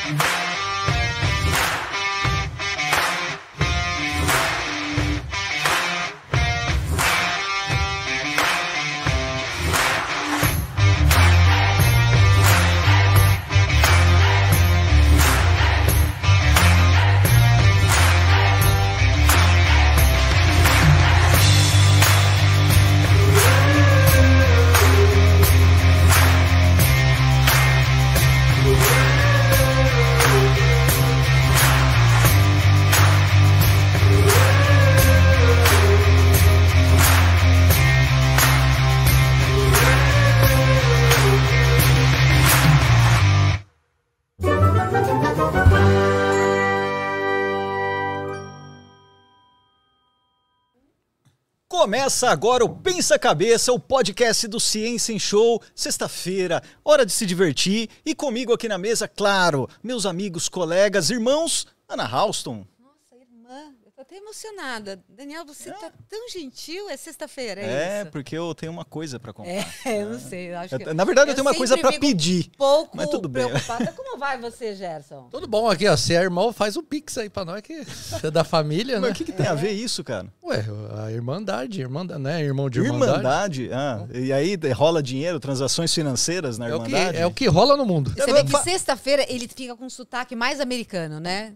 Começa agora o Pensa Cabeça, o podcast do Ciência em Show. Sexta-feira, hora de se divertir. E comigo aqui na mesa, claro, meus amigos, colegas, irmãos, Ana Halston. Nossa, irmã, eu tô até emocionada. Daniel, você tá tão gentil, é sexta-feira, É, isso? porque eu tenho uma coisa pra contar. Eu não sei, eu acho que... Na verdade, eu tenho uma coisa pra pedir. Pouco mas tudo bem. preocupada. Como vai você, Gerson? Tudo bom aqui, ó. Se é irmão, faz um pix aí pra nós, que você é da família, né? Mas o que tem a ver isso, cara? Ué, a irmandade, né? Irmão de irmandade. E aí rola dinheiro, transações financeiras na irmandade? É o que rola no mundo. Você vê que sexta-feira ele fica com um sotaque mais americano, né?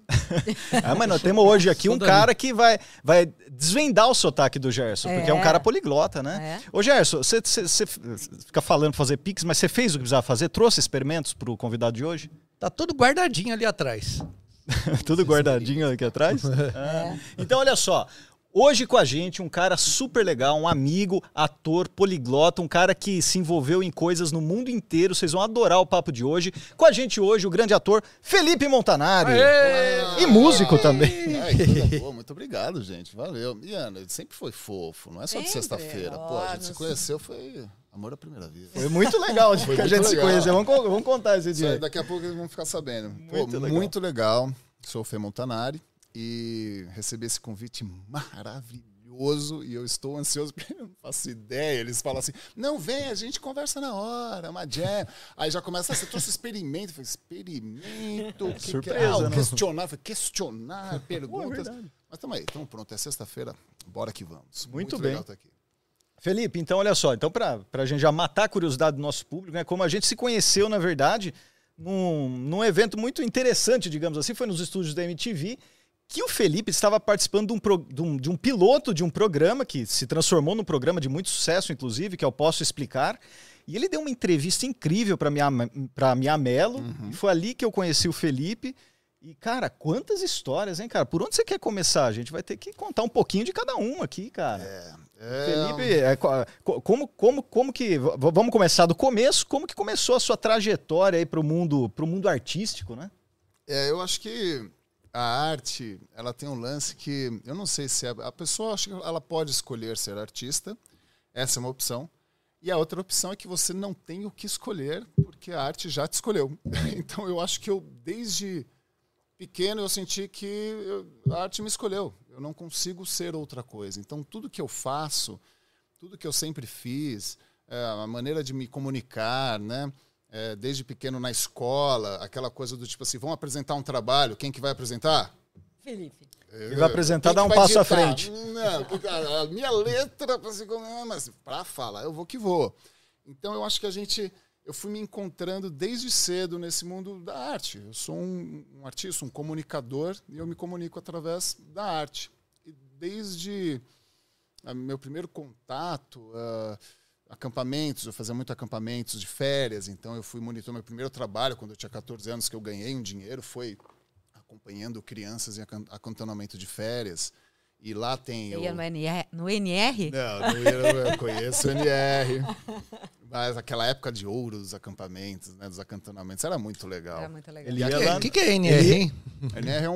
Mas nós temos hoje aqui um cara que vai desvendar o sotaque do Gerson, porque é um cara poliglota, né? Ô Gerson, você fica falando pra fazer pix, mas você fez o que precisava fazer? Trouxe experimentos pro convidado de hoje? Tá tudo guardadinho ali atrás. Tudo guardadinho aqui atrás? Então, olha só. Hoje com a gente um cara super legal, um amigo, ator, poliglota, um cara que se envolveu em coisas no mundo inteiro. Vocês vão adorar o papo de hoje. Com a gente hoje o grande ator Felipe Montanari. E músico também. Boa, muito obrigado, gente. Valeu. E Ana, ele sempre foi fofo, não é só de sexta-feira. Pô, a gente se conheceu, foi amor à primeira vista. Foi muito legal que a gente se conheceu. Vamos contar esse dia. Daqui a pouco eles vão ficar sabendo. Muito legal. Sou o Fê Montanari. E recebi esse convite maravilhoso e eu estou ansioso porque eu não faço ideia. Eles falam assim, não, vem, a gente conversa na hora, uma jam. Aí já começa, você trouxe experimento. Eu falei, experimento? Surpresa, questionar, questionar, perguntas. Mas estamos aí, estamos prontos, é sexta-feira, bora que vamos. Muito legal bem. estar aqui. Felipe, então olha só, então para a gente já matar a curiosidade do nosso público, né, como a gente se conheceu, na verdade, num evento muito interessante, digamos assim, foi nos estúdios da MTV, que o Felipe estava participando de um piloto de um programa que se transformou num programa de muito sucesso, inclusive, que eu posso explicar. E ele deu uma entrevista incrível para Mia Mello. E foi ali que eu conheci o Felipe. E, cara, quantas histórias, hein, cara? Por onde você quer começar? A gente vai ter que contar um pouquinho de cada uma aqui, cara. Felipe, como que... Vamos começar do começo. Como que começou a sua trajetória aí pro mundo artístico, né? Eu acho que a arte, ela tem um lance que, eu não sei se a pessoa, acha que ela pode escolher ser artista, essa é uma opção, e a outra opção é que você não tem o que escolher, porque a arte já te escolheu. Então eu acho que desde pequeno, eu senti que a arte me escolheu, eu não consigo ser outra coisa. Então tudo que eu faço, tudo que eu sempre fiz, a maneira de me comunicar, né? Desde pequeno na escola, aquela coisa do tipo assim, vamos apresentar um trabalho, quem que vai apresentar? Felipe. Ele vai apresentar, dá um passo à frente. Não, porque a minha letra, mas para falar, eu vou que vou. Então eu acho que eu fui me encontrando desde cedo nesse mundo da arte. Eu sou um artista, um comunicador, e eu me comunico através da arte. E desde meu primeiro contato... acampamentos, eu fazia muito acampamentos de férias, então eu fui monitor. Meu primeiro trabalho, quando eu tinha 14 anos, que eu ganhei um dinheiro, foi acompanhando crianças em acantonamento de férias. E lá tem... Você ia no NR? Não eu conheço o NR. Mas aquela época de ouro dos acampamentos, né, dos acantonamentos, era muito legal. Era muito legal. O que é NR, hein? NR é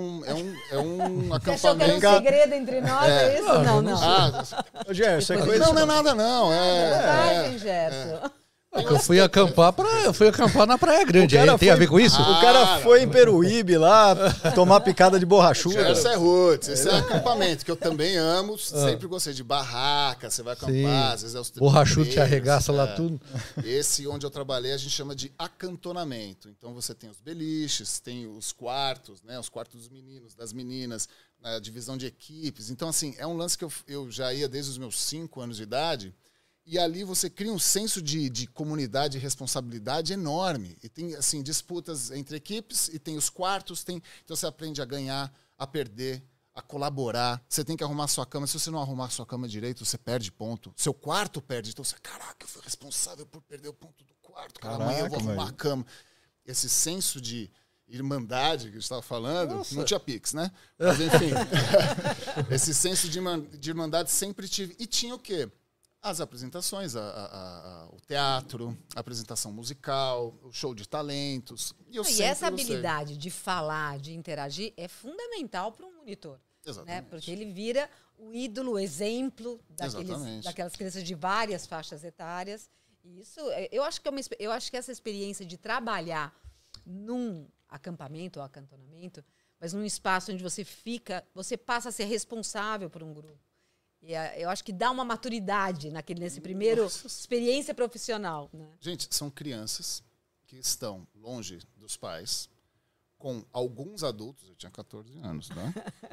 um acampamento... Você achou que era um segredo entre nós, é isso? Não. Gerson, não é nada, não. Vantagem, Gerson. Eu fui acampar na Praia Grande. Aí, tem a ver com isso? O cara foi em Peruíbe lá tomar picada de borrachuda. Esse é roots, esse é acampamento, que eu também amo. Sempre gostei de barraca, você vai acampar, às vezes é os borrachudo te arregaça lá tudo. Esse onde eu trabalhei a gente chama de acantonamento. Então você tem os beliches, tem os quartos, né? Os quartos dos meninos, das meninas, a divisão de equipes. Então, assim, é um lance que eu já ia desde os meus 5 anos de idade. E ali você cria um senso de comunidade e responsabilidade enorme. E tem, assim, disputas entre equipes, e tem os quartos, então você aprende a ganhar, a perder, a colaborar. Você tem que arrumar sua cama. Se você não arrumar sua cama direito, você perde ponto. Seu quarto perde. Então você, caraca, eu fui responsável por perder o ponto do quarto. Cara, amanhã eu vou arrumar a cama. Esse senso de irmandade que a gente estava falando, Nossa. Não tinha Pix, né? Mas, enfim, esse senso de irmandade sempre tive. E tinha o quê? As apresentações, o teatro, a apresentação musical, o show de talentos. E essa habilidade de falar, de interagir, é fundamental para um monitor. Exatamente. Né? Porque ele vira o ídolo, o exemplo daquelas crianças de várias faixas etárias. E isso, eu acho que essa experiência de trabalhar num acampamento ou acantonamento, mas num espaço onde você passa a ser responsável por um grupo. E eu acho que dá uma maturidade nesse primeiro experiência profissional. Né? Gente, são crianças que estão longe dos pais, com alguns adultos, eu tinha 14 anos, né?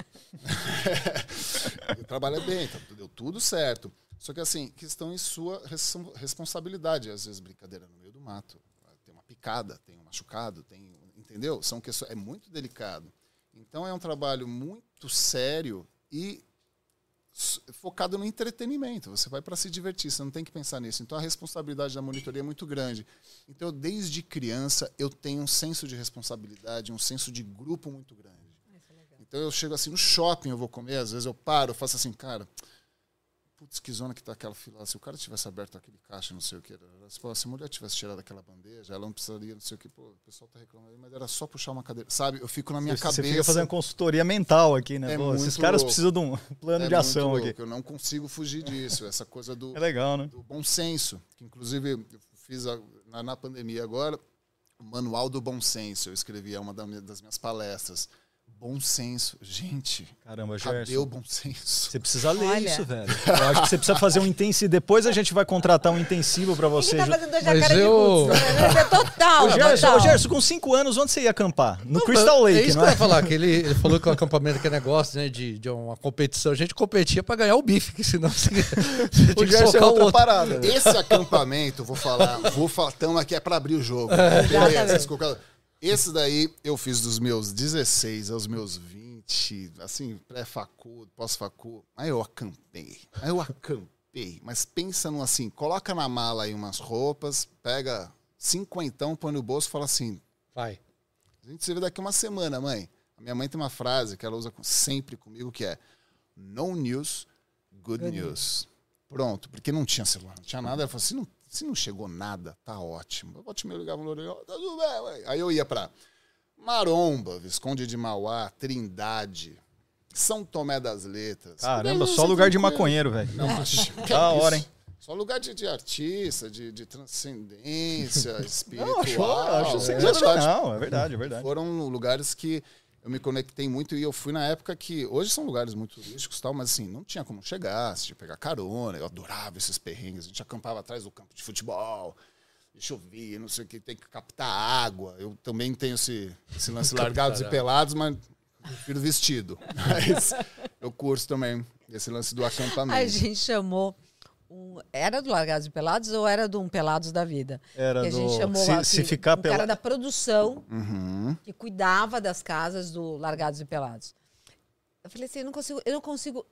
Eu trabalhei bem, deu tudo certo. Só que assim, que estão em sua responsabilidade. Às vezes brincadeira no meio do mato, tem uma picada, tem um machucado, entendeu? São questões, é muito delicado. Então é um trabalho muito sério e focado no entretenimento. Você vai para se divertir, você não tem que pensar nisso. Então a responsabilidade da monitoria é muito grande. Então desde criança eu tenho um senso de responsabilidade, um senso de grupo muito grande. Então eu chego assim no shopping, eu vou comer, às vezes eu paro, eu faço assim, cara, putz, que zona que tá aquela fila. Se o cara tivesse aberto aquele caixa, não sei o que, se a mulher tivesse tirado aquela bandeja, ela não precisaria, não sei o que, pô, o pessoal tá reclamando, mas era só puxar uma cadeira, sabe? Eu fico na minha cabeça. Você fica fazendo consultoria mental aqui, né? Pô, esses caras precisam de um plano de ação aqui. Eu não consigo fugir disso, essa coisa do, é legal, né? Do bom senso, que inclusive eu fiz na pandemia agora, o Manual do Bom Senso, eu escrevi, é uma das minhas palestras. Bom senso. Gente, caramba, cadê Gerson, o bom senso? Você precisa ler isso, velho. Eu acho que você precisa fazer um intensivo. Depois a gente vai contratar um intensivo pra você. Ele tá fazendo hoje a cara de curso, né? Total. Ô, Gerson, com 5 anos, onde você ia acampar? No Crystal Lake, é isso não é? Que eu ia falar, que ele falou que o acampamento que é negócio, né, de uma competição. A gente competia pra ganhar o bife, que senão você o Gerson é outra parada. Né? Esse acampamento, vou falar, estamos aqui para abrir o jogo. Beleza. Esse daí eu fiz dos meus 16 aos meus 20, assim, pré-facu, pós-facu. Aí eu acampei. Mas pensa num assim, coloca na mala aí umas roupas, pega 50, põe no bolso e fala assim, vai. A gente se vê daqui uma semana, mãe. A minha mãe tem uma frase que ela usa sempre comigo, que é no news, good news. Pronto, porque não tinha celular, não tinha nada. Ela falou assim, se não chegou nada, tá ótimo. Eu voltei me ligava no L'Oréal, tá tudo bem, ué. Aí eu ia pra Maromba, Visconde de Mauá, Trindade, São Tomé das Letras. Caramba, só lugar de maconheiro, velho. Da hora, hein? Só lugar de artista, de transcendência espiritual. Acho sensacional, é verdade. Foram lugares que eu me conectei muito e eu fui na época que... Hoje são lugares muito turísticos e tal, mas assim, não tinha como chegar, você tinha que pegar carona. Eu adorava esses perrengues. A gente acampava atrás do campo de futebol, e chovia, não sei o que, tem que captar água. Eu também tenho esse lance largados e pelados, mas prefiro vestido. Mas eu curso também esse lance do acampamento. A gente chamou... Era do Largados e Pelados ou era de um Pelados da Vida? Era que a gente chamou se ficar cara da produção que cuidava das casas do Largados e Pelados. Eu falei assim, eu não consigo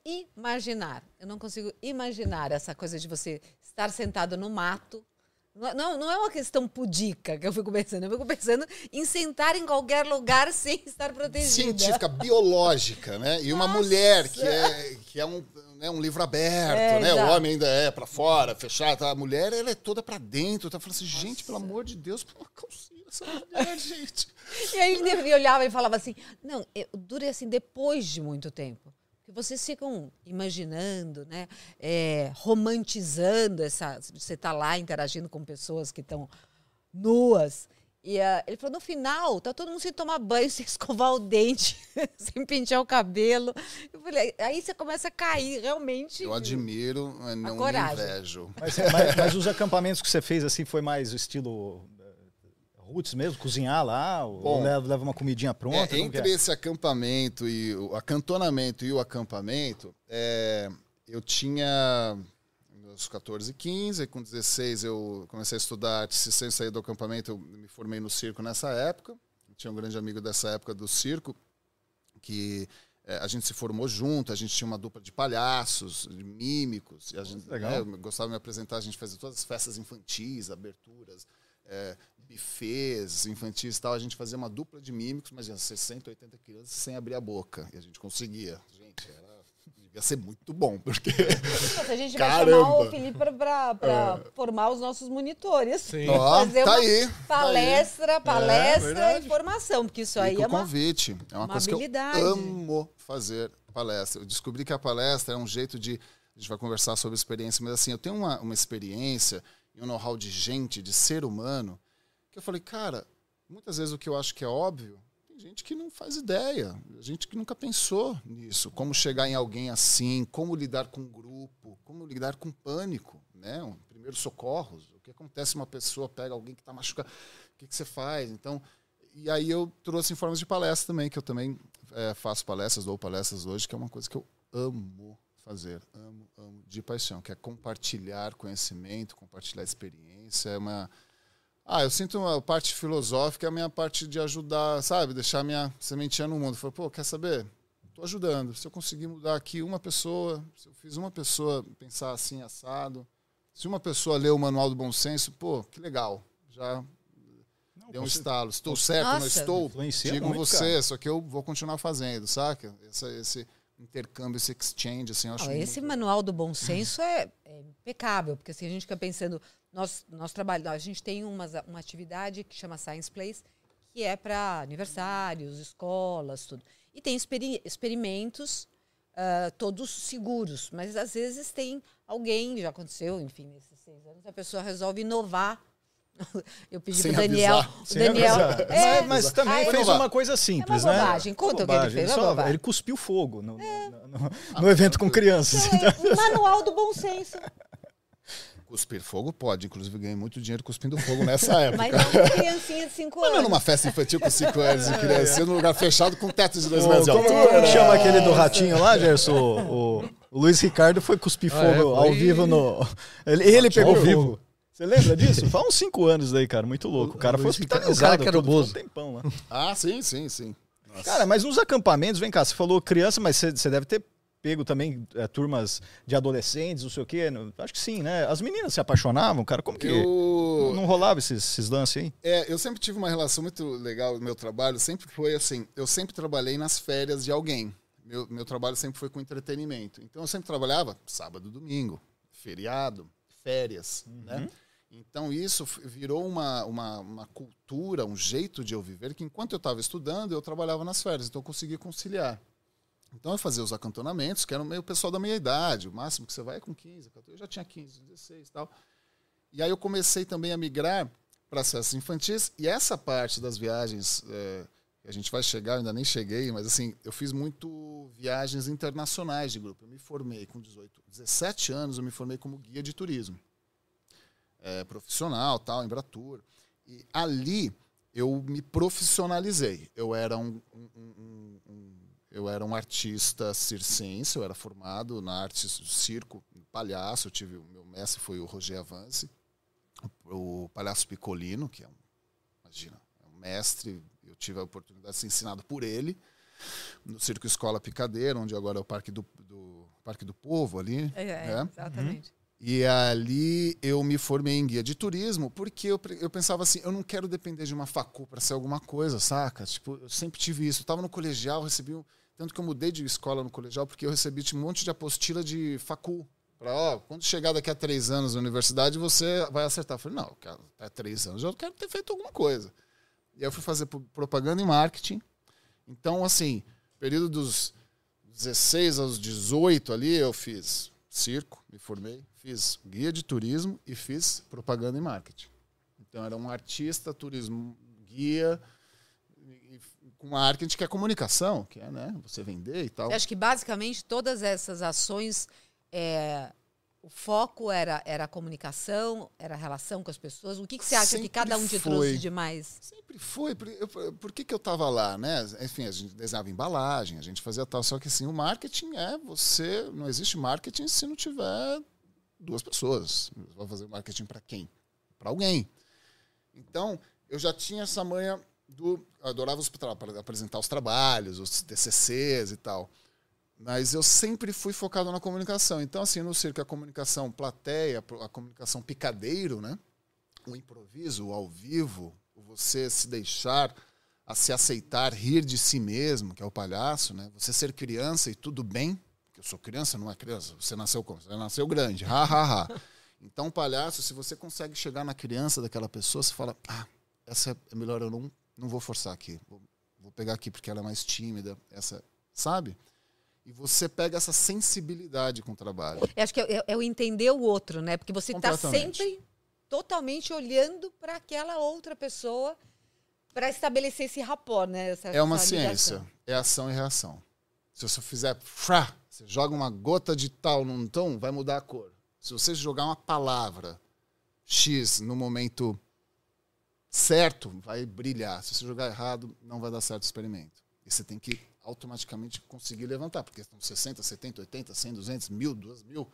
imaginar essa coisa de você estar sentado no mato. Não é uma questão pudica que eu fico pensando em sentar em qualquer lugar sem estar protegida. Científica, biológica, né? E uma mulher que é um livro aberto, né? Exato. O homem ainda é pra fora, fechado. A mulher, ela é toda pra dentro. Tá falando assim, gente, pelo amor de Deus, põe uma calcinha essa mulher, gente. E aí ele olhava e falava assim, não, dura assim depois de muito tempo. Porque vocês ficam imaginando, né? Romantizando você tá lá interagindo com pessoas que estão nuas. E ele falou, no final, tá todo mundo sem tomar banho, sem escovar o dente, sem pentear o cabelo. Eu falei, aí você começa a cair, realmente. Eu admiro, mas não me invejo. Mas os acampamentos que você fez, assim, foi mais o estilo roots mesmo? Cozinhar lá? Ou leva uma comidinha pronta? Entre esse acampamento e o acantonamento e o acampamento, eu tinha... Aos 14 e 15, com 16 eu comecei a estudar arte. Sem sair do acampamento, eu me formei no circo nessa época. Eu tinha um grande amigo dessa época do circo, que a gente se formou junto, a gente tinha uma dupla de palhaços, de mímicos. E a gente, eu gostava de me apresentar, a gente fazia todas as festas infantis, aberturas, buffets infantis e tal. A gente fazia uma dupla de mímicos, imagina, 60, 80 crianças sem abrir a boca. E a gente conseguia. Gente, ia ser muito bom, porque... A gente vai chamar o Felipe para formar os nossos monitores. Sim. Fazer uma aí, palestra e formação, porque isso aí é uma convite. É uma coisa habilidade. que eu amo fazer palestra. Eu descobri que a palestra é um jeito de... A gente vai conversar sobre experiência, mas assim, eu tenho uma experiência e um know-how de gente, de ser humano, que eu falei, cara, muitas vezes o que eu acho que é óbvio, gente que não faz ideia, gente que nunca pensou nisso, como chegar em alguém assim, como lidar com um grupo, como lidar com pânico, né? Primeiros socorros, o que acontece se uma pessoa pega alguém que está machucado, o que você faz? Então, e aí eu trouxe em formas de palestra também, que eu também faço palestras, dou palestras hoje, que é uma coisa que eu amo fazer, amo de paixão, que é compartilhar conhecimento, compartilhar experiência, eu sinto uma parte filosófica, a minha parte de ajudar, sabe? Deixar minha sementinha no mundo. Falei, quer saber? Estou ajudando. Se eu conseguir mudar aqui uma pessoa, se eu fiz uma pessoa pensar assim, assado, se uma pessoa ler o Manual do Bom Senso, que legal. Já deu um estalo. Estou certo, não estou? Digo muito, você, cara. Só que eu vou continuar fazendo, saca? Esse intercâmbio, esse exchange, assim, eu acho esse Manual do Bom Senso é impecável, porque assim, a gente fica pensando... Nós trabalhamos, a gente tem uma atividade que chama Science Place, que é para aniversários, escolas, tudo. E tem experimentos todos seguros, mas às vezes tem alguém, já aconteceu, enfim, nesses 6 anos, a pessoa resolve inovar. Eu pedi para o Daniel. Mas também fez uma coisa simples, né? Bobagem. Conta o que ele fez. Ele cuspiu fogo no evento com crianças. Manual do Bom Senso. Cuspir fogo pode, inclusive ganhei muito dinheiro cuspindo fogo nessa época. Mas não com criancinha de 5 anos. Mas não numa festa infantil com 5 anos de criança, num lugar fechado com teto de 2 metros de altura. Como chama aquele do ratinho lá, Gerson? O Luiz Ricardo foi cuspir fogo ao vivo no... Ele pegou fogo. Você lembra disso? Faz uns 5 anos daí, cara. Muito louco. O cara foi hospitalizado. O cara que era o Bozo. Um tempão lá. Sim. Nossa. Cara, mas nos acampamentos, vem cá, você falou criança, mas você deve ter pego também turmas de adolescentes, não sei o quê. Acho que sim, né? As meninas se apaixonavam, cara. Como que não rolava esses lances aí? Eu sempre tive uma relação muito legal no meu trabalho. Sempre foi assim, eu sempre trabalhei nas férias de alguém. Meu trabalho sempre foi com entretenimento. Então eu sempre trabalhava sábado, domingo, feriado, férias, né? Então isso virou uma cultura, um jeito de eu viver, que enquanto eu estava estudando, eu trabalhava nas férias. Então eu conseguia conciliar. Então eu fazia os acantonamentos, que eram meio pessoal da minha idade. O máximo que você vai é com 15, 14. Eu já tinha 15, 16 e tal. E aí eu comecei também a migrar para as festas infantis. E essa parte das viagens, a gente vai chegar, eu ainda nem cheguei, mas assim, eu fiz muito viagens internacionais de grupo. Eu me formei com 17 anos, eu me formei como guia de turismo. Profissional, tal, Embratur. E ali eu me profissionalizei. Eu era um artista circense, eu era formado na arte circo, palhaço. O meu mestre foi o Roger Avance, o palhaço Piccolino, que é um mestre. Eu tive a oportunidade de ser ensinado por ele no Circo Escola Picadeira, onde agora é o Parque do Povo ali. Exatamente. E ali eu me formei em guia de turismo, porque eu pensava assim, eu não quero depender de uma facul para ser alguma coisa, saca? Tipo, eu sempre tive isso. Eu estava no colegial, recebi tanto que eu mudei de escola no colegial, porque eu recebi um monte de apostila de facul. Quando chegar daqui a 3 anos na universidade, você vai acertar. Eu falei, não, cara, até 3 anos eu quero ter feito alguma coisa. E aí eu fui fazer propaganda e marketing. Então, assim, período dos 16 aos 18 ali, eu fiz circo, me formei, fiz guia de turismo e fiz propaganda e marketing. Então, era um artista, turismo, guia, com marketing, que é comunicação, que é, né, você vender e tal. Eu acho que, basicamente, todas essas ações, o foco era a comunicação, era a relação com as pessoas. O que você acha que cada um te trouxe de mais? Sempre foi. Por que eu estava lá, né? Enfim, a gente desenhava embalagem, a gente fazia tal. Só que, assim, o marketing não existe marketing se não tiver 2 pessoas. Você vai fazer marketing para quem? Para alguém. Então, eu já tinha essa manha eu adorava apresentar os trabalhos, os TCCs e tal. Mas eu sempre fui focado na comunicação. Então, assim, no circo, a comunicação plateia, a comunicação picadeiro, né? O improviso, o ao vivo, você se deixar, a se aceitar, rir de si mesmo, que é o palhaço, né? Você ser criança e tudo bem, porque eu sou criança, não é criança. Você nasceu como? Você nasceu grande, ha, ha, ha. Então, palhaço, se você consegue chegar na criança daquela pessoa, você fala, essa é melhor, eu não vou forçar aqui. Vou pegar aqui porque ela é mais tímida, sabe? E você pega essa sensibilidade com o trabalho. Eu acho que é o entender o outro, né? Porque você está sempre totalmente olhando para aquela outra pessoa para estabelecer esse rapport, né? É uma ciência. É ação e reação. Se você fizer... Você joga uma gota de tal num tom, vai mudar a cor. Se você jogar uma palavra X no momento certo, vai brilhar. Se você jogar errado, não vai dar certo o experimento. E você tem que automaticamente conseguir levantar, porque estão 60, 70, 80, 100, 200, 1000, 2000,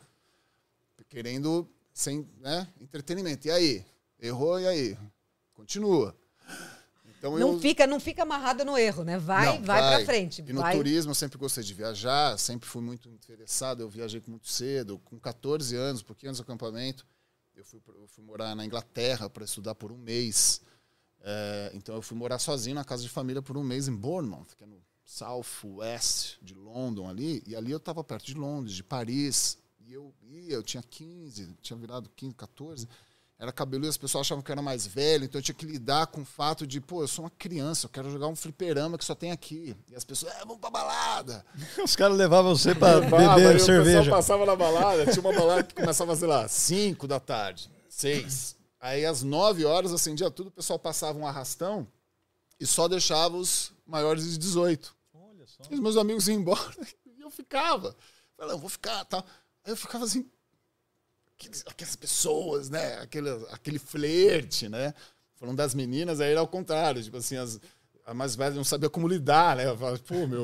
querendo sem, né, entretenimento. E aí? Errou, e aí? Continua. Então não fica amarrado no erro, né? Vai para frente. E no turismo eu sempre gostei de viajar, sempre fui muito interessado, eu viajei muito cedo, com 14 anos, um pouquinho antes do acampamento, eu fui morar na Inglaterra para estudar por um mês. Então eu fui morar sozinho na casa de família por um mês em Bournemouth, que é no South West de London ali, e ali eu estava perto de Londres, de Paris, e eu tinha 15, tinha virado 15, 14, era cabeludo, as pessoas achavam que eu era mais velho, então eu tinha que lidar com o fato de, eu sou uma criança, eu quero jogar um fliperama que só tem aqui, e as pessoas, vamos pra balada. Os caras levavam você pra beber cerveja. O pessoal passava na balada, tinha uma balada que começava, sei lá, 5 da tarde, 6, aí às 9 horas acendia tudo, o pessoal passava um arrastão e só deixava os maiores de 18. E os meus amigos iam embora e eu ficava. Falei, eu vou ficar, tal. Aí eu ficava assim, aquelas pessoas, né? Aquele flerte, né? Falando das meninas, aí era ao contrário. Tipo assim, a mais velha não sabia como lidar, né? Eu falava,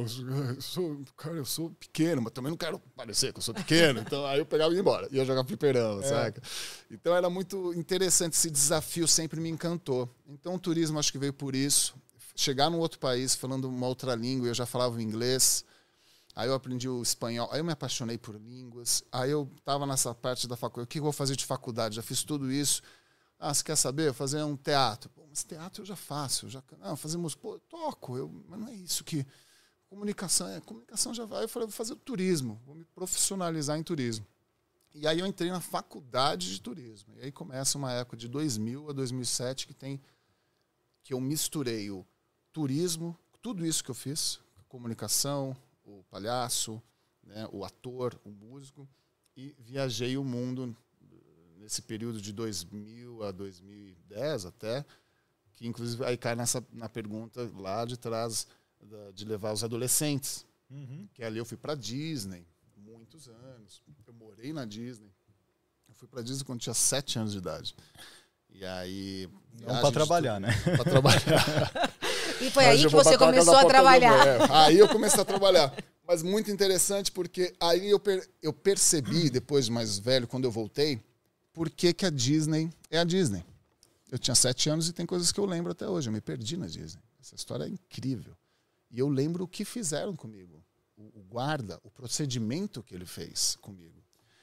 eu sou pequeno, mas também não quero parecer que eu sou pequeno. Então aí eu pegava e ia embora. Ia jogar fliperama, saca? Então era muito interessante. Esse desafio sempre me encantou. Então o turismo acho que veio por isso. Chegar num outro país falando uma outra língua, eu já falava o inglês, aí eu aprendi o espanhol, aí eu me apaixonei por línguas, aí eu estava nessa parte da faculdade, o que eu vou fazer de faculdade? Já fiz tudo isso. Você quer saber? Fazer um teatro. Mas teatro eu já faço. Fazer música. Eu toco. Mas não é isso que... Comunicação já vai. Eu falei, vou fazer o turismo, vou me profissionalizar em turismo. E aí eu entrei na faculdade de turismo. E aí começa uma época de 2000 a 2007 que eu misturei o turismo, tudo isso que eu fiz, a comunicação, o palhaço, né, o ator, o músico, e viajei o mundo nesse período de 2000 a 2010 até, que inclusive aí cai na pergunta lá de trás de levar os adolescentes, que ali eu fui para Disney, muitos anos, eu morei na Disney, eu fui para Disney quando tinha 7 anos de idade. E aí... Não para trabalhar, né? Para trabalhar. E foi aí que você começou a trabalhar. Aí eu comecei a trabalhar. Mas muito interessante, porque aí eu percebi, depois de mais velho, quando eu voltei, por que a Disney é a Disney. Eu tinha 7 anos e tem coisas que eu lembro até hoje. Eu me perdi na Disney. Essa história é incrível. E eu lembro o que fizeram comigo. O guarda, o procedimento que ele fez comigo.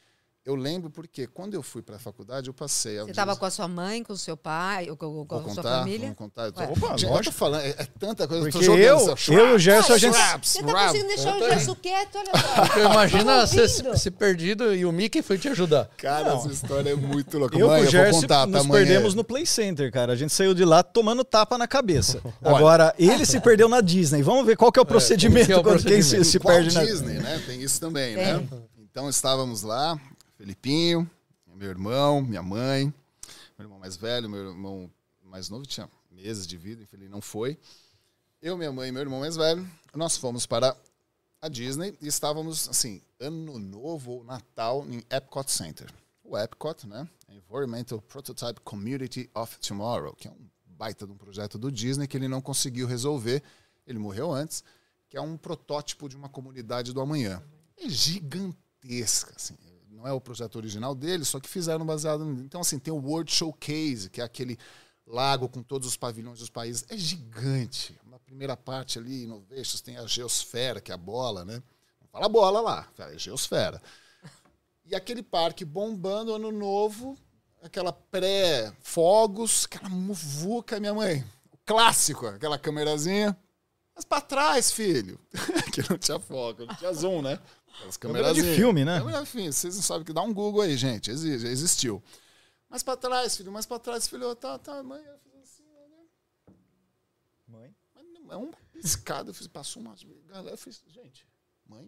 Eu lembro porque quando eu fui para a faculdade, eu passei... Você estava com a sua mãe, com o seu pai, com a sua família? Vamos contar. Opa, eu tô falando, é tanta coisa. Porque eu e o Gerson, a gente... Você tá conseguindo deixar o Gerson quieto, olha só. Imagina você perdido e o Mickey foi te ajudar. Cara, essa história é muito louca. Eu Mãe, e o Gerson vou contar, nos amanhã. perdemos no Play Center, cara. A gente saiu de lá tomando tapa na cabeça. Agora, ele se perdeu na Disney. Vamos ver qual que é o procedimento quando quem se perde na Disney, né? Tem isso também, né? Então estávamos lá, Felipinho, meu irmão, minha mãe, meu irmão mais velho, meu irmão mais novo, tinha meses de vida, infelizmente não foi. Eu, minha mãe e meu irmão mais velho, nós fomos para a Disney e estávamos, assim, ano novo ou Natal em Epcot Center. O Epcot, né? Environmental Prototype Community of Tomorrow, que é um baita de um projeto do Disney que ele não conseguiu resolver, ele morreu antes, que é um protótipo de uma comunidade do amanhã. É gigantesca, assim. Não é o projeto original dele, só que fizeram baseado... Então, assim, tem o World Showcase, que é aquele lago com todos os pavilhões dos países. É gigante. Na primeira parte ali, Innovations, tem a geosfera, que é a bola, né? Não fala bola lá, é geosfera. E aquele parque bombando, ano novo, aquela pré-fogos, aquela muvuca, minha mãe. O clássico, aquela câmerazinha. Mas pra trás, filho. Que não tinha foco, não tinha zoom, né? Aquelas câmera de filme, né? Câmera de filme. Vocês não sabem que dá um Google aí, gente. Existiu. Mas pra trás, filho. Mais pra trás, filho. Tá, mãe. Eu fiz assim, né? Mãe? Mas não, é uma escada. Eu fiz, passou uma galera. Eu fiz, gente, mãe.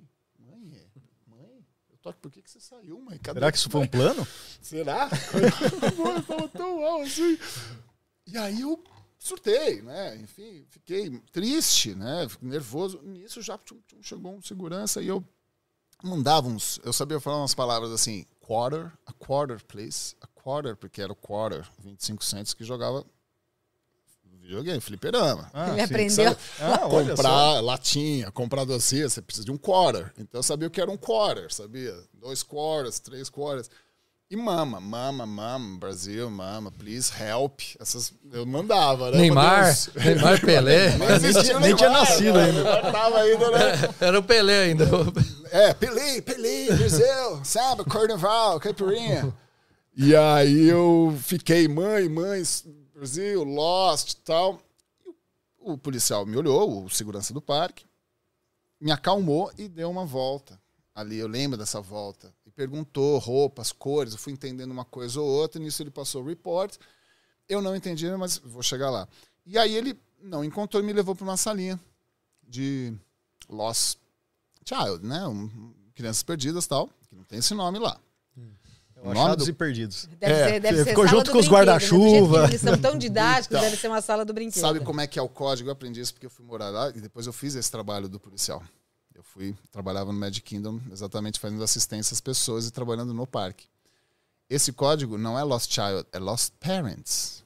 Eu tô aqui, por que você saiu, mãe? Cadê? Será que isso foi um plano? Será? Eu tava tão mal assim. E aí eu surtei, né? Enfim, fiquei triste, né? Fiquei nervoso. Nisso já chegou um segurança e eu mandava uns... Eu sabia falar umas palavras assim, a quarter, please. A quarter, porque era o quarter, 25 centos, que jogava videogame, fliperama. Ele aprendeu. Comprar latinha, comprar docinha, você precisa de um quarter. Então eu sabia o que era um quarter, sabia? 2 quarters, 3 quarters. E mama, Brasil, mama, please help. Essas eu mandava, né? Neymar, Pelé. Nem tinha nascido ainda. Tava ainda, né? Era o Pelé ainda. Pelé, Brasil, sabe? Carnaval, caipirinha. E aí eu fiquei, mãe, Brasil, Lost e tal. E o policial me olhou, o segurança do parque, me acalmou e deu uma volta. Ali, eu lembro dessa volta. E perguntou roupas, cores, eu fui entendendo uma coisa ou outra, e nisso ele passou o report. Eu não entendi, mas vou chegar lá. E aí ele não encontrou e me levou para uma salinha de Lost Child, né? Crianças perdidas e tal, que não tem esse nome lá. Achados e perdidos. Deve ser ficou sala junto do com os brinquedo, guarda-chuva. Né? Eles são tão didáticos, Então, deve ser uma sala do brinquedo. Sabe como é que é o código? Eu aprendi isso porque eu fui morar lá e depois eu fiz esse trabalho do policial. Trabalhava no Magic Kingdom, exatamente fazendo assistência às pessoas e trabalhando no parque. Esse código não é Lost Child, é Lost Parents.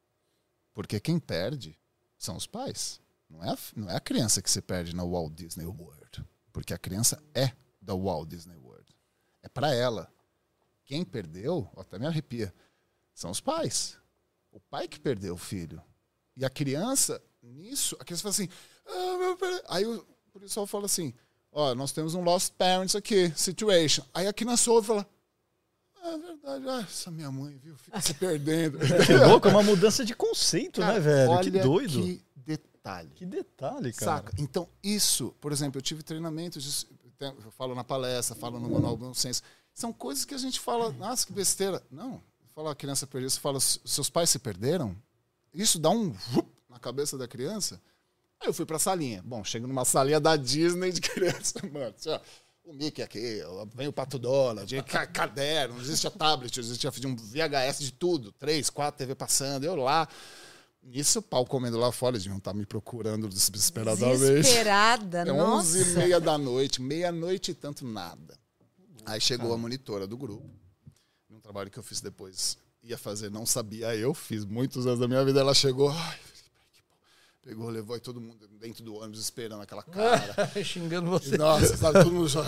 Porque quem perde são os pais. Não é a criança que se perde na Walt Disney World. Porque a criança é da Walt Disney World. É para ela. Quem perdeu, até me arrepia, são os pais. O pai que perdeu o filho. E a criança, nisso, a criança fala assim... Aí o policial fala assim... nós temos um Lost Parents aqui, situation. Aí a criança ouve e fala... É verdade, essa minha mãe, viu? Fica se perdendo. Que louco, é uma mudança de conceito, cara, né, velho? Olha que doido. Que detalhe. Que detalhe, cara. Saca? Então, isso, por exemplo, eu tive treinamentos, eu falo na palestra, falo no Manual Bom Senso. São coisas que a gente fala, nossa, que besteira. Não, fala a criança perdeu, você fala, seus pais se perderam? Isso dá um na cabeça da criança. Aí eu fui pra salinha. Bom, chego numa salinha da Disney de criança, mano. O Mickey aqui, vem o Pato Donald, caderno, não existia tablet, existia um VHS de tudo, 3, 4 TV passando, eu lá. Nisso o pau comendo lá fora, eles deviam estar me procurando desesperadamente. Desesperada, nossa. 11h30 da noite, meia-noite e tanto nada. Aí chegou a monitora do grupo, num trabalho que eu fiz depois, ia fazer, não sabia eu, fiz muitos anos da minha vida, ela chegou, pegou, levou e todo mundo dentro do ônibus esperando aquela cara. Xingando você. Nossa, sabe, todo mundo já...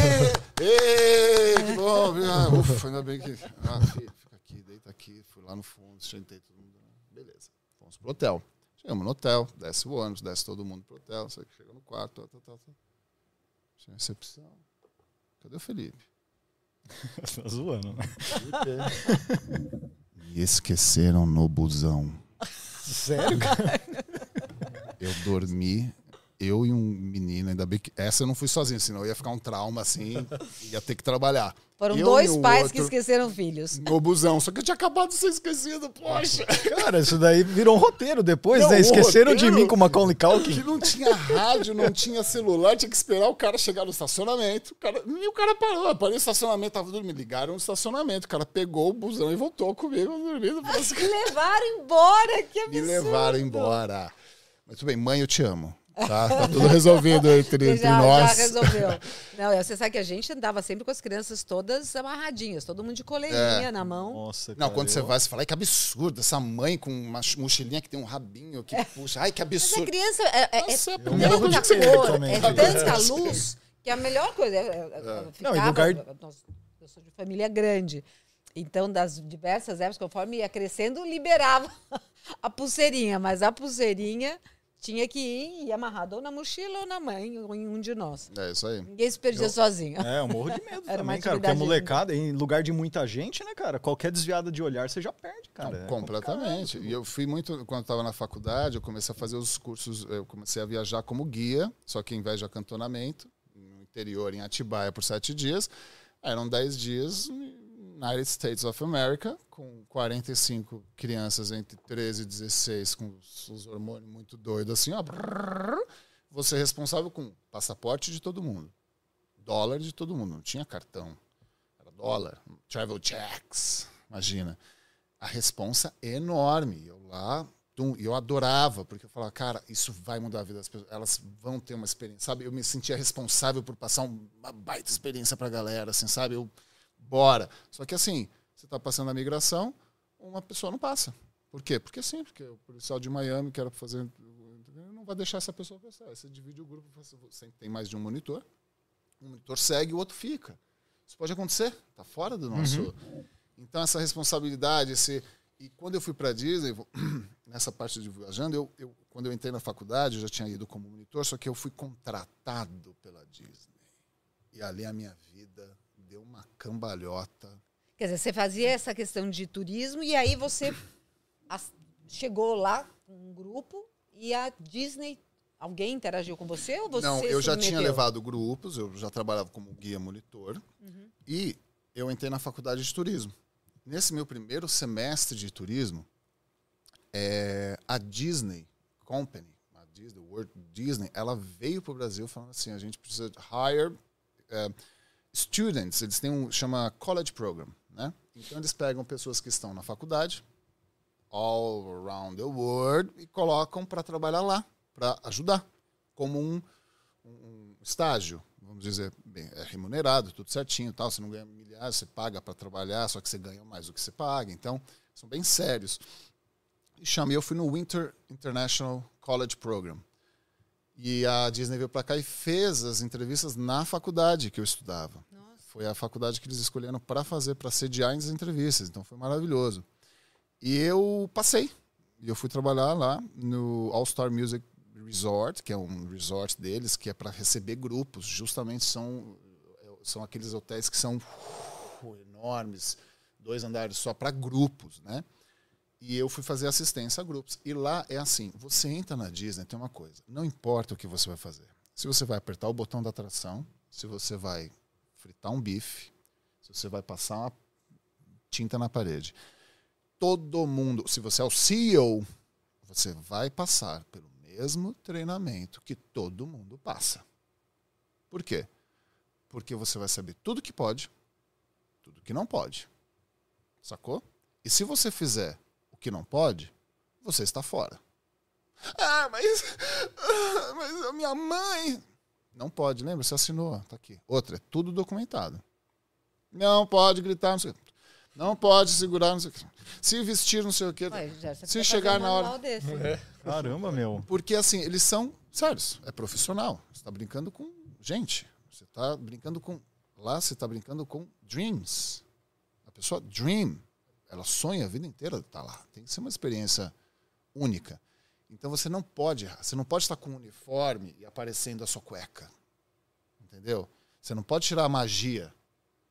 que bom. Ufa, ainda bem que... filho, fica aqui, deita aqui. Fui lá no fundo, sentei todo mundo. Beleza, fomos pro hotel. Chegamos no hotel, desce o ônibus, desce todo mundo pro hotel. Chega no quarto, Tinha recepção. Cadê o Felipe? Tá zoando, né? Me esqueceram no busão. Sério, cara? Eu dormi, eu e um menino, ainda bem que essa eu não fui sozinho, senão ia ficar um trauma assim, ia ter que trabalhar. Foram eu 2 pais que esqueceram filhos. No busão, só que eu tinha acabado de ser esquecido, poxa. Cara, isso daí virou um roteiro depois, Não, né? Esqueceram roteiro, de mim com o Macaulay que Culkin. não tinha rádio, não tinha celular, tinha que esperar o cara chegar no estacionamento. O cara parou, parei no estacionamento, tava dormindo, ligaram no estacionamento, o cara pegou o busão e voltou comigo dormindo. Me levaram embora, que absurdo. Me levaram embora. Mas tudo bem, mãe, eu te amo. Tá tudo resolvido entre nós. Já resolveu. Não, você sabe que a gente andava sempre com as crianças todas amarradinhas, todo mundo de coleirinha na mão. Nossa, Não, quando você vai, você fala, ai, que absurdo, essa mãe com uma mochilinha que tem um rabinho que puxa, ai, que Mas absurdo. a criança Nossa, é primeira tanta coisa que você cor, também, é né? tanta luz, que a melhor coisa Não, e ficava, lugar- eu sou de família grande, então das diversas épocas, conforme ia crescendo, liberava a pulseirinha, mas a pulseirinha tinha que ir amarrada ou na mochila ou na mãe, ou em um de nós. É isso aí. Ninguém se perdia sozinho. É, eu morro de medo Era uma também, cara. Porque a atividade molecada, em lugar de muita gente, né, cara? Qualquer desviada de olhar, você já perde, cara. Não, É completamente. E eu fui muito, quando eu estava na faculdade, eu comecei a fazer os cursos, eu comecei a viajar como guia, só que em vez de acantonamento, no interior, em Atibaia, por 7 dias, eram 10 dias United States of America, com 45 crianças entre 13 e 16, com os hormônios muito doidos, assim, ó. Você é responsável com passaporte de todo mundo, dólar de todo mundo, não tinha cartão, era dólar, travel checks, imagina. A responsa é enorme. Eu lá, eu adorava, porque eu falava, cara, isso vai mudar a vida das pessoas, elas vão ter uma experiência, sabe? Eu me sentia responsável por passar uma baita experiência pra galera, assim, sabe? Bora. Só que assim, você tá passando a migração, uma pessoa não passa. Por quê? Porque sim, porque o policial de Miami que era pra fazer, não vai deixar essa pessoa passar. Você divide o grupo, você tem mais de um monitor segue, o outro fica. Isso pode acontecer, tá fora do nosso... Então essa responsabilidade, e quando eu fui para Disney, nessa parte de viajando, quando eu entrei na faculdade, eu já tinha ido como monitor, só que eu fui contratado pela Disney. E ali a minha vida deu uma cambalhota. Quer dizer, você fazia essa questão de turismo e aí você chegou lá com um grupo e a Disney, alguém interagiu com você ou você Não, eu já submeteu? tinha levado grupos, eu já trabalhava como guia monitor e eu entrei na faculdade de turismo. Nesse meu primeiro semestre de turismo, a Disney Company, a Disney, Walt Disney, ela veio para o Brasil falando assim, a gente precisa hire students, eles têm chama College Program, né? Então eles pegam pessoas que estão na faculdade, all around the world, e colocam para trabalhar lá, para ajudar, como um estágio, vamos dizer, bem, é remunerado, tudo certinho, tal, você não ganha milhares, você paga para trabalhar, só que você ganha mais do que você paga, então são bem sérios. E eu fui no Winter International College Program. E a Disney veio para cá e fez as entrevistas na faculdade que eu estudava. Nossa. Foi a faculdade que eles escolheram para sediar as entrevistas, então foi maravilhoso. E eu passei. E eu fui trabalhar lá no All-Star Music Resort, que é um resort deles, que é para receber grupos. Justamente são aqueles hotéis que são enormes, 2 andares só para grupos, né? E eu fui fazer assistência a grupos. E lá é assim, você entra na Disney, tem uma coisa, não importa o que você vai fazer. Se você vai apertar o botão da atração, se você vai fritar um bife, se você vai passar uma tinta na parede. Todo mundo, se você é o CEO, você vai passar pelo mesmo treinamento que todo mundo passa. Por quê? Porque você vai saber tudo que pode, tudo que não pode. Sacou? E se você fizer o que não pode, você está fora. Mas a minha mãe... Não pode, lembra? Você assinou, tá aqui. Outra, é tudo documentado. Não pode gritar, não sei o quê. Não pode segurar, não sei o quê. Se vestir, não sei o quê. Se chegar na hora... Caramba, meu. Porque, assim, eles são sérios. É profissional. Você está brincando com gente. Você está brincando com... Lá você está brincando com dreams. A pessoa dream. Ela sonha a vida inteira de estar lá. Tem que ser uma experiência única. Então você não pode errar. Você não pode estar com um uniforme e aparecendo a sua cueca. Entendeu? Você não pode tirar a magia.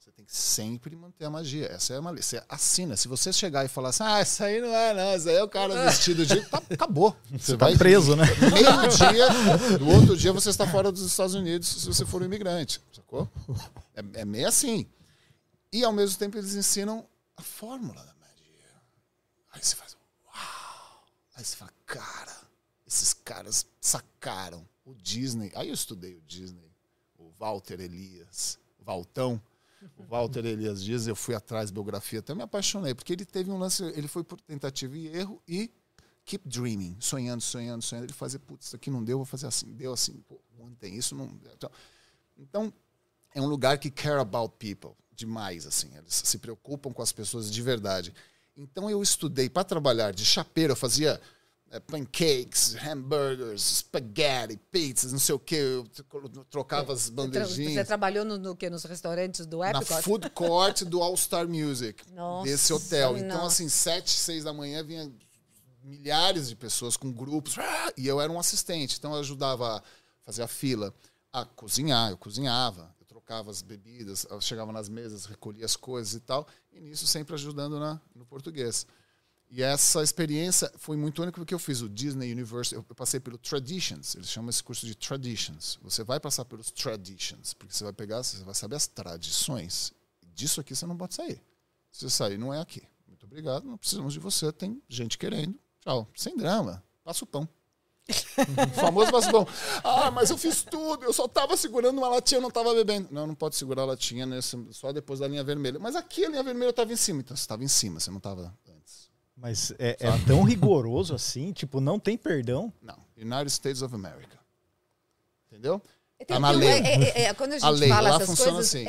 Você tem que sempre manter a magia. Essa é uma lei. Você assina. Se você chegar e falar assim, ah, isso aí não é, não. Isso aí é o cara vestido de... Tá, acabou. Você vai preso, né? Meio-dia, no outro dia você está fora dos Estados Unidos se você for um imigrante. Sacou? É meio assim. E, ao mesmo tempo, eles ensinam a fórmula da magia. Aí você faz, uau! Aí você fala, cara, esses caras sacaram o Disney. Aí eu estudei o Disney, o Walter Elias, o Valtão. O Walter Elias Dias, eu fui atrás da biografia, até me apaixonei, porque ele teve um lance, ele foi por tentativa e erro e keep dreaming, sonhando. Ele fazia, putz, isso aqui não deu, vou fazer assim, deu assim, pô, mantém isso, não. Então, é um lugar que care about people, demais, assim, eles se preocupam com as pessoas de verdade. Então, eu estudei para trabalhar de chapeiro, eu fazia pancakes, hambúrgueres, spaghetti, pizzas, não sei o que, eu trocava as bandejinhas. Você trabalhou no quê? Nos restaurantes do Epcot? Na food court do All Star Music, Nossa, desse hotel. Então, assim, 7, 6 da manhã vinha milhares de pessoas com grupos, e eu era um assistente, então eu ajudava a fazer a fila, a cozinhar, eu cozinhava, eu trocava as bebidas, eu chegava nas mesas, recolhia as coisas e tal, e nisso sempre ajudando no português. E essa experiência foi muito única porque eu fiz o Disney University, eu passei pelo Traditions, eles chamam esse curso de Traditions. Você vai passar pelos Traditions, porque você vai saber as tradições. Disso aqui você não pode sair. Se você sair, não é aqui. Muito obrigado, não precisamos de você, tem gente querendo. Tchau. Sem drama, passa o pão. O famoso passa o pão. Ah, mas eu fiz tudo, eu só estava segurando uma latinha, eu não estava bebendo. Não pode segurar a latinha só depois da linha vermelha. Mas aqui a linha vermelha estava em cima, então você estava em cima, você não estava antes. Mas é tão rigoroso assim? Tipo, não tem perdão? Não. United States of America. Entendeu? Tá na lei. Quando a gente fala essas coisas, assim.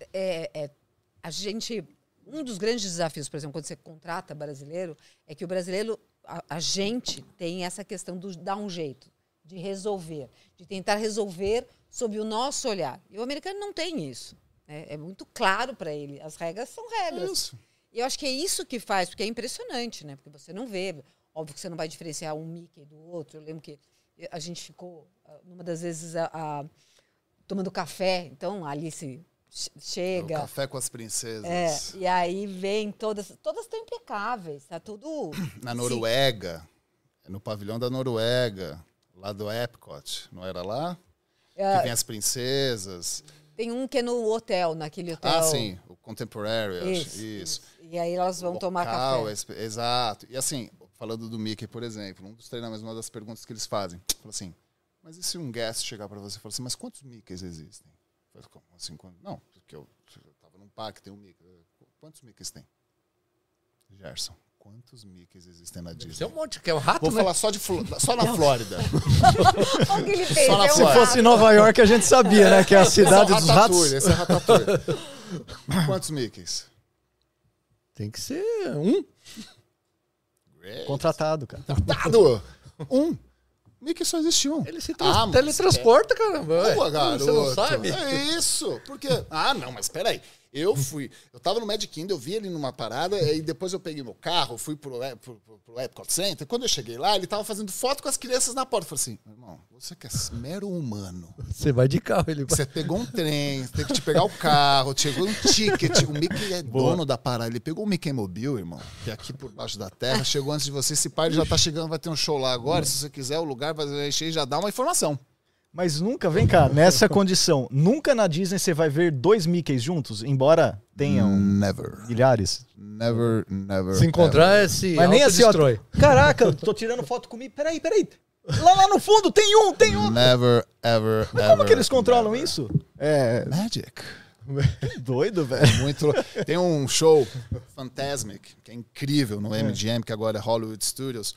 a gente... Um dos grandes desafios, por exemplo, quando você contrata brasileiro, é que o brasileiro, a gente tem essa questão de dar um jeito, de resolver, de tentar resolver sob o nosso olhar. E o americano não tem isso. É muito claro para ele. As regras são regras. Isso. E eu acho que é isso que faz, porque é impressionante, né? Porque você não vê, óbvio que você não vai diferenciar um Mickey do outro. Eu lembro que a gente ficou, numa das vezes, tomando café, então a Alice chega. O café com as princesas. E aí vem todas estão impecáveis, tá tudo... Na Noruega, no pavilhão da Noruega, lá do Epcot, não era lá? Que vem as princesas... Tem um que é no hotel, naquele hotel. Ah, sim, o Contemporary, isso. E aí elas vão tomar café. Exato. E assim, falando do Mickey, por exemplo, um dos treinamentos, uma das perguntas que eles fazem, fala assim, mas e se um guest chegar para você e falar assim, mas quantos Mickeys existem? Eu falo, como assim, não, porque eu tava num parque, tem um Mickey. Quantos Mickeys tem? Gerson, quantos Mickeys existem na Disney? Tem um monte, que é o rato, Vou falar só na Flórida. Olha o que ele fez. Só na Se fosse Nova York, a gente sabia, né? Que é a cidade dos ratos. Esse é Ratatouille. Quantos Mickeys? Tem que ser um. Contratado, cara. Contratado! Mickey só existe um. Ele se teletransporta, caramba. Pô, garoto. Você não sabe? É isso. Porque... Ah, não, mas peraí. Eu tava no Magic Kingdom, eu vi ele numa parada, e depois eu peguei meu carro, fui pro Epcot Center. Quando eu cheguei lá, ele tava fazendo foto com as crianças na porta. Eu falei assim, irmão, você que é mero humano. Você vai de carro, ele vai. Você pegou um trem, teve que te pegar o carro, chegou um ticket. O Mickey é dono da parada. Ele pegou o Mickey Mobile, irmão, que é aqui por baixo da terra, chegou antes de você. Esse pai já tá chegando, vai ter um show lá agora. Se você quiser, o lugar vai encher e já dá uma informação. Mas nunca, vem cá, nessa condição, nunca na Disney você vai ver 2 Mickeys juntos, embora tenham milhares. Never. Se encontrar, esse mas nem assim, ó, destrói. caraca, tô tirando foto comigo, peraí. Lá no fundo tem um. Never, ever, mas como que eles controlam isso? Magic. Doido, velho. Muito. Tem um show, Fantasmic, que é incrível no MGM, que agora é Hollywood Studios.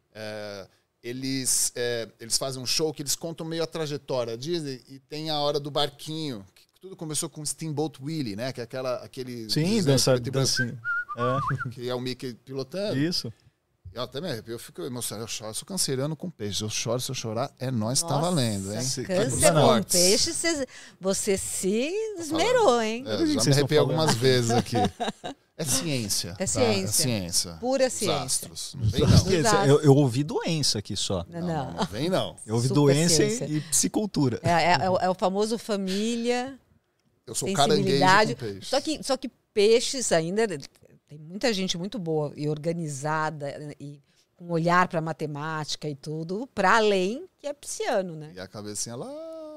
Eles fazem um show que eles contam meio a trajetória Disney e tem a hora do barquinho. Que tudo começou com Steamboat Willie, né? Que é aquele... Sim, dancinha. Que é o Mickey pilotando. Isso. Eu até me arrepio, eu fico emocionado. Eu sou canceriano com peixe. Eu choro, se eu chorar, nós tá valendo, hein? Câncer com peixe, você se esmerou, hein? Já me arrepiei algumas vezes aqui. É ciência. É ciência. É ciência. Pura ciência. Astros. Não vem, não. Eu ouvi doença aqui só. Não vem, não. Eu ouvi Super doença ciência. e psicultura. É o famoso família... Eu sou caranguejo com peixe. Só que peixes ainda... Tem muita gente muito boa e organizada e com olhar para matemática e tudo, para além que é pisciano, né? E a cabecinha lá...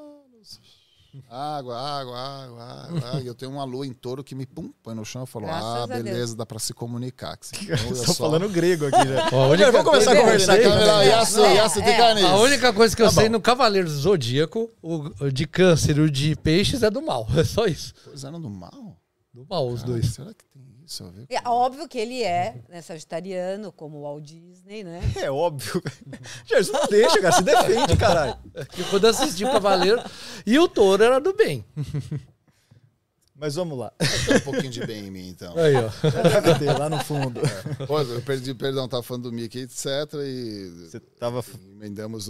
Água. E eu tenho uma lua em Touro que me põe no chão e falo, beleza, dá pra se comunicar. Eu tô falando grego aqui já. Vamos começar a conversar aqui. A única coisa que eu sei no Cavaleiro do Zodíaco, o de câncer e o de peixes é do mal. É só isso. Pois eram do mal? Do mal, os dois. Será que tem isso a ver? É óbvio que ele é, né, sagitariano, como o Walt Disney, né? É óbvio. Jesus, não deixa, cara. Se defende, caralho. Quando eu assisti o Cavaleiro, e o Touro era do bem. Mas vamos lá. Tem um pouquinho de bem em mim, então. Aí, ó. Deve ter, lá no fundo. Pô, eu perdi, perdão, tava falando do Mickey, etc. E você tava... emendamos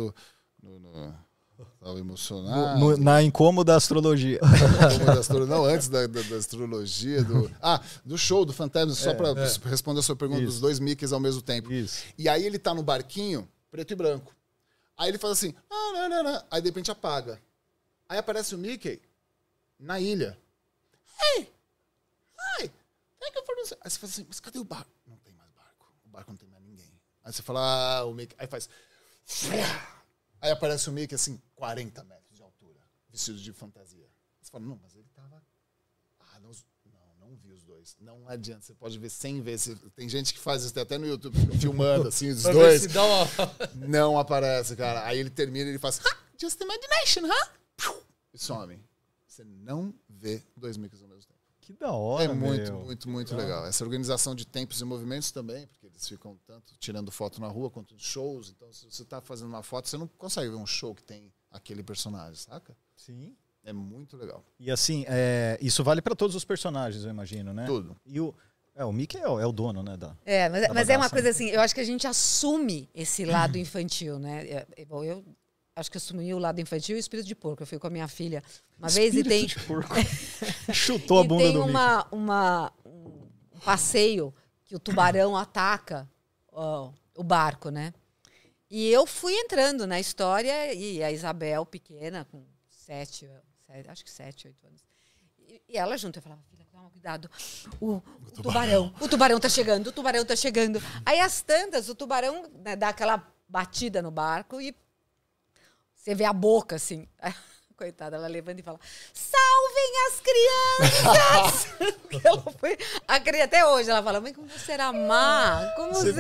tava emocionado. Na incômoda astrologia. Não, antes da astrologia. Do show, do Fantasma, só pra responder a sua pergunta dos dois Mickeys ao mesmo tempo. Isso. E aí ele tá no barquinho, preto e branco. Aí ele faz assim, aí de repente apaga. Aí aparece o Mickey na ilha. Hey! Thank you for this. Aí você fala assim, mas cadê o barco? Não tem mais barco. O barco não tem mais ninguém. Aí você fala, o Mickey. Aí faz... Aí aparece o Mickey, assim, 40 metros de altura, vestido de fantasia. Você fala, não, mas ele tava... não vi os dois. Não adianta, você pode ver 100 vezes. Tem gente que faz isso até no YouTube, filmando, assim, os dois. Não aparece, cara. Aí ele termina e ele faz, just imagination, e some. Você não vê dois Mickeys ao mesmo tempo. Que da hora, É muito legal. Essa organização de tempos e movimentos também, porque eles ficam tanto tirando foto na rua quanto de shows. Então, se você tá fazendo uma foto, você não consegue ver um show que tem aquele personagem, saca? Sim. É muito legal. E assim, isso vale para todos os personagens, eu imagino, né? Tudo. E o Mickey é o dono, né? Mas é uma coisa assim, eu acho que a gente assume esse lado infantil, né? Bom, eu acho que eu assumi o lado infantil e o espírito de porco. Eu fui com a minha filha uma vez e tem... de porco. Chutou a bunda do Mickey. Um passeio que o tubarão ataca o barco, né? E eu fui entrando na história e a Isabel, pequena, com 7, 8 anos. E ela junto, eu falava, filha, calma, cuidado. O tubarão tá chegando, Aí as tantas, o tubarão, né, dá aquela batida no barco e você vê a boca, assim. Coitada, ela levanta e fala, salvem as crianças! Ela foi, até hoje ela fala, mãe, como você era má?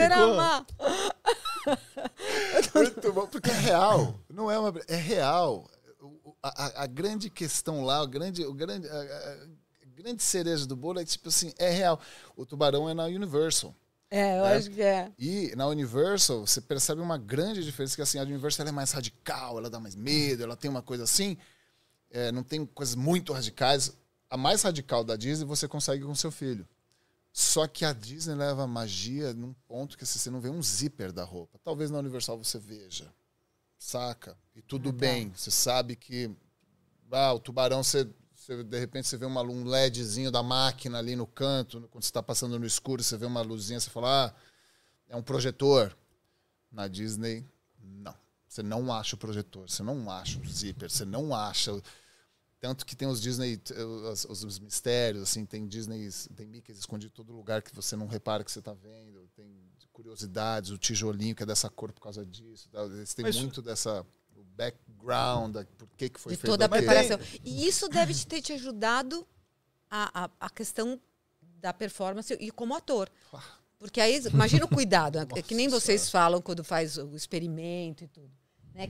Muito bom, porque é real. Não é uma... É real. A grande questão lá, a grande cereja do bolo é que, tipo assim, é real. O tubarão é na Universal. Eu acho que é. E na Universal, você percebe uma grande diferença, que assim, a Universal ela é mais radical, ela dá mais medo, ela tem uma coisa assim, não tem coisas muito radicais. A mais radical da Disney você consegue com seu filho. Só que a Disney leva a magia num ponto que você não vê um zíper da roupa. Talvez na Universal você veja. Saca? E tudo bem. Você sabe que o tubarão, de repente você vê um LEDzinho da máquina ali no canto, quando você está passando no escuro, você vê uma luzinha, você fala, é um projetor. Na Disney, não. Você não acha o projetor, você não acha o zíper, você não acha... Tanto que tem os Disney, os mistérios, assim, tem Mickey escondido em todo lugar que você não repara que você está vendo, tem curiosidades, o tijolinho que é dessa cor por causa disso. Eles têm muito dessa... o background, por que foi feito. Toda a preparação. E isso deve ter te ajudado a questão da performance e como ator. Porque aí, imagina o cuidado, é que nem vocês falam quando faz o experimento e tudo. Né?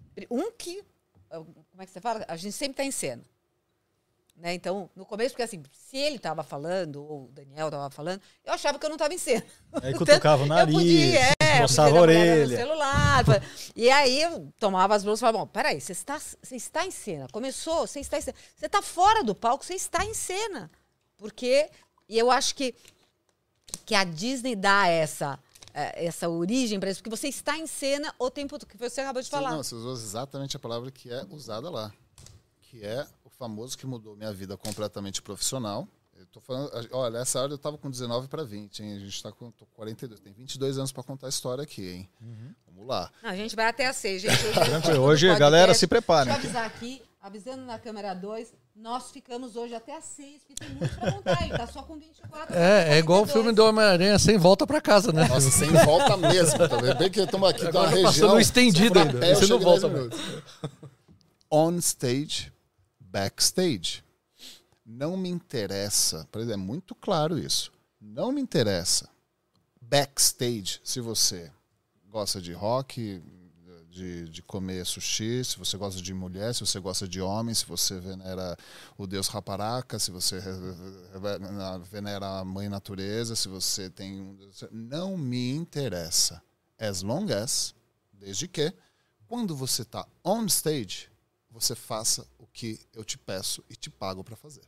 Como é que você fala? A gente sempre está em cena. Né? Então, no começo, porque assim, se ele estava falando, ou o Daniel estava falando, eu achava que eu não estava em cena. Aí cutucava o nariz, coçava a orelha. No celular. E aí eu tomava as bolsas e falava, bom, peraí, você está em cena. Começou, você está em cena. Você está fora do palco, você está em cena. Porque, e eu acho que a Disney dá essa origem para isso, porque você está em cena o tempo que você acabou de falar. Não, você usou exatamente a palavra que é usada lá. Que é o famoso que mudou minha vida completamente profissional. Eu tô falando, olha, essa hora eu tava com 19 para 20, hein? A gente tá com 42, tem 22 anos para contar a história aqui, hein? Vamos lá. Não, a gente vai até às 6, gente. Hoje galera, se preparem. Deixa eu avisar aqui, avisando na câmera 2, nós ficamos hoje até às 6, porque tem muito pra montar. Ele tá só com 24. É igual o filme do Homem-Aranha, sem volta pra casa, né? Nossa, sem volta mesmo. Tá vendo? Bem que estamos aqui Agora na região. passando estendido ainda. Você não volta. On stage, backstage. Não me interessa, por exemplo, é muito claro isso. Não me interessa backstage, se você gosta de rock, de comer sushi, se você gosta de mulher, se você gosta de homem, se você venera o deus Raparaca, se você venera a mãe natureza, se você tem... Não me interessa. As long as, desde que, quando você está on stage, você faça o que eu te peço e te pago para fazer.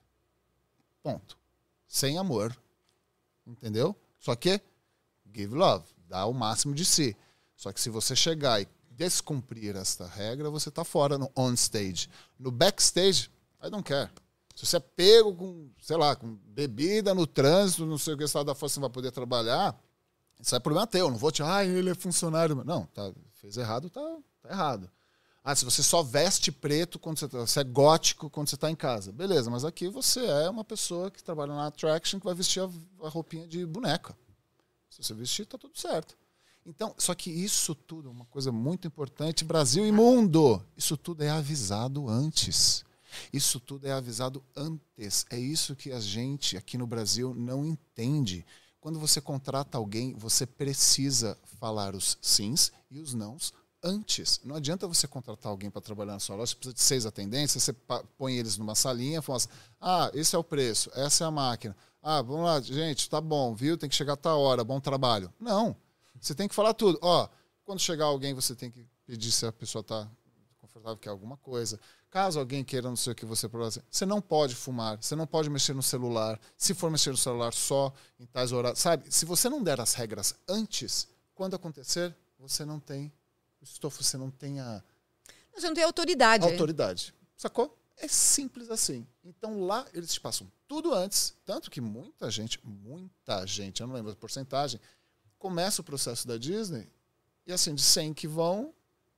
Ponto. Sem amor. Entendeu? Só que give love, dá o máximo de si. Só que se você chegar e descumprir esta regra, você tá fora no on stage. No backstage, I don't care. Se você é pego com, sei lá, com bebida no trânsito, não sei o que, estado da força, você não vai poder trabalhar, isso é problema teu. Não vou te, ele é funcionário. Não, tá, fez errado, tá errado. Se você só veste preto quando você é gótico quando você está em casa. Beleza, mas aqui você é uma pessoa que trabalha na Attraction que vai vestir a roupinha de boneca. Se você vestir, tá tudo certo. Então, só que isso tudo é uma coisa muito importante, Brasil e mundo. Isso tudo é avisado antes. Isso tudo é avisado antes. É isso que a gente aqui no Brasil não entende. Quando você contrata alguém, você precisa falar os sims e os nãos antes. Não adianta você contratar alguém para trabalhar na sua loja, você precisa de 6 atendentes, você põe eles numa salinha e fala assim, esse é o preço, essa é a máquina. Vamos lá, gente, tá bom, viu? Tem que chegar a tal hora, bom trabalho. Não. Você tem que falar tudo. Quando chegar alguém, você tem que pedir se a pessoa está confortável, quer alguma coisa. Caso alguém queira não sei o que você não pode fumar, você não pode mexer no celular. Se for mexer no celular só em tais horários, sabe? Se você não der as regras antes, quando acontecer, você não tem estofo, você não tem Você não tem autoridade. Autoridade. Sacou? É simples assim. Então lá eles te passam tudo antes, tanto que muita gente, eu não lembro a porcentagem, começa o processo da Disney e assim, de 100 que vão,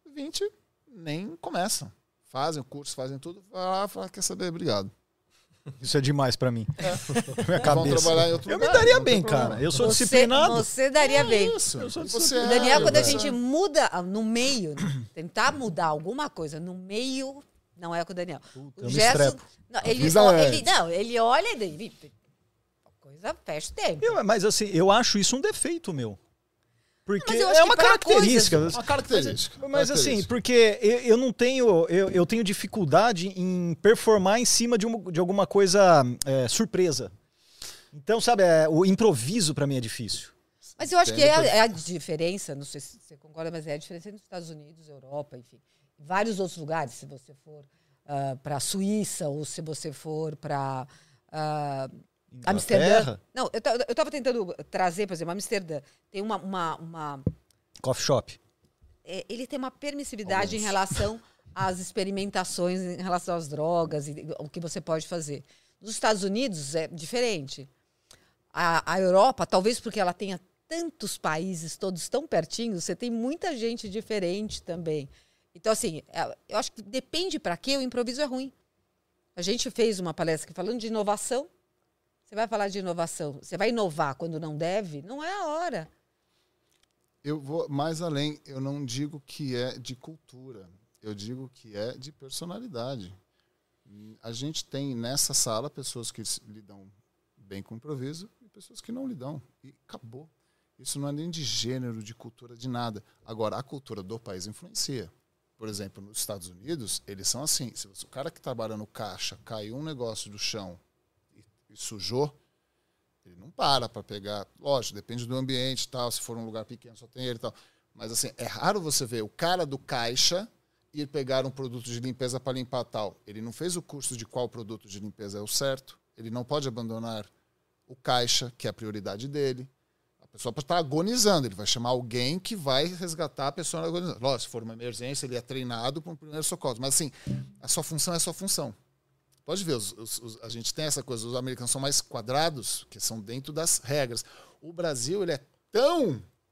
20 nem começam. Fazem o curso, fazem tudo, vai lá, fala, quer saber, obrigado. Isso é demais pra mim. Minha cabeça. Vão trabalhar em outro lugar, me daria bem, cara. Eu sou disciplinado. Você daria bem. Isso. Eu sou disciplinado. Daniel, quando a gente muda no meio, tentar mudar alguma coisa no meio, não é com o Daniel. Puta, o Gerson, ele olha e daí, a coisa fecha o tempo. Mas assim, eu acho isso um defeito meu. Porque é uma característica. Uma característica. Mas assim, porque eu não tenho... Eu tenho dificuldade em performar em cima de alguma coisa surpresa. Então, sabe, o improviso pra mim é difícil. Mas eu acho que é a diferença, não sei se você concorda, mas é a diferença entre os Estados Unidos, Europa, enfim. Vários outros lugares, se você for para a Suíça ou se você for para Amsterdã. Não, eu estava tentando trazer, por exemplo, Amsterdã. Tem uma coffee shop. Ele tem uma permissividade em relação às experimentações, em relação às drogas e o que você pode fazer. Nos Estados Unidos é diferente. A Europa, talvez porque ela tenha tantos países, todos tão pertinhos, você tem muita gente diferente também. Então, assim, eu acho que depende para quê o improviso é ruim. A gente fez uma palestra aqui falando de inovação. Você vai falar de inovação, você vai inovar quando não deve? Não é a hora. Eu vou mais além. Eu não digo que é de cultura. Eu digo que é de personalidade. A gente tem nessa sala pessoas que lidam bem com improviso e pessoas que não lidam. E acabou. Isso não é nem de gênero, de cultura, de nada. Agora, a cultura do país influencia. Por exemplo, nos Estados Unidos, eles são assim. Se o cara que trabalha no caixa caiu um negócio do chão e sujou, ele não para pegar. Lógico, depende do ambiente e tal. Se for um lugar pequeno, só tem ele e tal. Mas assim, é raro você ver o cara do caixa ir pegar um produto de limpeza para limpar tal. Ele não fez o curso de qual produto de limpeza é o certo. Ele não pode abandonar o caixa, que é a prioridade dele. A pessoa está agonizando. Ele vai chamar alguém que vai resgatar a pessoa agonizando. Lógico, se for uma emergência, ele é treinado para um primeiro socorro. Mas assim, a sua função é a sua função. Pode ver, a gente tem essa coisa, os americanos são mais quadrados, que são dentro das regras. O Brasil, ele é tão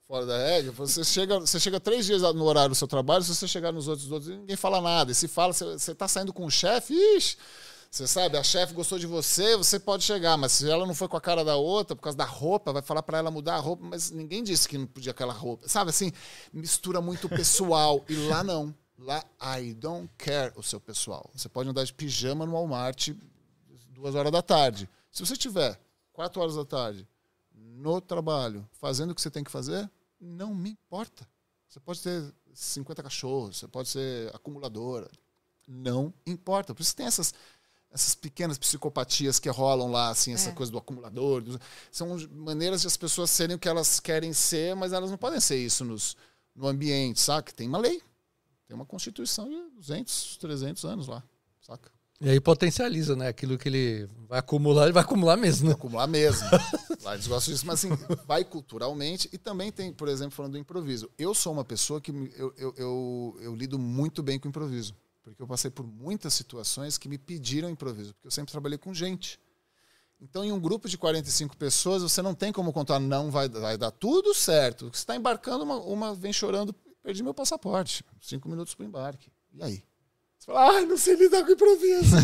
fora da regra, você chega 3 dias no horário do seu trabalho, se você chegar nos outros, ninguém fala nada. E se fala, você tá saindo com o chefe, ixi, você sabe, a chefe gostou de você, você pode chegar, mas se ela não foi com a cara da outra, por causa da roupa, vai falar pra ela mudar a roupa, mas ninguém disse que não podia aquela roupa. Sabe, assim, mistura muito pessoal. E lá não. Lá, I don't care o seu pessoal. Você pode andar de pijama no Walmart 2 horas da tarde. Se você tiver 4 horas da tarde no trabalho, fazendo o que você tem que fazer, não me importa. Você pode ter 50 cachorros, você pode ser acumuladora. Não importa. Por isso tem essas pequenas psicopatias que rolam lá, assim, essa coisa do acumulador. São maneiras de as pessoas serem o que elas querem ser, mas elas não podem ser isso no ambiente, saca? Tem uma lei. Tem uma Constituição de 200, 300 anos lá, saca? E aí potencializa, né? Aquilo que ele vai acumular, ele vai acumular mesmo, né? Vai acumular mesmo. Lá eles gostam disso, mas assim, vai culturalmente. E também tem, por exemplo, falando do improviso. Eu sou uma pessoa que eu lido muito bem com improviso. Porque eu passei por muitas situações que me pediram improviso. Porque eu sempre trabalhei com gente. Então, em um grupo de 45 pessoas, você não tem como contar, não vai dar tudo certo. Você está embarcando, uma vem chorando, perdi meu passaporte. 5 minutos para o embarque. E aí? Você fala, não sei lidar com improviso.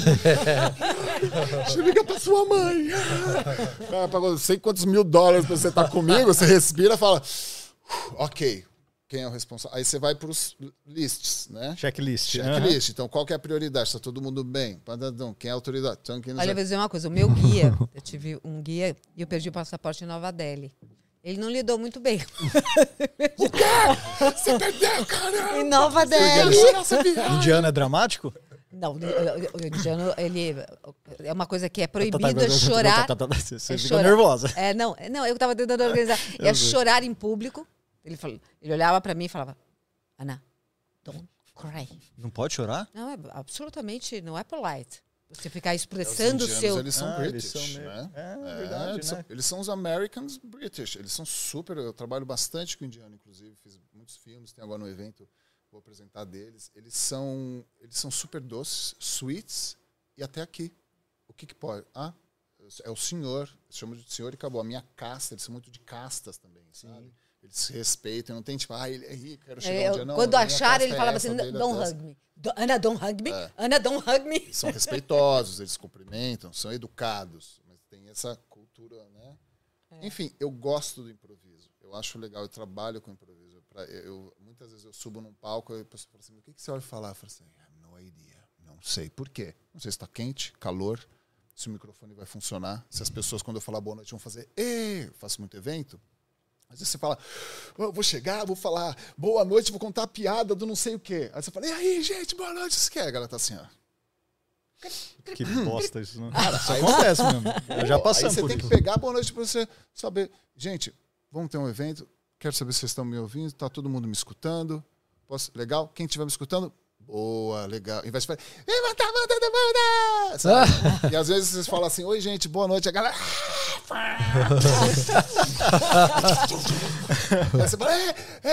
Deixa eu ligar para sua mãe. Pagou não sei quantos $1000 para você estar comigo, você respira e fala, ok, quem é o responsável? Aí você vai para os lists, né? Checklist. Então, qual que é a prioridade? Está todo mundo bem? Quem é a autoridade? Então, olha, eu vou dizer uma coisa. O meu guia, eu tive um guia e eu perdi o passaporte em Nova Delhi. Ele não lidou muito bem. O quê? Você perdeu, caramba! Em Nova Delhi. Indiano é dramático? Não, o indiano, ele... É uma coisa que é proibido chorar. Você fica nervosa. Não, eu estava tentando organizar. É chorar em público. Ele olhava para mim e falava, Ana, don't cry. Não pode chorar? Não, absolutamente, não é polite. Você ficar expressando o seu... Eles são British, eles são né? É verdade, né? Eles são os Americans British. Eles são super... Eu trabalho bastante com indiano, inclusive. Fiz muitos filmes, tem agora no evento, vou apresentar deles. Eles são super doces, sweets, e até aqui. O que pode? É o senhor. Eu chamo de senhor e acabou. A minha casta, eles são muito de castas também, sabe? Eles se respeitam, não tem tipo, ele é rico, quero chegar um dia. Não, quando acharam, ele falava assim, don't hug me. Ana, don't hug me. Ana, don't hug me. Eles são respeitosos, eles cumprimentam, são educados, mas tem essa cultura, né? Enfim, eu gosto do improviso. Eu acho legal, eu trabalho com improviso. Muitas vezes eu subo num palco e a pessoa fala assim, o que você vai falar? Eu falo assim, I have no idea. Não sei. Por quê? Não sei se está quente, calor, se o microfone vai funcionar, se as pessoas, quando eu falar boa noite, vão fazer, eu faço muito evento. Às vezes você fala, vou chegar, vou falar boa noite, vou contar a piada do não sei o quê. Aí você fala, e aí, gente, boa noite, isso que é? A galera tá assim, ó. Que bosta isso, né? Isso acontece mesmo. Eu já passei por isso. Aí você tem que pegar a boa noite pra você saber. Gente, vamos ter um evento, quero saber se vocês estão me ouvindo, tá todo mundo me escutando. Legal? Quem estiver me escutando, boa, legal. Em vez de falar, manda! E às vezes vocês falam assim, oi, gente, boa noite. A galera... Aí você fala,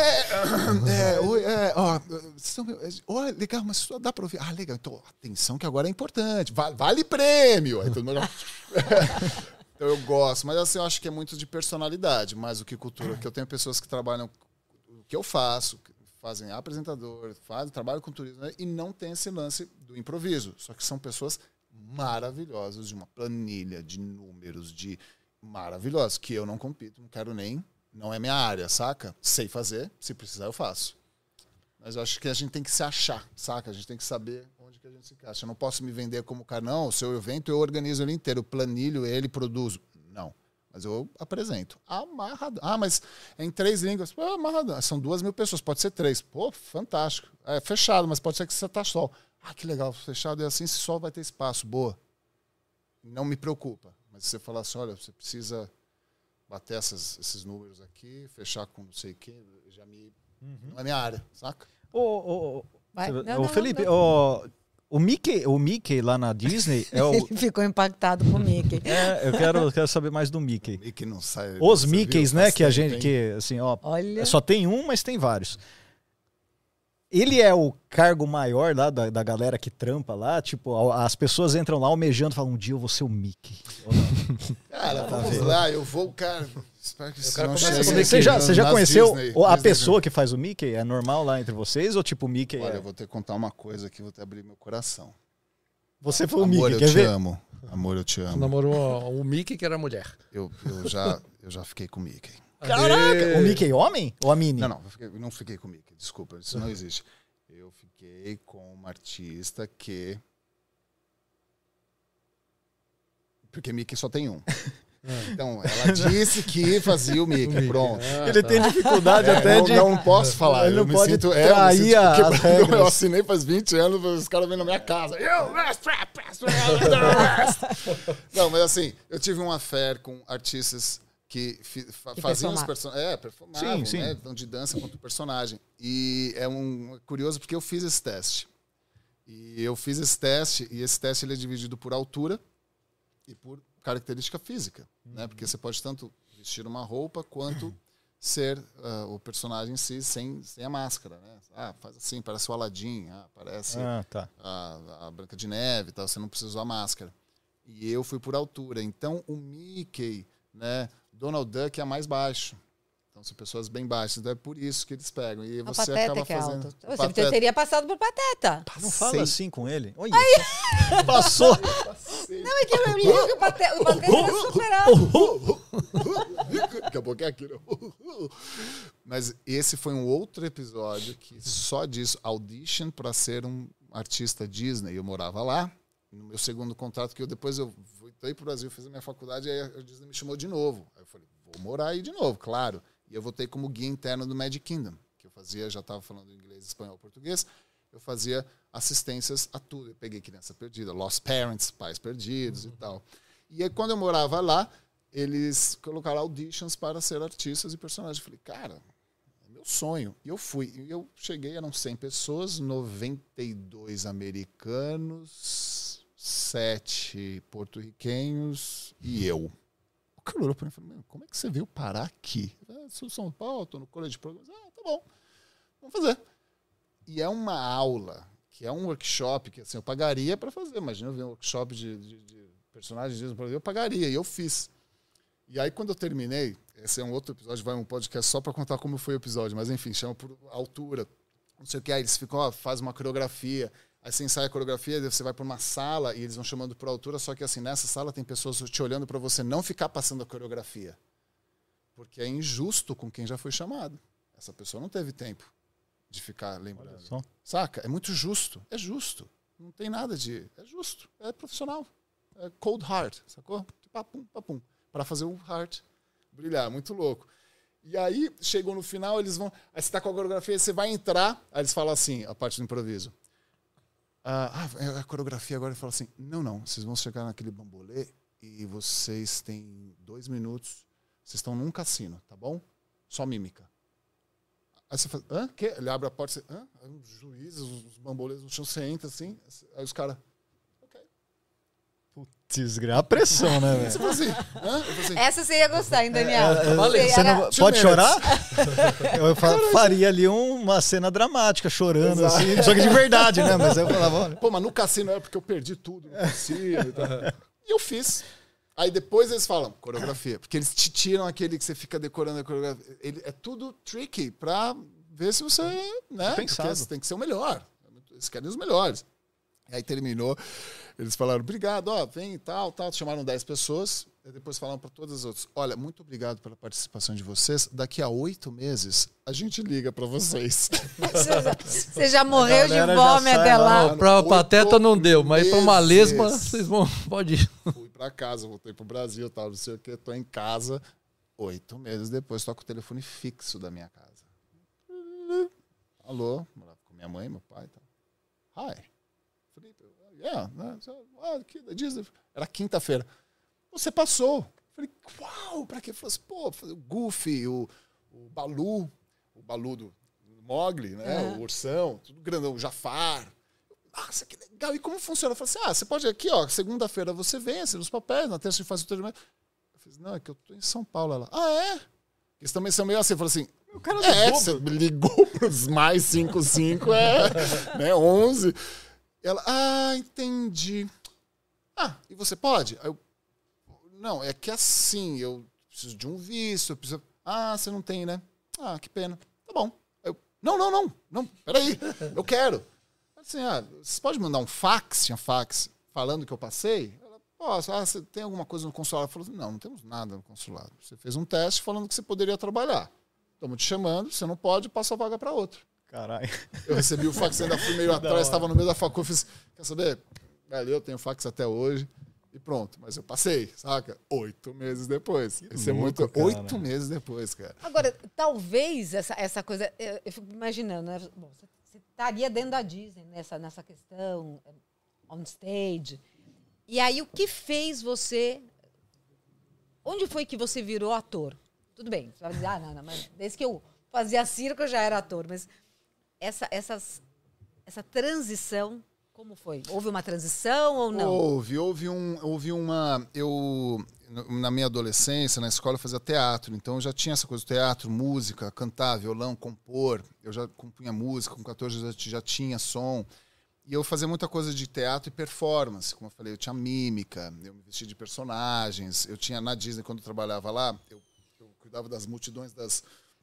oi, legal, mas só dá pra ouvir. Legal, então, atenção que agora é importante. Vale prêmio. Aí todo mundo... Então eu gosto, mas assim, eu acho que é muito de personalidade, mais do que cultura. Porque eu tenho pessoas que trabalham o que eu faço, fazem apresentador, trabalham com turismo, né? E não tem esse lance do improviso. Só que são pessoas maravilhosas, de uma planilha, de números, maravilhosas, que eu não compito, não quero nem, não é minha área, saca? Sei fazer, se precisar eu faço. Mas eu acho que a gente tem que se achar, saca? A gente tem que saber onde que a gente se encaixa. Eu não posso me vender como cara, não, o seu evento eu organizo ele inteiro, eu planilho ele, produzo. Não. Mas eu apresento. Amarrado. Mas é em 3 línguas. Amarrado. São 2.000 pessoas, pode ser 3. Pô, fantástico. É fechado, mas pode ser que você tá sol. Que legal, fechado é assim, se sol vai ter espaço. Boa. Não me preocupa. Mas se você falar assim, olha, você precisa bater esses números aqui, fechar com não sei o quê, já me... Não é minha área, saca? Felipe, o Mickey lá na Disney é o... Ele ficou impactado com o Mickey. Eu quero saber mais do Mickey. O Mickey não sai... Os Mickeys, né, que a gente... Que, assim, olha... Só tem um, mas tem vários. Ele é o cargo maior lá da galera que trampa lá? Tipo, as pessoas entram lá almejando e falam, um dia eu vou ser o Mickey. Ou não? Cara, vamos lá, eu vou, cara. Espero que isso não chegue. Você já conheceu a pessoa que faz o Mickey? É normal lá entre vocês? Ou tipo o Mickey? Olha, eu vou ter que contar uma coisa aqui, vou te abrir meu coração. Você foi o Amor, Mickey, eu quer te ver? amo. Amor, eu te amo. Você namorou o Mickey, que era mulher. Eu já fiquei com o Mickey. Caraca! O Mickey homem ou a Minnie? Não, não fiquei com o Mickey. Desculpa, isso não existe. Eu fiquei com uma artista que... Porque Mickey só tem um. Então, ela disse que fazia o Mickey. Pronto. Ele tem dificuldade até de... Não posso falar. Ele eu não me pode sinto, trair as regras. Eu assinei faz 20 anos, os caras vêm na minha casa. Não, mas assim, eu tive um affair com artistas que faziam os personagens. Performavam, sim. né? Então, de dança quanto personagem. E é curioso porque eu fiz esse teste. E esse teste ele é dividido por altura e por característica física, né? Porque você pode tanto vestir uma roupa quanto ser o personagem em si sem a máscara, né? Faz assim, parece o Aladdin, parece a Branca de Neve, tal, você não precisa usar máscara. E eu fui por altura. Então, o Mickey, né? Donald Duck é mais baixo. Então, são pessoas bem baixas. Então, é por isso que eles pegam. E você Pateta acaba que é fazendo... alto. Você teria passado por Pateta. Não fala assim com ele. Olha, passou. Não, é que eu me digo que o Pateta é super alto. Daqui a pouco é aquilo. Mas esse foi um outro episódio que só diz audition para ser um artista Disney. Eu morava lá. No meu segundo contrato, que depois eu voltei para o Brasil, fiz a minha faculdade, aí a Disney me chamou de novo. Aí eu falei, vou morar aí de novo, claro. E eu voltei como guia interno do Magic Kingdom, que eu fazia, já estava falando inglês, espanhol, português, eu fazia assistências a tudo. Eu peguei criança perdida, Lost Parents, pais perdidos e tal. E aí, quando eu morava lá, eles colocaram auditions para ser artistas e personagens. Eu falei, cara, é meu sonho. E eu fui. E eu cheguei, eram 100 pessoas, 92 americanos, 7 porto-riquenhos e eu. O cara olhou para mim e falou, como é que você veio parar aqui? Eu sou de São Paulo, estou no colégio de programas. Tá bom, vamos fazer. E é uma aula, que é um workshop, que assim, eu pagaria para fazer. Imagina eu ver um workshop de personagens, eu pagaria, e eu fiz. E aí, quando eu terminei, esse é um outro episódio, vai um podcast só para contar como foi o episódio, mas enfim, chama por altura, não sei o que, aí eles ficam, faz uma coreografia, aí você ensaia a coreografia, você vai para uma sala e eles vão chamando por altura, só que assim, nessa sala tem pessoas te olhando para você não ficar passando a coreografia. Porque é injusto com quem já foi chamado. Essa pessoa não teve tempo de ficar lembrando. Saca? É muito justo. É justo. Não tem nada de... É justo. É profissional. É cold heart, sacou? Papum, papum. Para fazer o heart brilhar. Muito louco. E aí, chegou no final, eles vão... Aí você tá com a coreografia, você vai entrar, aí eles falam assim, a parte do improviso. A coreografia agora fala assim, não, vocês vão chegar naquele bambolê e vocês têm 2 minutos, vocês estão num cassino, tá bom? Só mímica. Aí você fala, quê? Ele abre a porta, você, os juízes, os bambolês no chão, você entra assim, aí os caras, ok. Putz, a pressão, né, velho? Você fala assim, Essa você ia gostar, hein, Daniel? Você não pode chorar? Eu faria ali uma cena dramática, chorando, assim, só que de verdade, né? Mas aí eu falava, olha. Pô, mas no cassino é porque eu perdi tudo no cassino e tal. E eu fiz. Aí depois eles falam, coreografia, porque eles te tiram aquele que você fica decorando a coreografia. É tudo tricky pra ver se você, né? Pensado. Porque tem que ser o melhor. Eles querem os melhores. E aí terminou, eles falaram, obrigado, vem e tal, chamaram 10 pessoas, e depois falaram para todas as outras, olha, muito obrigado pela participação de vocês, daqui a 8 meses a gente liga para vocês. Você já morreu de fome até lá. Para Pateta não deu, mas para uma lesma, vocês vão, pode ir. Fui para casa, voltei pro Brasil, tal, não sei o que, tô em casa, 8 meses depois, toco o telefone fixo da minha casa. Alô, morava com minha mãe, meu pai, tal. Hi. Era quinta-feira. Você passou. Falei, uau, pra quê? Falei assim, pô, o Goofy, o Balu do Mowgli, né? O Ursão, tudo grandão, o Jafar. Nossa, que legal. E como funciona? Eu falei assim, você pode aqui, segunda-feira você vem, assina os papéis, na terça você faz o treinamento. Eu falei, não, é que eu tô em São Paulo. Ela, é? Eles também são meio assim. Eu falei assim, o cara você ligou pros mais 55, né, 11. Ela, entendi. E você pode? Aí eu, Não, é que assim, eu preciso de um visto, eu preciso... Ah, você não tem, né? Ah, que pena. Tá bom. Não, peraí, eu quero. Assim, você pode mandar um fax? Tinha fax falando que eu passei? Ela, posso. Você tem alguma coisa no consulado? Ela falou assim, não temos nada no consulado. Você fez um teste falando que você poderia trabalhar. Estamos te chamando, você não pode, passa a vaga para outro. Caralho. Eu recebi o fax, ainda fui meio atrás, estava no meio da faculdade, fiz, quer saber? Velho, eu tenho fax até hoje e pronto. Mas eu passei, saca? 8 meses depois. Isso é muito... 8 meses depois, cara. Agora, talvez essa coisa... Eu fico imaginando, né? Bom, você estaria dentro da Disney nessa questão, on stage. E aí, o que fez você... Onde foi que você virou ator? Tudo bem, você vai dizer, não, mas desde que eu fazia circo eu já era ator. Mas essa transição, como foi? Houve uma transição ou não? Houve uma... Eu, na minha adolescência, na escola, eu fazia teatro. Então, eu já tinha essa coisa do teatro, música, cantar, violão, compor. Eu já compunha música, com 14 anos já tinha som. E eu fazia muita coisa de teatro e performance. Como eu falei, eu tinha mímica, eu me vestia de personagens. Eu tinha, na Disney, quando eu trabalhava lá, eu cuidava das multidões das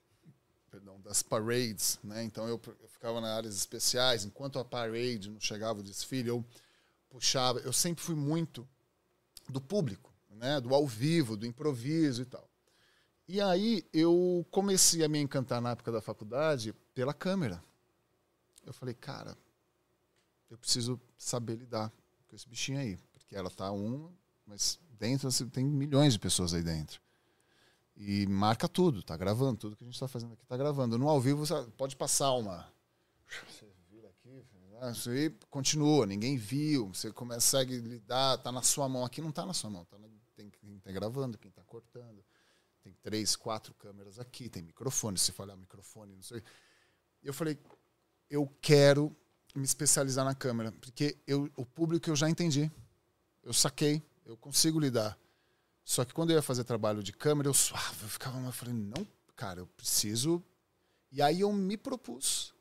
parades, né? Então eu ficava nas áreas especiais. Enquanto a parade não chegava o desfile, eu puxava. Eu sempre fui muito do público, né? Do ao vivo, do improviso e tal. E aí eu comecei a me encantar na época da faculdade pela câmera. Eu falei, cara, eu preciso saber lidar com esse bichinho aí, porque ela tá mas dentro tem milhões de pessoas aí dentro. E marca tudo, tá gravando, tudo que a gente tá fazendo aqui tá gravando. No ao vivo você pode passar você vira aqui, você continua, ninguém viu, você consegue lidar, tá na sua mão. Aqui não tá na sua mão, tem quem tá gravando, quem tá cortando. Tem 3, 4 câmeras aqui, tem microfone, se falhar o microfone, não sei. Eu falei, eu quero me especializar na câmera, porque o público eu já entendi, eu saquei, eu consigo lidar. Só que quando eu ia fazer trabalho de câmera, eu ficava, eu falei, não, cara, eu preciso... E aí eu me propus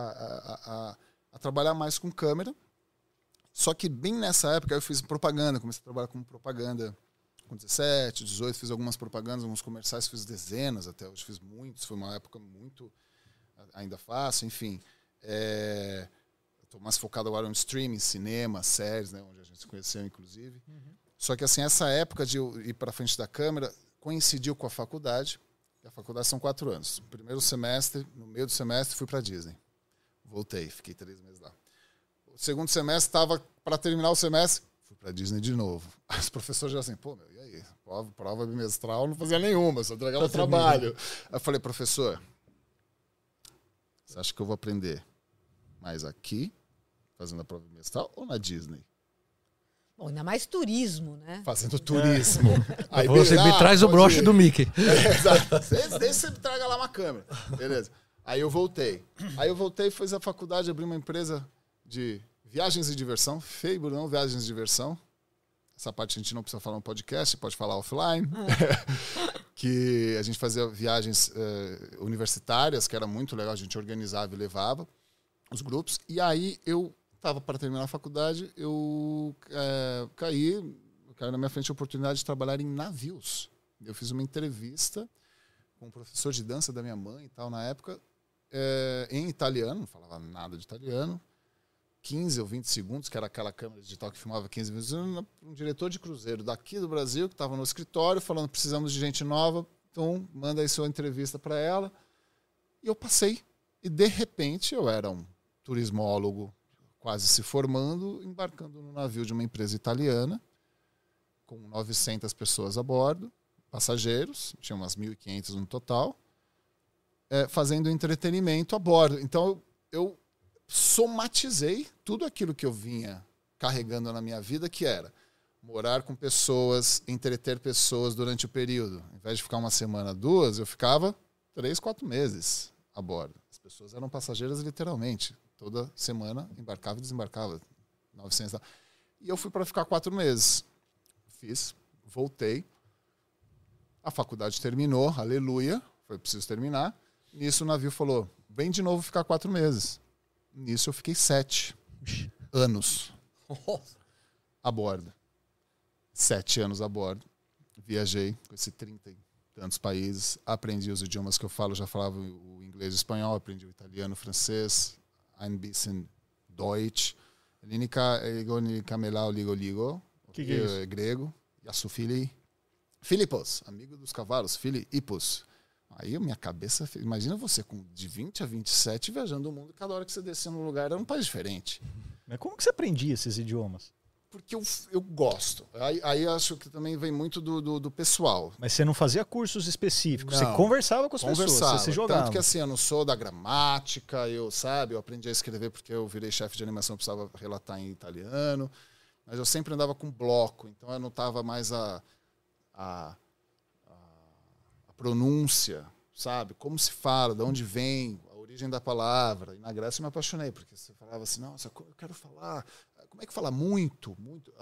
a trabalhar mais com câmera, só que bem nessa época eu fiz propaganda, comecei a trabalhar com propaganda com 17, 18, fiz algumas propagandas, alguns comerciais, fiz dezenas até hoje, fiz muitos, foi uma época muito... Ainda faço, enfim. Estou mais focado agora no streaming, cinema, séries, né, onde a gente se conheceu, inclusive. Uhum. Só que assim, essa época de eu ir para frente da câmera coincidiu com a faculdade. E a faculdade são 4 anos. No primeiro semestre, no meio do semestre, fui para Disney. Voltei, fiquei 3 meses lá. O segundo semestre, estava para terminar o semestre, fui para Disney de novo. Os professores já assim, e aí? Prova bimestral, não fazia nenhuma, só entregava o trabalho. Aí eu falei, professor, você acha que eu vou aprender mais aqui, fazendo a prova bimestral, ou na Disney? Bom, ainda mais turismo, né? Fazendo turismo. Aí, você me traz o broche do Mickey. Exato. Desde você traga lá uma câmera. Beleza. Aí eu voltei, fiz a faculdade, abri uma empresa de viagens e diversão, Fable, não viagens e diversão. Essa parte a gente não precisa falar no podcast, pode falar offline. Que a gente fazia viagens universitárias, que era muito legal, a gente organizava e levava os grupos. E aí eu estava para terminar a faculdade, eu caiu na minha frente a oportunidade de trabalhar em navios. Eu fiz uma entrevista com um professor de dança da minha mãe e tal, na época, em italiano, não falava nada de italiano, 15 ou 20 segundos, que era aquela câmera digital que filmava 15 vezes, um diretor de cruzeiro daqui do Brasil, que estava no escritório, falando, precisamos de gente nova, então manda aí sua entrevista para ela. E eu passei. E, de repente, eu era um turismólogo quase se formando, embarcando no navio de uma empresa italiana, com 900 pessoas a bordo, passageiros, tinha umas 1.500 no total, fazendo entretenimento a bordo. Então, eu somatizei tudo aquilo que eu vinha carregando na minha vida, que era morar com pessoas, entreter pessoas durante o período. Ao invés de ficar 1 semana, 2, eu ficava 3, 4 meses a bordo. As pessoas eram passageiras literalmente. Toda semana embarcava e desembarcava. 900. E eu fui para ficar 4 meses. Fiz, voltei. A faculdade terminou, aleluia. Foi preciso terminar. Nisso o navio falou, vem de novo ficar 4 meses. Nisso eu fiquei 7 anos a bordo. 7 anos a bordo. viajei, conheci 30 e tantos países, aprendi os idiomas que eu falo, já falava o inglês e o espanhol, aprendi o italiano, o francês, ein bisschen Deutsch, ligo, que é isso? Grego, Filipos, amigo dos cavalos, Filipos. Aí a minha cabeça, imagina você com de 20 a 27 viajando o mundo, cada hora que você descia num lugar era um país diferente. Mas como que você aprendia esses idiomas? Porque eu gosto. Aí acho que também vem muito do pessoal. Mas você não fazia cursos específicos, Não, você conversava com as pessoas, você se jogava. Tanto que assim, eu não sou da gramática, eu aprendi a escrever porque eu virei chefe de animação, precisava relatar em italiano, mas eu sempre andava com bloco, então eu anotava mais a pronúncia, sabe? Como se fala, de onde vem, a origem da palavra. E na Grécia eu me apaixonei, porque você falava assim, nossa, eu quero falar... Como é que fala muito?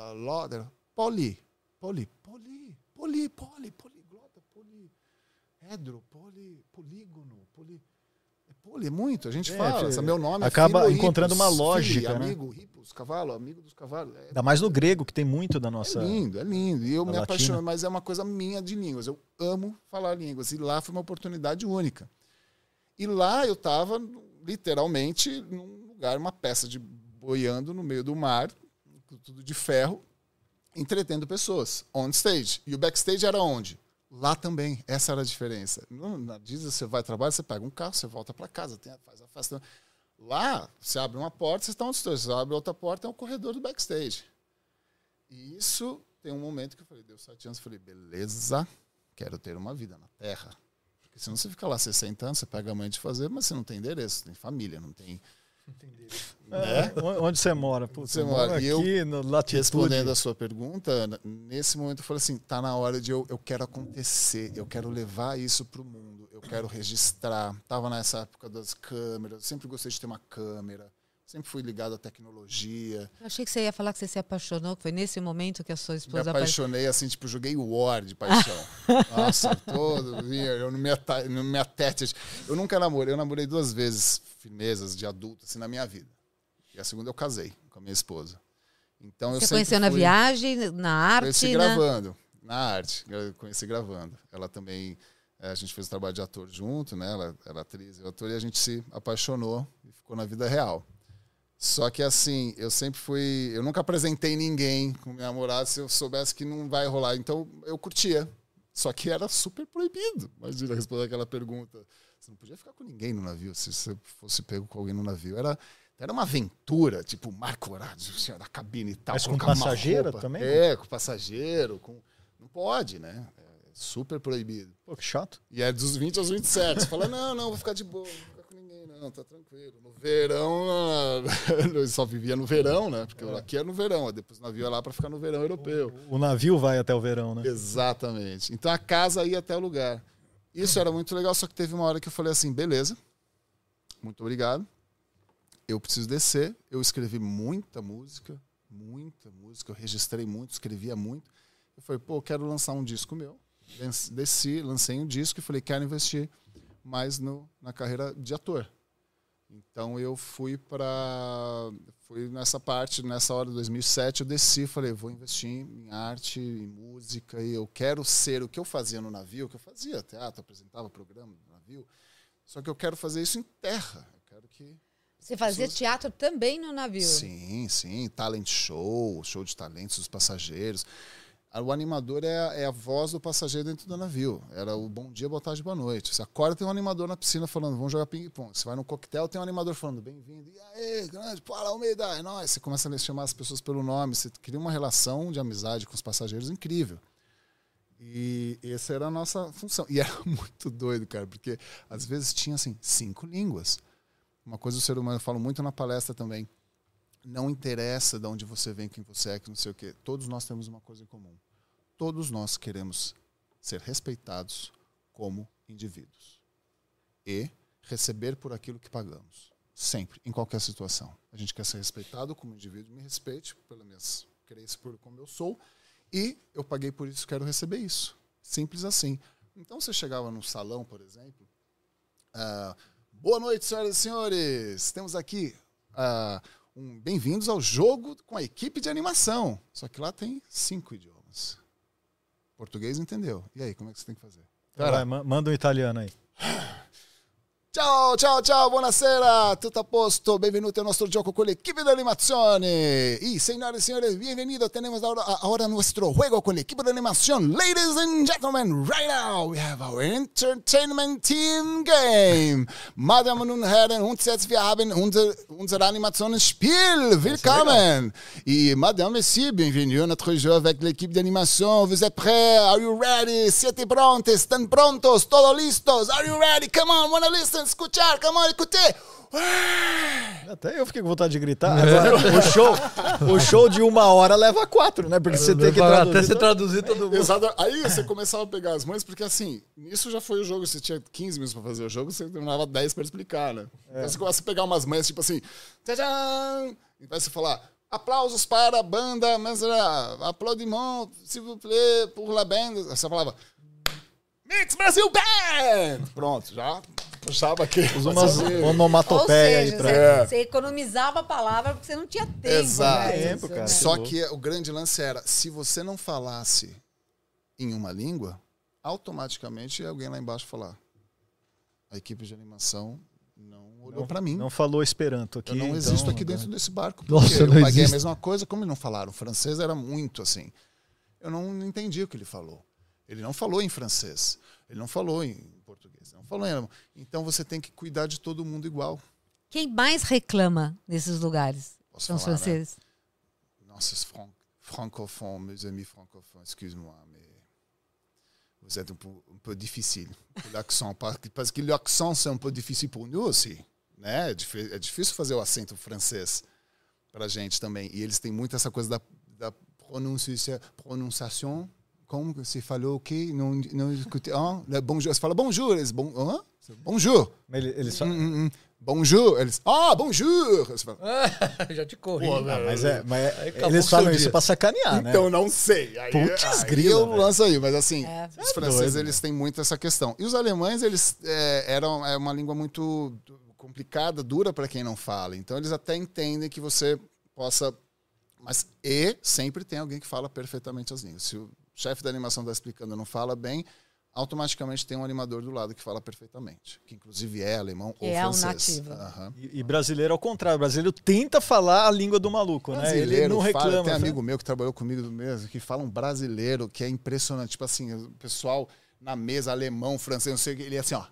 Poliglota, poliedro, polígono, é muito, a gente fala. Meu nome acaba Filo, encontrando Hippos, uma lógica, amigo, Hippos, cavalo, amigo dos cavalos. Ainda mais no grego, que tem muito da nossa... É lindo. E eu me apaixonei, latina. mas é uma coisa minha de línguas. Eu amo falar línguas. E lá foi uma oportunidade única. E lá eu estava, literalmente, num lugar, uma peça de boiando no meio do mar, tudo de ferro, entretendo pessoas, on stage. E o backstage era onde? Lá também, essa era a diferença. Na Disney você vai trabalhar, você pega um carro, você volta para casa, faz a festa. Lá, você abre uma porta, você está onde está, você abre outra porta, é o corredor do backstage. E isso, tem um momento que eu falei, deu 7 anos, eu falei, beleza, quero ter uma vida na Terra. Porque senão você fica lá 60 anos, você pega a mãe de fazer, mas você não tem endereço, tem família, não tem... Onde você mora? Putz, você mora aqui eu, no Latitude. Respondendo a sua pergunta, nesse momento eu falei assim, tá na hora de eu quero acontecer, eu quero levar isso para o mundo, eu quero registrar. Tava nessa época das câmeras, sempre gostei de ter uma câmera, sempre fui ligado à tecnologia. Eu achei que você ia falar que você se apaixonou, que foi nesse momento que a sua esposa... Me apaixonei, assim, tipo, joguei War de paixão. Nossa, eu não me atete. Eu nunca namorei, eu namorei 2 vezes firmezas de adulto, assim, na minha vida. E a segunda eu casei com a minha esposa. Então, você conheceu na viagem, na arte? Conheci gravando, na arte. Eu conheci gravando. Ela também, a gente fez o trabalho de ator junto, né? Ela era atriz e ator, e a gente se apaixonou e ficou na vida real. Só que assim, eu nunca apresentei ninguém com minha namorada se eu soubesse que não vai rolar. Então eu curtia. Só que era super proibido. Imagina responder aquela pergunta. Você não podia ficar com ninguém no navio. Se você fosse pego com alguém no navio, era uma aventura, tipo Marco Horácio, da cabine e tal. Mas com passageiro também? Com passageiro. Não pode, né? É super proibido. Pô, que chato. E é dos 20 aos 27. Você fala, não, vou ficar de boa. Não, tá tranquilo. No verão, eu só vivia no verão, né? Porque aqui é no verão, depois o navio é lá para ficar no verão europeu. O navio vai até o verão, né? Exatamente. Então a casa ia até o lugar. Isso era muito legal, só que teve uma hora que eu falei assim, beleza, muito obrigado, eu preciso descer. Eu escrevi muita música, eu registrei muito, escrevia muito. Eu falei, pô, eu quero lançar um disco meu. Desci, lancei um disco e falei, quero investir mais na carreira de ator. Então eu fui nessa hora de 2007, eu desci, falei, vou investir em arte, em música, e eu quero ser o que eu fazia no navio, que eu fazia teatro, apresentava programa no navio, só que eu quero fazer isso em terra. Eu quero que você fazia teatro também no navio? Sim, talent show de talentos dos passageiros. O animador é a voz do passageiro dentro do navio. Era o bom dia, boa tarde, boa noite. Você acorda, tem um animador na piscina falando, vamos jogar ping-pong. Você vai no coquetel, tem um animador falando, bem-vindo. E aí, grande, Paula Almeida, é nóis. Você começa a chamar as pessoas pelo nome. Você cria uma relação de amizade com os passageiros incrível. E essa era a nossa função. E era muito doido, cara, porque às vezes tinha, assim, 5 línguas. Uma coisa do ser humano, eu falo muito na palestra também. Não interessa de onde você vem, quem você é, que não sei o quê. Todos nós temos uma coisa em comum. Todos nós queremos ser respeitados como indivíduos. E receber por aquilo que pagamos. Sempre, em qualquer situação. A gente quer ser respeitado como indivíduo. Me respeite pelas minhas crenças, por como eu sou. E eu paguei por isso, quero receber isso. Simples assim. Então, você chegava num salão, por exemplo. Boa noite, senhoras e senhores. Temos aqui... bem-vindos ao jogo com a equipe de animação. Só que lá tem 5 idiomas. Português entendeu. E aí, como é que você tem que fazer? Vai, manda um italiano aí. Ciao, ciao, ciao, buonasera, tutto a posto, benvenuti al nostro gioco con l'equipe de animación. Y señores y señores, bienvenidos, tenemos ahora nuestro juego con el equipo de animación. Ladies and gentlemen, right now we have our entertainment team game. Meine Damen und Herren, und jetzt wir haben unser Animationsspiel. Willkommen. Et madame, messieurs, bienvenue à notre jeu avec l'équipe d'animation. Vous êtes prêts? Are you ready? Siete prontos? Están prontos? Todos listos? Are you ready? Come on, wanna listen? Escutar, come on, escutar. Até eu fiquei com vontade de gritar. Agora, o show de 1 hora leva 4, né? Porque você tem que traduzir. Até você traduzir todo mundo. Exato. Aí você começava a pegar as mães, porque assim, isso já foi o jogo. Você tinha 15 minutos pra fazer o jogo, você demorava 10 pra explicar, né? Então você começa a pegar umas mães, tipo assim, tchau, e vai você falar, aplausos para a banda, mas aplaudiments, s'il vous plaît, pour la bande. Você falava, Mix Brasil Band! Pronto, já puxava aqui. Usa umas onomatopeias aí pra... Você economizava a palavra porque você não tinha tempo. Exato. Né? Tempo, cara. Só que o grande lance era, se você não falasse em uma língua, automaticamente alguém lá embaixo falar. A equipe de animação não olhou pra mim. Não falou Esperanto aqui. Eu não existo aqui dentro desse barco. Nossa, eu paguei a mesma coisa, como eles não falaram. O francês era muito assim. Eu não entendi o que ele falou. Ele não falou em francês. Ele não falou em português. Não falou em alemão. Então você tem que cuidar de todo mundo igual. Quem mais reclama nesses lugares? Posso São os falar, franceses. Né? Nossos francophones, meus amis francophones, excuse-moi, mais vous êtes un peu difficile. L'accent, parce que l'accent c'est un peu difficile pour nous aussi. Né? É difícil fazer o acento francês pra gente também. E eles têm muito essa coisa da pronunciação. Como você falou o quê? Não escutei. Bonjour. Você fala bonjour. Eles, bonjour. Eles falam... Bonjour. Eles, bonjour. Você fala, já te corri. Mas eles falam isso pra sacanear, né? Então, não sei. Aí eu lanço aí. Mas assim, os franceses, eles têm muito essa questão. E os alemães, eles eram uma língua muito complicada, dura para quem não fala. Então, eles até entendem que você possa... Mas sempre tem alguém que fala perfeitamente as línguas. Se o chefe da animação está explicando e não fala bem, automaticamente tem um animador do lado que fala perfeitamente. Que inclusive é alemão ou francês. É um nativo. E brasileiro ao contrário. O brasileiro tenta falar a língua do maluco, né? Ele não reclama. Tem amigo meu que trabalhou comigo do mesmo, que fala um brasileiro que é impressionante. Tipo assim, o pessoal na mesa, alemão, francês, não sei o que, ele é assim, ó.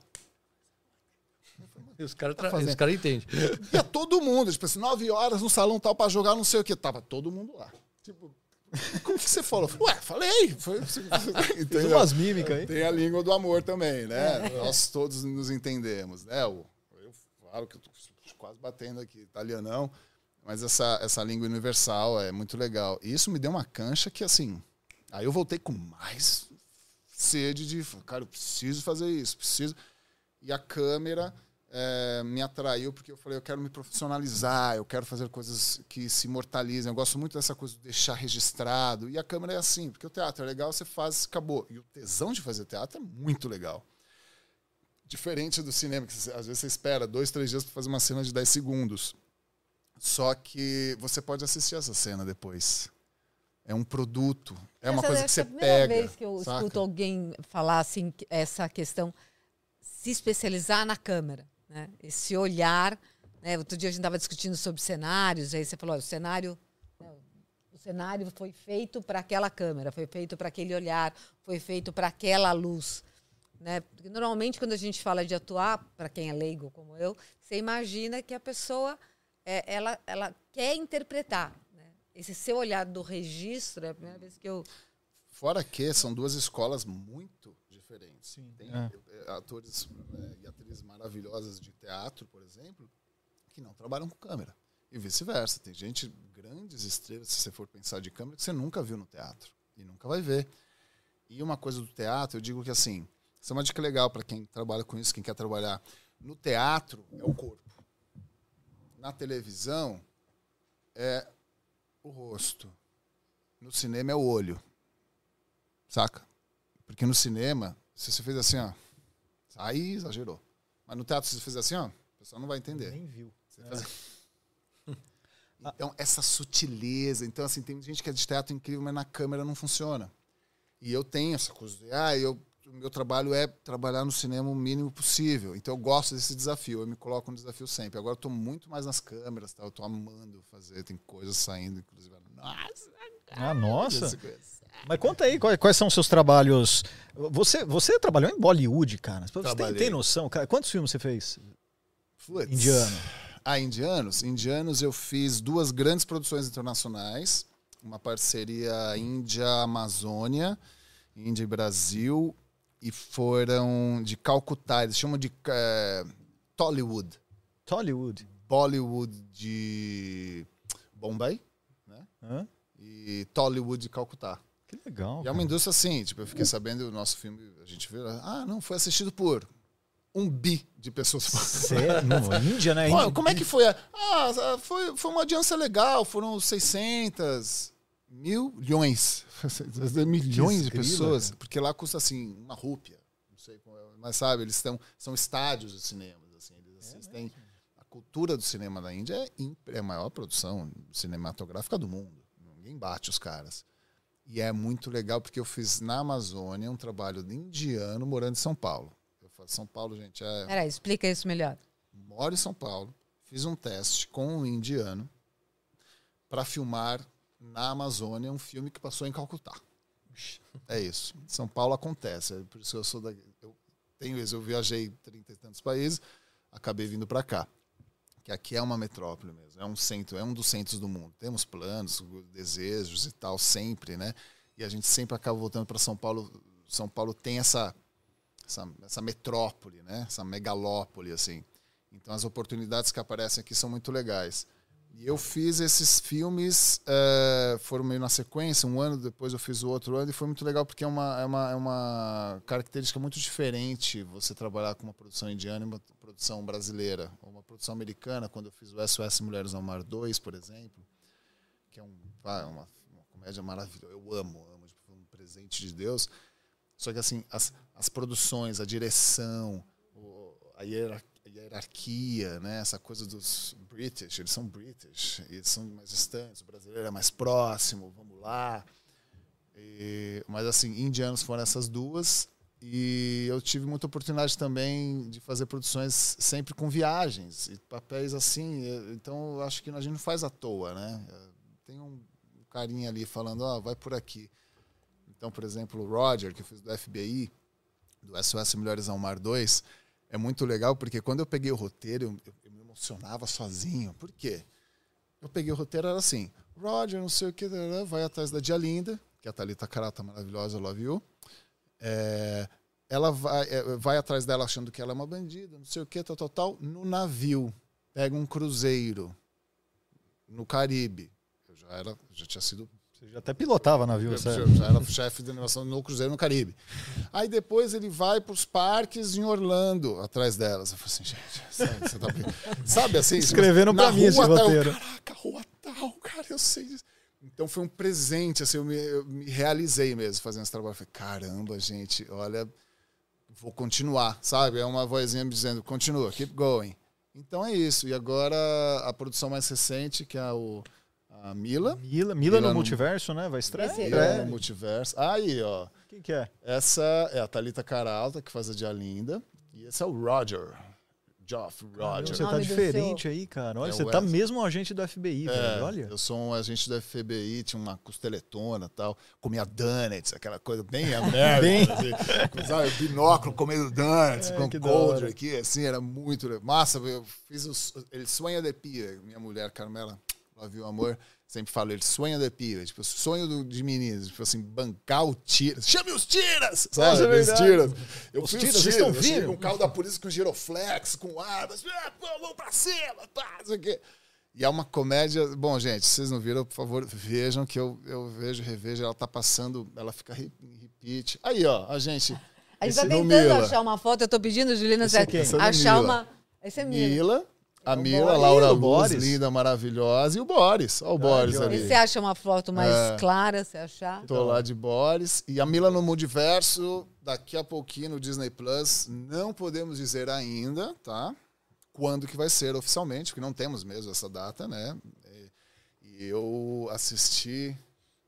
E os caras entendem. Ia todo mundo, tipo assim, 9 horas no salão tal pra jogar não sei o que. Tava todo mundo lá. Tipo, como que você falou? Falei. Tem umas mímicas aí. Tem a língua do amor também, né? Nós todos nos entendemos, né? Eu falo que eu tô quase batendo aqui, italianão, mas essa língua universal é muito legal. E isso me deu uma cancha que, assim, aí eu voltei com mais sede de, cara, eu preciso fazer isso, preciso. E a câmera me atraiu porque eu falei, eu quero me profissionalizar, eu quero fazer coisas que se imortalizem. Eu gosto muito dessa coisa de deixar registrado. E a câmera é assim, porque o teatro é legal, você faz, acabou. E o tesão de fazer teatro é muito legal. Diferente do cinema, que às vezes você espera 2, 3 dias para fazer uma cena de 10 segundos. Só que você pode assistir essa cena depois. É um produto, uma coisa que você pega. É a primeira vez que eu escuto alguém falar assim, essa questão, se especializar na câmera. Né? Esse olhar, né? Outro dia a gente estava discutindo sobre cenários, aí você falou, o cenário foi feito para aquela câmera, foi feito para aquele olhar, foi feito para aquela luz. Né? Porque normalmente quando a gente fala de atuar, para quem é leigo como eu, você imagina que a pessoa ela quer interpretar. Né? Esse seu olhar do registro é a primeira vez que eu... Fora que são 2 escolas muito diferentes. Sim. Tem atores e atrizes maravilhosas de teatro, por exemplo, que não trabalham com câmera. E vice-versa. Tem gente, grandes estrelas, se você for pensar de câmera, que você nunca viu no teatro. E nunca vai ver. E uma coisa do teatro, eu digo que assim, isso é uma dica legal para quem trabalha com isso, quem quer trabalhar. No teatro, é o corpo. Na televisão, é o rosto. No cinema, é o olho. Saca? Porque no cinema, se você fez assim, ó, aí exagerou. Mas no teatro, se você fez assim, ó, o pessoal não vai entender. Nem viu. Então, essa sutileza. Então, assim, tem gente que é de teatro incrível, mas na câmera não funciona. E eu tenho essa coisa de, o meu trabalho é trabalhar no cinema o mínimo possível. Então eu gosto desse desafio, eu me coloco no desafio sempre. Agora eu tô muito mais nas câmeras, tá? Eu tô amando fazer, tem coisas saindo, inclusive. Nossa! Mas conta aí, quais são os seus trabalhos? Você trabalhou em Bollywood, cara? Você tem noção? Cara, quantos filmes você fez? Indiano. Indianos eu fiz 2 grandes produções internacionais. Uma parceria Índia-Amazônia, Índia e Brasil. E foram de Calcutá, eles chamam de Tollywood. Bollywood de Bombay, né? E Tollywood de Calcutá. Que legal. E é uma indústria assim, tipo, eu fiquei sabendo, o nosso filme, a gente viu, não, foi assistido por 1 bi de pessoas. Sério? Índia, né? Como é que foi? Foi uma audiência legal, foram 600 milhões. Milhões de pessoas. Cara. Porque lá custa, assim, uma rúpia. Não sei como é, mas sabe, eles são estádios de cinema. Assim, eles assistem. A cultura do cinema da Índia é a maior produção cinematográfica do mundo. Ninguém bate os caras. E é muito legal porque eu fiz na Amazônia um trabalho de indiano morando em São Paulo. Eu falo, São Paulo, gente, Peraí, explica isso melhor. Moro em São Paulo, fiz um teste com um indiano para filmar na Amazônia um filme que passou em Calcutá. É isso. São Paulo acontece. É por isso que eu sou daqui. Eu viajei 30 e tantos países, acabei vindo para cá. Que aqui é uma metrópole mesmo, é um centro, é um dos centros do mundo. Temos planos, desejos e tal, sempre, né? E a gente sempre acaba voltando para São Paulo. São Paulo tem essa metrópole, né? Essa megalópole, assim. Então as oportunidades que aparecem aqui são muito legais. E eu fiz esses filmes, foram meio na sequência, 1 ano depois eu fiz o outro ano, e foi muito legal porque é uma característica muito diferente você trabalhar com uma produção indiana e uma produção brasileira. Ou uma produção americana, quando eu fiz o SOS Mulheres ao Mar 2, por exemplo, que é uma comédia maravilhosa. Eu amo, foi um presente de Deus. Só que assim, as produções, a direção, a hierarquia, né? Essa coisa dos British, eles são mais distantes, o brasileiro é mais próximo, vamos lá. Mas assim, indianos foram essas 2, e eu tive muita oportunidade também de fazer produções sempre com viagens e papéis assim. Então eu acho que a gente não faz à toa, né? Tem um carinha ali falando, vai por aqui. Então, por exemplo, o Roger, que eu fiz do FBI, do SOS Mulheres ao Mar 2, é muito legal porque quando eu peguei o roteiro, eu me emocionava sozinho. Por quê? Eu peguei o roteiro, era assim, Roger, não sei o que, vai atrás da Dialinda, que é a Thalita Carata maravilhosa, love you. Ela vai atrás dela achando que ela é uma bandida, não sei o que, tal, no navio. Pega um cruzeiro no Caribe. Já tinha sido... Você já até pilotava navio, já era chefe de animação no cruzeiro no Caribe. Aí depois ele vai para os parques em Orlando, atrás delas. Eu falei assim, gente, você tá... Sabe assim? Escrevendo para mim esse roteiro. Caraca, rua tal, cara, eu sei disso. Então foi um presente, assim, eu me realizei mesmo fazendo esse trabalho. Eu falei, caramba, gente, olha, vou continuar, sabe? É uma vozinha me dizendo, continua, keep going. Então é isso. E agora a produção mais recente, que é a Mila no Multiverso, né? Vai estrear. Mila no Multiverso. Aí, ó. Quem que é? Essa é a Thalita Caralta, que faz a Dialinda. E esse é o Roger. Geoff Roger. Você tá diferente aí, cara. Olha, você tá mesmo um agente do FBI, velho. Olha. Eu sou um agente do FBI, tinha uma costeletona e tal. Comia donuts, aquela coisa bem América. Assim, sabe, binóculo comendo donuts, com coldre aqui, assim, era muito... Massa, eu fiz ele sonha de pia. Minha mulher, Carmela... Ela viu o amor, sempre falo, ele sonha de pira, tipo, sonho de meninos, tipo assim, bancar o tira. Chame os tiras! Sabe, os tiras. Os tiras estão vindo. Um carro da polícia com giroflex, com armas, vamos pra cima, pá, isso aqui. E é uma comédia, bom, gente, se vocês não viram, por favor, vejam, que eu vejo, revejo, ela tá passando, ela fica em repeat. Aí, ó, a gente tá tentando achar uma foto, eu tô pedindo, Juliana, achar uma... Esse é Mila. A Mila, a Laura Luz, linda, maravilhosa. E o Boris. Olha o Boris ali. E você acha uma foto mais clara, você achar? Tô lá de Boris. E a Mila no Multiverso, daqui a pouquinho no Disney Plus. Não podemos dizer ainda, tá? Quando que vai ser oficialmente, porque não temos mesmo essa data, né? E eu assisti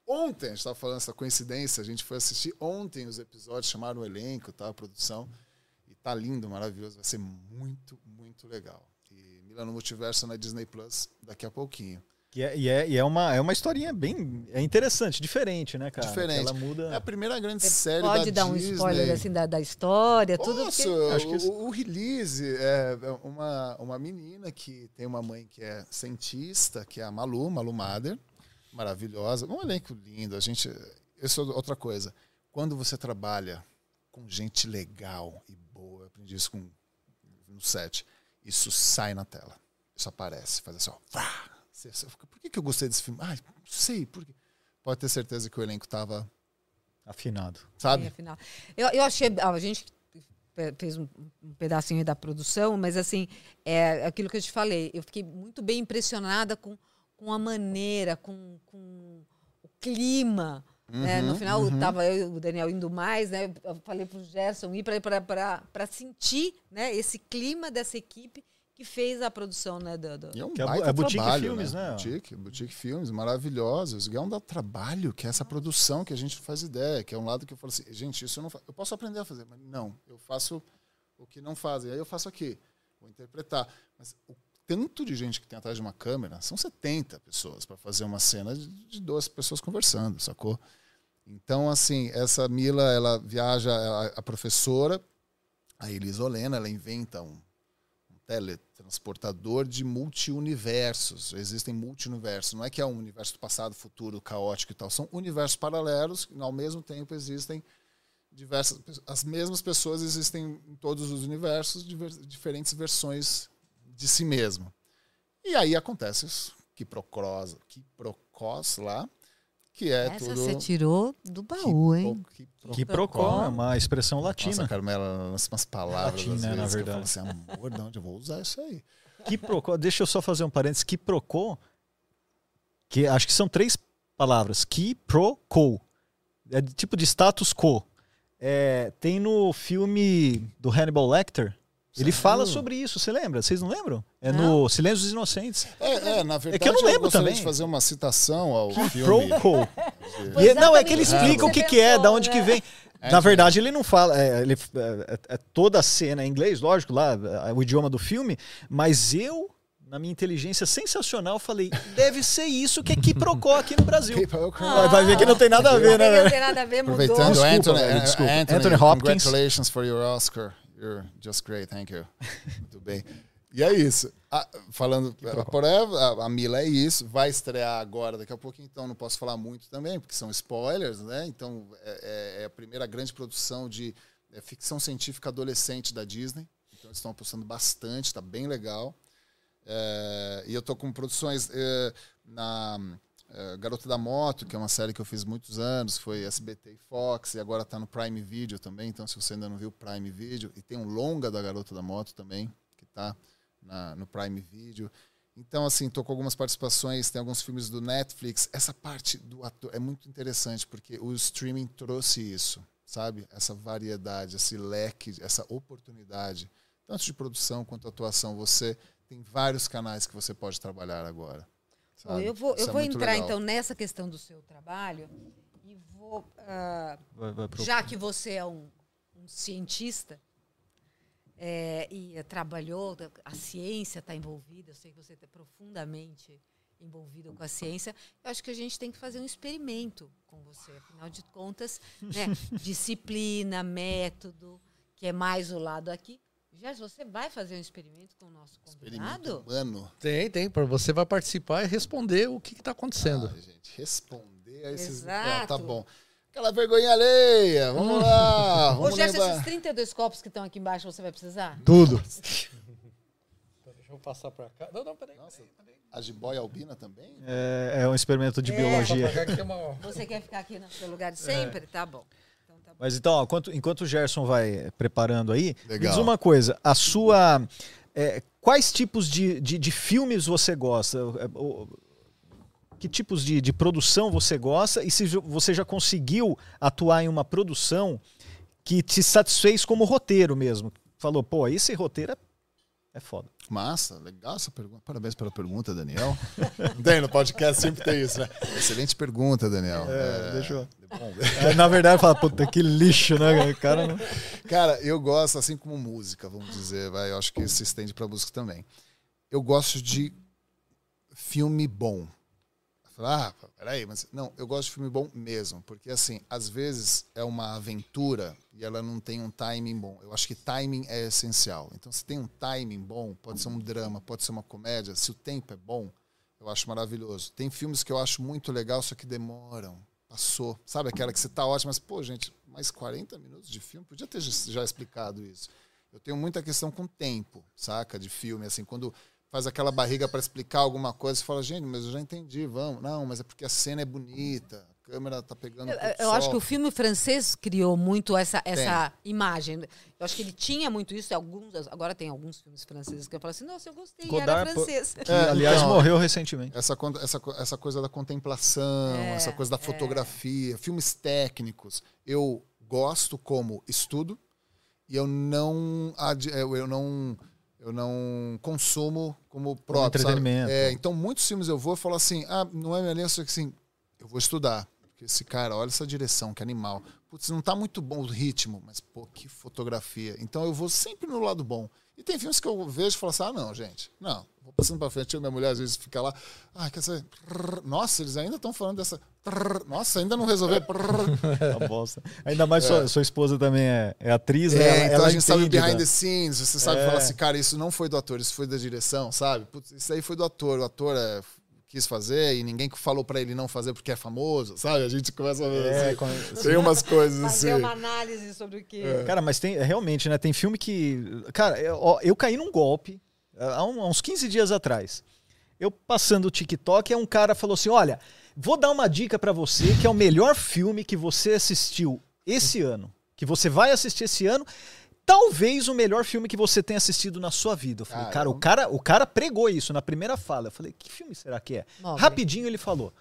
Ontem, a gente estava falando essa coincidência, a gente foi assistir ontem os episódios, chamaram o elenco, tá, a produção, e tá lindo, maravilhoso, vai ser muito, muito legal. E Mila no Multiverso na Disney Plus daqui a pouquinho. E é uma historinha bem interessante, diferente, né, cara? Diferente. Ela muda... É a primeira grande série da Disney. Pode dar um spoiler assim da história, tudo? Acho que o release é uma menina que tem uma mãe que é cientista, que é a Malu Mader, maravilhosa, um elenco lindo. Isso é outra coisa. Quando você trabalha com gente legal e boa, eu aprendi isso no set, isso sai na tela. Isso aparece, faz assim, ó. Por que eu gostei desse filme? Não sei. Por quê? Pode ter certeza que o elenco estava afinado. Sabe? Afinado. Eu achei... A gente fez um pedacinho aí da produção, mas assim, é aquilo que eu te falei. Eu fiquei muito bem impressionada com a maneira, com o clima. Né? No final, tava eu e o Daniel indo mais, né? Eu falei pro Gerson ir para sentir, né, esse clima dessa equipe que fez a produção, né? E é um baita Boutique trabalho, Filmes, né? Boutique Filmes, maravilhosos. E é um trabalho, que é essa produção que a gente não faz ideia, que é um lado que eu falo assim, gente, isso eu não faço. Eu posso aprender a fazer, mas não, eu faço o que não fazem. Aí eu faço aqui, vou interpretar. Mas o tanto de gente que tem atrás de uma câmera, são 70 pessoas para fazer uma cena de 2 pessoas conversando, sacou? Então, assim, essa Mila, ela viaja, a professora, a Elis Olena, ela inventa um teletransportador de multi-universos. Existem multi-universos. Não é que é um universo do passado, futuro, caótico e tal. São universos paralelos e, ao mesmo tempo, existem diversas... As mesmas pessoas existem em todos os universos, diferentes versões de si mesmo. E aí acontece isso. Quiprocós lá, que é essa tudo... você tirou do baú, hein? Quiprocó é uma expressão latina. Nossa, Carmela, umas palavras latina, às vezes, na verdade. que eu falo assim, amor, de onde eu vou usar isso aí? Quiprocó, deixa eu só fazer um parênteses. Quiprocó, que acho que são 3 palavras. Quiprocó. É tipo de status quo. Tem no filme do Hannibal Lecter. Ele fala sobre isso, você lembra? Vocês não lembram? É não. No Silêncio dos Inocentes. Na verdade, é que eu não lembro gostaria também. de fazer uma citação ao filme. Não, é que ele explica o que é, da onde que vem. Na verdade, ele não fala. É toda a cena em inglês, lógico, lá, o idioma do filme, mas eu, na minha inteligência sensacional, falei, deve ser isso que é quiprocó aqui no Brasil. Vai ver que não tem nada a ver, né? Não tem nada a ver, mudou. Aproveitando, Desculpa, Anthony Hopkins. Congratulations for your Oscar. You're just great, thank you. Muito bem. E é isso. Falando, a Mila é isso. Vai estrear agora, daqui a pouco, então não posso falar muito também, porque são spoilers, né? Então é a primeira grande produção de ficção científica adolescente da Disney. Então eles estão apostando bastante, está bem legal. E eu tô com produções na Garota da Moto, que é uma série que eu fiz muitos anos, foi SBT e Fox, e agora está no Prime Video também, então se você ainda não viu o Prime Video, e tem um longa da Garota da Moto também, que está no Prime Video. Então, assim, estou com algumas participações, tem alguns filmes do Netflix. Essa parte do ator é muito interessante, porque o streaming trouxe isso, sabe? Essa variedade, esse leque, essa oportunidade, tanto de produção quanto atuação. Você tem vários canais que você pode trabalhar agora. Eu vou entrar, legal. Então, nessa questão do seu trabalho e vou... já que você é um cientista e trabalhou, a ciência está envolvida, eu sei que você está profundamente envolvido com a ciência, eu acho que a gente tem que fazer um experimento com você. Afinal de contas, né, disciplina, método, que é mais o lado aqui. Já você vai fazer um experimento com o nosso convidado? Humano. Tem. Você vai participar e responder o que está acontecendo. Gente, responder a esses... Exato. Tá bom. Aquela vergonha alheia, vamos lá. Ô, Gerson, esses 32 copos que estão aqui embaixo, você vai precisar? Tudo. Deixa eu passar para cá. Não, peraí. A jiboia albina também? É um experimento de biologia. Você quer ficar aqui no seu lugar de sempre? Tá bom. Mas então, ó, enquanto o Gerson vai preparando aí, legal. Me diz uma coisa, a sua... quais tipos de filmes você gosta? Que tipos de produção você gosta? E se você já conseguiu atuar em uma produção que te satisfez como roteiro mesmo? Falou, pô, esse roteiro é É foda. Massa, legal essa pergunta. Parabéns pela pergunta, Daniel. Tem, no podcast sempre tem isso, né? Excelente pergunta, Daniel. Deixa eu... na verdade, fala, puta, que lixo, né? Cara, não... Cara, eu gosto, assim como música, vamos dizer, vai. Eu acho que se estende pra música também. Eu gosto de filme bom. Peraí, mas... Não, eu gosto de filme bom mesmo. Porque, assim, às vezes é uma aventura e ela não tem um timing bom. Eu acho que timing é essencial. Então, se tem um timing bom, pode ser um drama, pode ser uma comédia. Se o tempo é bom, eu acho maravilhoso. Tem filmes que eu acho muito legal, só que demoram. Passou. Sabe aquela que você tá ótima, mas, pô, gente, mais 40 minutos de filme? Podia ter já explicado isso. Eu tenho muita questão com tempo, saca? De filme, assim, quando... faz aquela barriga para explicar alguma coisa, você fala, gente, mas eu já entendi, vamos. Não, mas é porque a cena é bonita, a câmera tá pegando... Eu acho que o filme francês criou muito essa imagem. Eu acho que ele tinha muito isso. Agora tem alguns filmes franceses que eu falo assim, nossa, eu gostei, Godard, era francês. Que, aliás, morreu recentemente. Essa coisa da contemplação, essa coisa da fotografia, filmes técnicos, eu gosto como estudo e eu não consumo como próprio. Entretenimento. Então, muitos filmes eu vou e falo assim, não é minha linha, só que assim, eu vou estudar. Porque esse cara, olha essa direção, que animal. Putz, não tá muito bom o ritmo, mas, pô, que fotografia. Então, eu vou sempre no lado bom. E tem filmes que eu vejo e falo assim, não, gente, não. Vou passando pra frente, minha mulher às vezes fica lá, quer dizer, nossa, eles ainda estão falando dessa... Nossa, ainda não resolveu. A bosta. Ainda mais sua esposa também é atriz, né? Então a gente sabe o behind the scenes, você sabe falar assim, cara, isso não foi do ator, isso foi da direção, sabe? Putz, isso aí foi do ator, o ator quis fazer e ninguém falou pra ele não fazer porque é famoso, sabe? A gente começa a ver assim, tem umas coisas assim. Fazer uma análise sobre o que... Cara, mas tem, realmente, né? Tem filme que... Cara, eu caí num golpe há uns 15 dias atrás. Eu passando o TikTok, um cara falou assim, olha, vou dar uma dica pra você que é o melhor filme que você assistiu esse ano, que você vai assistir esse ano, talvez o melhor filme que você tenha assistido na sua vida. Eu falei, cara, o cara pregou isso na primeira fala. Eu falei, que filme será que é? Nobre. Rapidinho ele falou.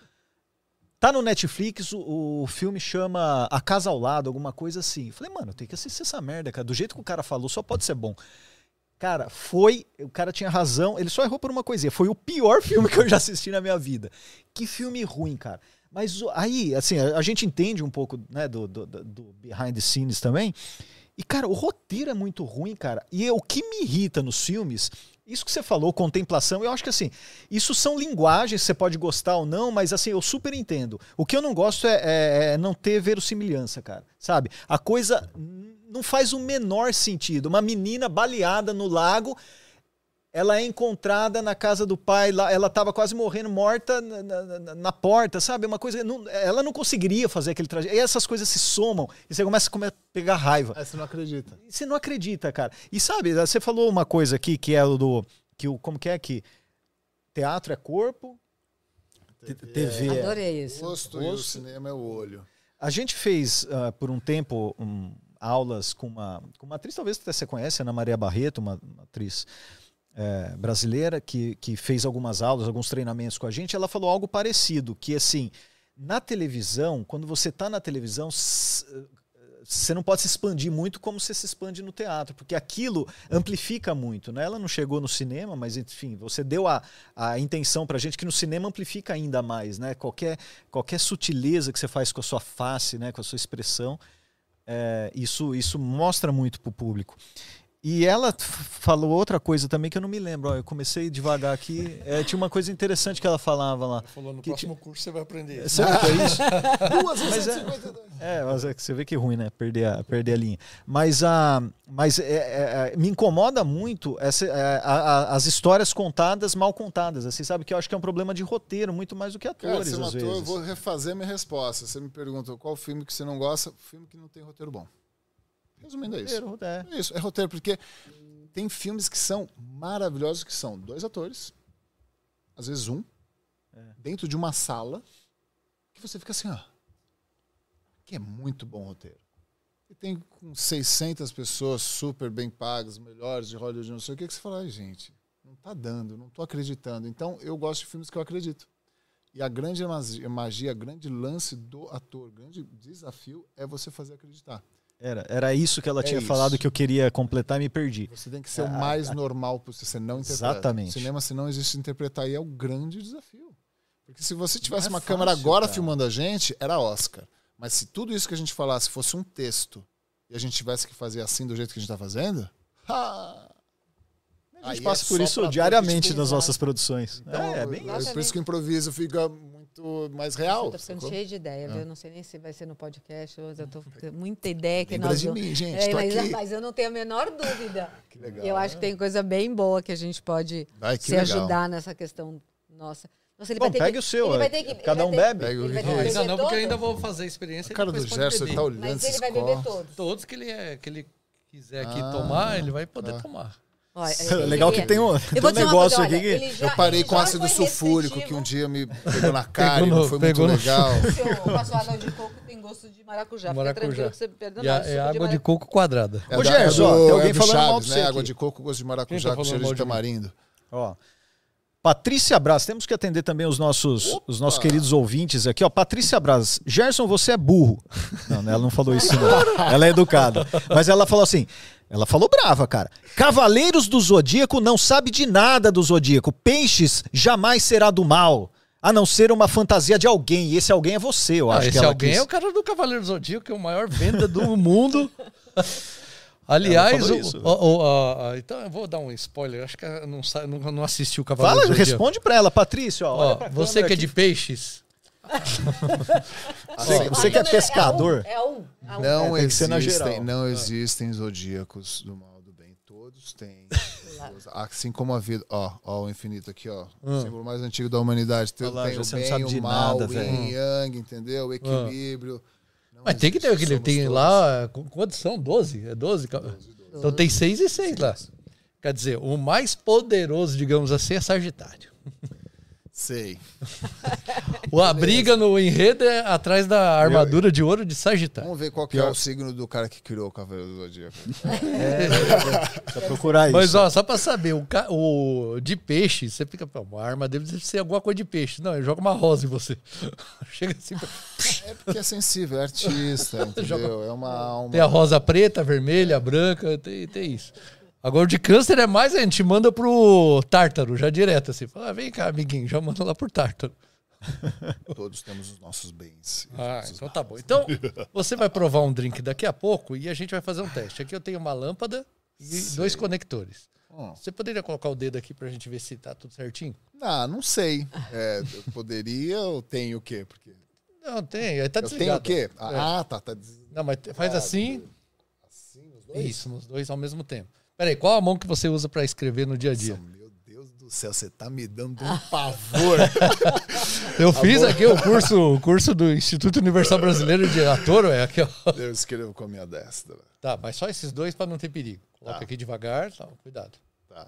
Tá no Netflix, o filme chama A Casa ao Lado, alguma coisa assim. Eu falei, mano, eu tenho que assistir essa merda, cara. Do jeito que o cara falou, só pode ser bom. Cara, o cara tinha razão, ele só errou por uma coisinha. Foi o pior filme que eu já assisti na minha vida. Que filme ruim, cara. Mas aí, assim, a gente entende um pouco, né, do behind the scenes também. E, cara, o roteiro é muito ruim, cara. E o que me irrita nos filmes, isso que você falou, contemplação, eu acho que, assim, isso são linguagens, você pode gostar ou não, mas, assim, eu super entendo. O que eu não gosto é não ter verossimilhança, cara, sabe? A coisa não faz o menor sentido. Uma menina baleada no lago, ela é encontrada na casa do pai, lá, ela estava quase morrendo, morta na porta, sabe? Uma coisa, ela não conseguiria fazer aquele trajeto. E essas coisas se somam e você começa a pegar raiva. Você não acredita. Você não acredita, cara. E sabe, você falou uma coisa aqui que é como que é que teatro é corpo, TV Adorei isso. Rosto e o cinema é o olho. A gente fez por um tempo aulas com uma atriz, talvez até você conhece, Ana Maria Barreto, uma atriz brasileira que fez algumas aulas, alguns treinamentos com a gente. Ela falou algo parecido, que assim, na televisão, quando você está na televisão, você não pode se expandir muito como você se expande no teatro, porque aquilo amplifica muito, né? Ela não chegou no cinema, mas enfim, você deu a intenção pra gente que no cinema amplifica ainda mais, né? Qualquer sutileza que você faz com a sua face, né? Com a sua expressão, isso mostra muito pro público. E ela falou outra coisa também que eu não me lembro. Eu comecei devagar aqui. Tinha uma coisa interessante que ela falava lá. Ela falou, no próximo curso você vai aprender isso. Sabe o que é isso? 2,152. Mas você vê que ruim, né? Perder a linha. Mas me incomoda muito as histórias contadas, mal contadas. Assim, sabe? Que eu acho que é um problema de roteiro, muito mais do que atores, às vezes. Eu vou refazer minha resposta. Você me perguntou qual filme que você não gosta. Filme que não tem roteiro bom. Resumindo, é isso. É isso, é roteiro, porque tem filmes que são maravilhosos, que são 2 atores, às vezes dentro de uma sala, que você fica assim, que é muito bom roteiro. E tem com 600 pessoas super bem pagas, melhores de Hollywood, não sei o que você fala, gente, não tá dando, não tô acreditando. Então, eu gosto de filmes que eu acredito. E a grande magia, grande lance do ator, grande desafio é você fazer acreditar. Era isso que ela tinha falado que eu queria completar e me perdi. Você tem que ser o mais normal possível, você não interpreta. Exatamente. No cinema, se não existe interpretar, aí é o grande desafio. Porque se você tivesse uma câmera agora filmando a gente, era Oscar. Mas se tudo isso que a gente falasse fosse um texto e a gente tivesse que fazer assim do jeito que a gente está fazendo, a gente passa por isso diariamente nas nossas produções. Então, bem isso. Por isso que o improviso fica muito mais real. Eu tô ficando cheio de ideia, viu? Eu não sei nem se vai ser no podcast, mas eu tô com muita ideia que Lembra de mim, gente. Mas eu não tenho a menor dúvida. Que legal. Eu acho que tem coisa bem boa que a gente pode se ajudar nessa questão nossa. Nossa, ele vai ter pegue o seu. Cada um bebe. Ainda não, porque eu ainda vou fazer a experiência. O cara do Gerson tá olhando. Mas ele vai beber todos. Todos que ele quiser aqui tomar, ele vai poder tomar. Legal que tem um negócio aqui que... Eu parei com ácido sulfúrico, que um dia me pegou na cara e não foi muito legal. Eu passo água de coco, tem gosto de maracujá. Fica tranquilo que você perdeu nada. É água de coco quadrada. Ô, Gerson, tem alguém falando mal de você aqui. Água de coco, gosto de maracujá com cheiro de tamarindo. Ó, Patrícia Braz, temos que atender também os nossos queridos ouvintes aqui. Ó, Patrícia Braz, Gerson, você é burro. Não, ela não falou isso não. Ela é educada. Mas ela falou assim, ela falou brava, cara. Cavaleiros do Zodíaco não sabe de nada do Zodíaco. Peixes jamais será do mal. A não ser uma fantasia de alguém. E esse alguém é você, eu acho. Esse alguém é o cara do Cavaleiro do Zodíaco, que é o maior venda do mundo. Aliás, então eu vou dar um spoiler. Acho que não assistiu o Cavaleiro do Zodíaco. Responde pra ela, Patrícia. Ó, você que é de peixes. Você que é pescador. Não existem zodíacos do mal do bem. Todos têm. Assim como a vida. Ó, o infinito aqui, ó. O símbolo mais antigo da humanidade. Tem o bem, o mal, o yin yang, entendeu? O equilíbrio. Mas tem que ter aquele. Tem lá. Quantos são? 12? É 12? Então tem 6 e 6 lá. Quer dizer, o mais poderoso, digamos assim, é Sagitário. Sei. A briga no enredo é atrás da armadura de ouro de Sagitário. Vamos ver qual que é o signo do cara que criou o Cavaleiro do Zodíaco. Pra procurar isso. Mas ó, só pra saber, o de peixe, você fica, a arma deve ser alguma coisa de peixe. Não, ele joga uma rosa em você. Chega assim. É porque é sensível, é artista, entendeu? É uma alma. Tem a rosa preta, a vermelha, a branca, tem isso. Agora o de câncer é mais, a gente manda pro Tártaro, já direto assim. Fala, vem cá, amiguinho, já manda lá pro Tártaro. Todos temos os nossos bens. Então tá bom. Então, você vai provar um drink daqui a pouco e a gente vai fazer um teste. Aqui eu tenho uma lâmpada e 2 conectores. Você poderia colocar o dedo aqui pra gente ver se tá tudo certinho? Não sei. Eu poderia ou tenho o quê? Porque... Não, tem. Aí tá desligado. Tem o quê? Tá desligado. Não, mas faz assim. Assim, nos dois? Isso, nos dois ao mesmo tempo. Peraí, qual a mão que você usa pra escrever no dia a dia? Nossa, meu Deus do céu, você tá me dando um pavor. Eu fiz aqui o curso do Instituto Universal Brasileiro de Ator, aqui, ó. Eu escrevo com a minha destra. Tá, mas só esses 2 pra não ter perigo. Coloca aqui devagar, cuidado. Tá.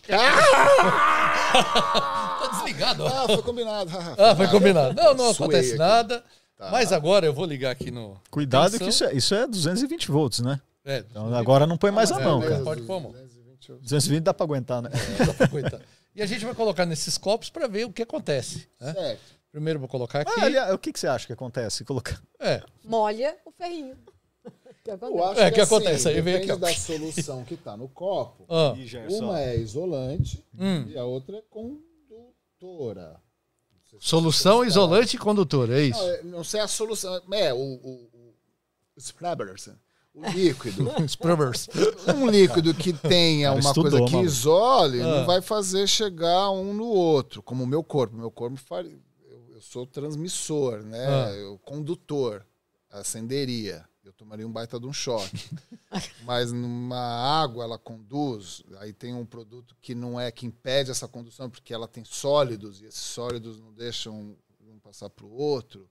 Tá desligado, ó. Foi combinado. Foi combinado. Não acontece nada. Tá. Mas agora eu vou ligar aqui no... Cuidado que isso é 220 volts, né? Então agora não põe mais a mão, cara. Pode pôr a mão. 220 dá pra aguentar, né? Dá pra aguentar. E a gente vai colocar nesses copos pra ver o que acontece. Né? Certo. Primeiro eu vou colocar aqui. Aliás, o que você acha que acontece? Molha o ferrinho. Eu acho que acontece. Aí vem depende aqui, da solução que tá no copo. Uma é isolante e a outra é condutora. Solução, isolante e condutora, é isso? Não sei a solução. O Spraberson. O líquido. Um líquido que tenha uma coisa que isole não vai fazer chegar um no outro, como o meu corpo. Meu corpo eu sou transmissor, né? Eu condutor, acenderia. Eu tomaria um baita de um choque. Mas numa água ela conduz, aí tem um produto que não é que impede essa condução, porque ela tem sólidos, e esses sólidos não deixam um passar para o outro.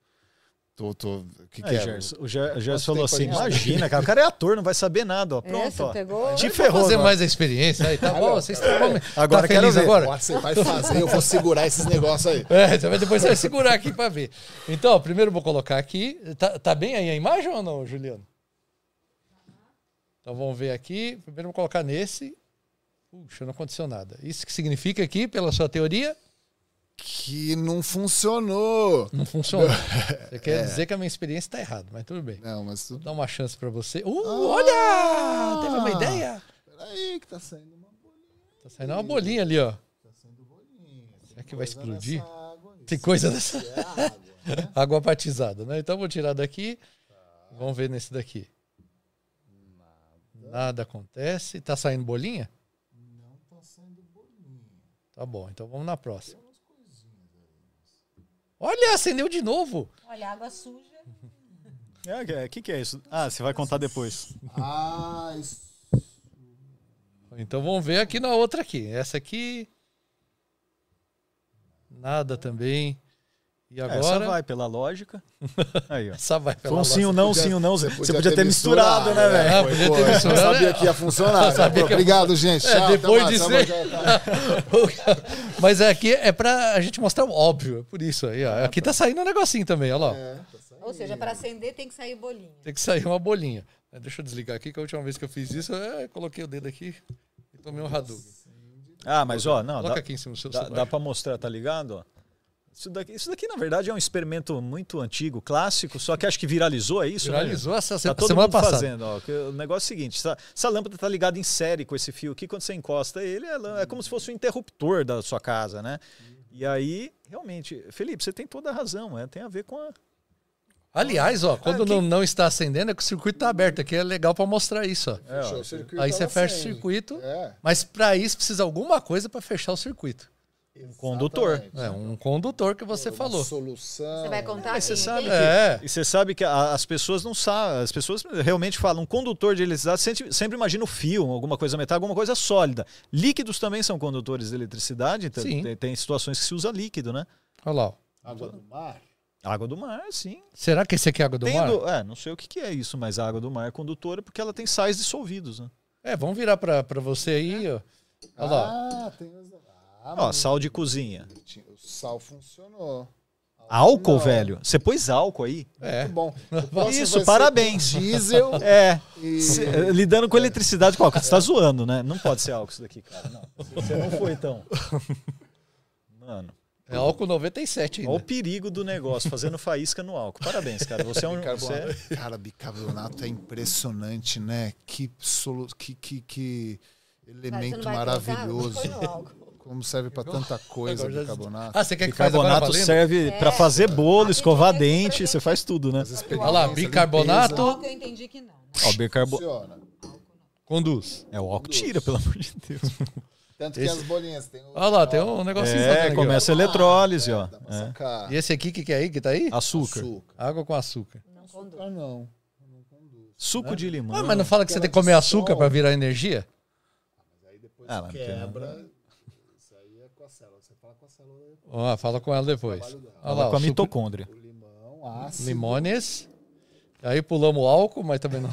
O Gerson falou assim, imagina, cara, o cara é ator, não vai saber nada, ó. Pronto, ó. Te ferrou. Fazer mais a experiência aí, tá bom? Vocês estão agora tá feliz agora? Você vai fazer, eu vou segurar esses negócios aí. Depois você vai segurar aqui pra ver. Então, primeiro eu vou colocar aqui. Tá bem aí a imagem ou não, Juliano? Então vamos ver aqui. Primeiro eu vou colocar nesse. Puxa, não aconteceu nada. Isso que significa aqui, pela sua teoria? que não funcionou. Não funcionou. Você quer dizer que a minha experiência está errada, mas tudo bem. Não, mas tudo... Vou dar uma chance para você. Olha! Teve uma ideia? Peraí, que tá saindo uma bolinha. Tá saindo uma bolinha ali, ó. Tá saindo bolinha. Será que vai explodir? Água, Tem coisa dessa... É água, né? Água batizada, né? Então vou tirar daqui. Vamos ver nesse daqui. Nada acontece. Tá saindo bolinha? Não tá saindo bolinha. Tá bom, então vamos na próxima. Olha, acendeu de novo. Olha, água suja. O que é isso? Ah, você vai contar depois. Ah, isso. Então vamos ver aqui na outra aqui. Essa aqui... Nada também. E agora... Essa vai pela lógica. Aí, ó. Essa vai pela Foi um sim ou não, sim ou não. Você Podia podia ter misturado, né, velho? Ah, podia ter misturado. Eu sabia que ia funcionar. Sabia que ia Obrigado, gente. Tchau, depois até de mais, ser... tá bom, Mas aqui é pra a gente mostrar o óbvio. É por isso aí, ó. Aqui tá saindo um negocinho também, olha lá. Ou seja, para acender tem que sair bolinha. Tem que sair uma bolinha. Deixa eu desligar aqui, que a última vez que eu fiz isso, eu coloquei o dedo aqui e tomei um Hadouken. Ah, mas ó, não, Coloca aqui em cima do seu celular. dá pra mostrar, tá ligado? Ó. Isso daqui, na verdade, é um experimento muito antigo, clássico, só que acho que viralizou, é isso? Viralizou né? essa Tá todo semana mundo passada. fazendo. Ó, o negócio é o seguinte, essa lâmpada tá ligada em série com esse fio aqui, quando você encosta ele, é como se fosse um interruptor da sua casa, né? E aí, realmente, Felipe, você tem toda a razão, tem a ver com a... Aliás, ó, quando não está acendendo, é que o circuito tá aberto aqui, é legal para mostrar isso, ó. Fechou o circuito, Aí você ela fecha o acende. circuito, É. mas para isso precisa alguma coisa para fechar o circuito. Um condutor. É um condutor que você falou. Solução. Você vai contar Mas você quem sabe tem? E você sabe que as pessoas não sabem, as pessoas realmente falam, um condutor de eletricidade sempre imagina o fio, alguma coisa metálica, alguma coisa sólida. Líquidos também são condutores de eletricidade, então Sim. tem situações que se usa líquido, né? Olha lá, ó. Água do mar. Água do mar, sim. Será que esse aqui é água do mar? Não sei o que é isso, mas a água do mar é condutora porque ela tem sais dissolvidos, né? Vamos virar para você aí, ó. Olha lá. Tem os... Ó, sal de cozinha. O sal funcionou. Álcool, Não. velho? Você pôs álcool aí? É. Muito bom. O próximo Isso, vai ser parabéns. com diesel. Lidando com eletricidade com álcool. Você tá zoando, né? Não pode ser álcool isso daqui, cara. Não. Você não foi, então. Mano. É álcool 97 ainda. Olha o perigo do negócio, fazendo faísca no álcool. Parabéns, cara. Você é um... Bicarbonato. Cara, bicarbonato é impressionante, né? Que elemento maravilhoso. Como serve pra tanta coisa, Agora já- bicarbonato. Ah, você quer que faz agora Bicarbonato valendo? serve pra fazer bolo, a escovar gente dente, tem você faz tudo, né? Olha lá, bicarbonato Álcool eu entendi que não. Ó, o bicarbonato... Funciona. conduz. É, o álcool tira, pelo amor de Deus. Tanto que as bolinhas tem Olha lá, tem um negocinho fazendo aqui, ó. Começa a eletrólise, ó. Dá pra sacar. E esse aqui, que é aí? Que tá aí? Açúcar. Água com açúcar. Não conduz. Açúcar não. Suco de limão. Ah, mas não fala que você tem que comer açúcar para virar energia? Aí depois Ah, mas quebra. Isso aí é com a célula. Você fala com a célula. Ó, fala com ela depois. Olha Fala lá, com a o suco- mitocôndria. O limão, ácido. limones. Aí pulamos o álcool, mas também não.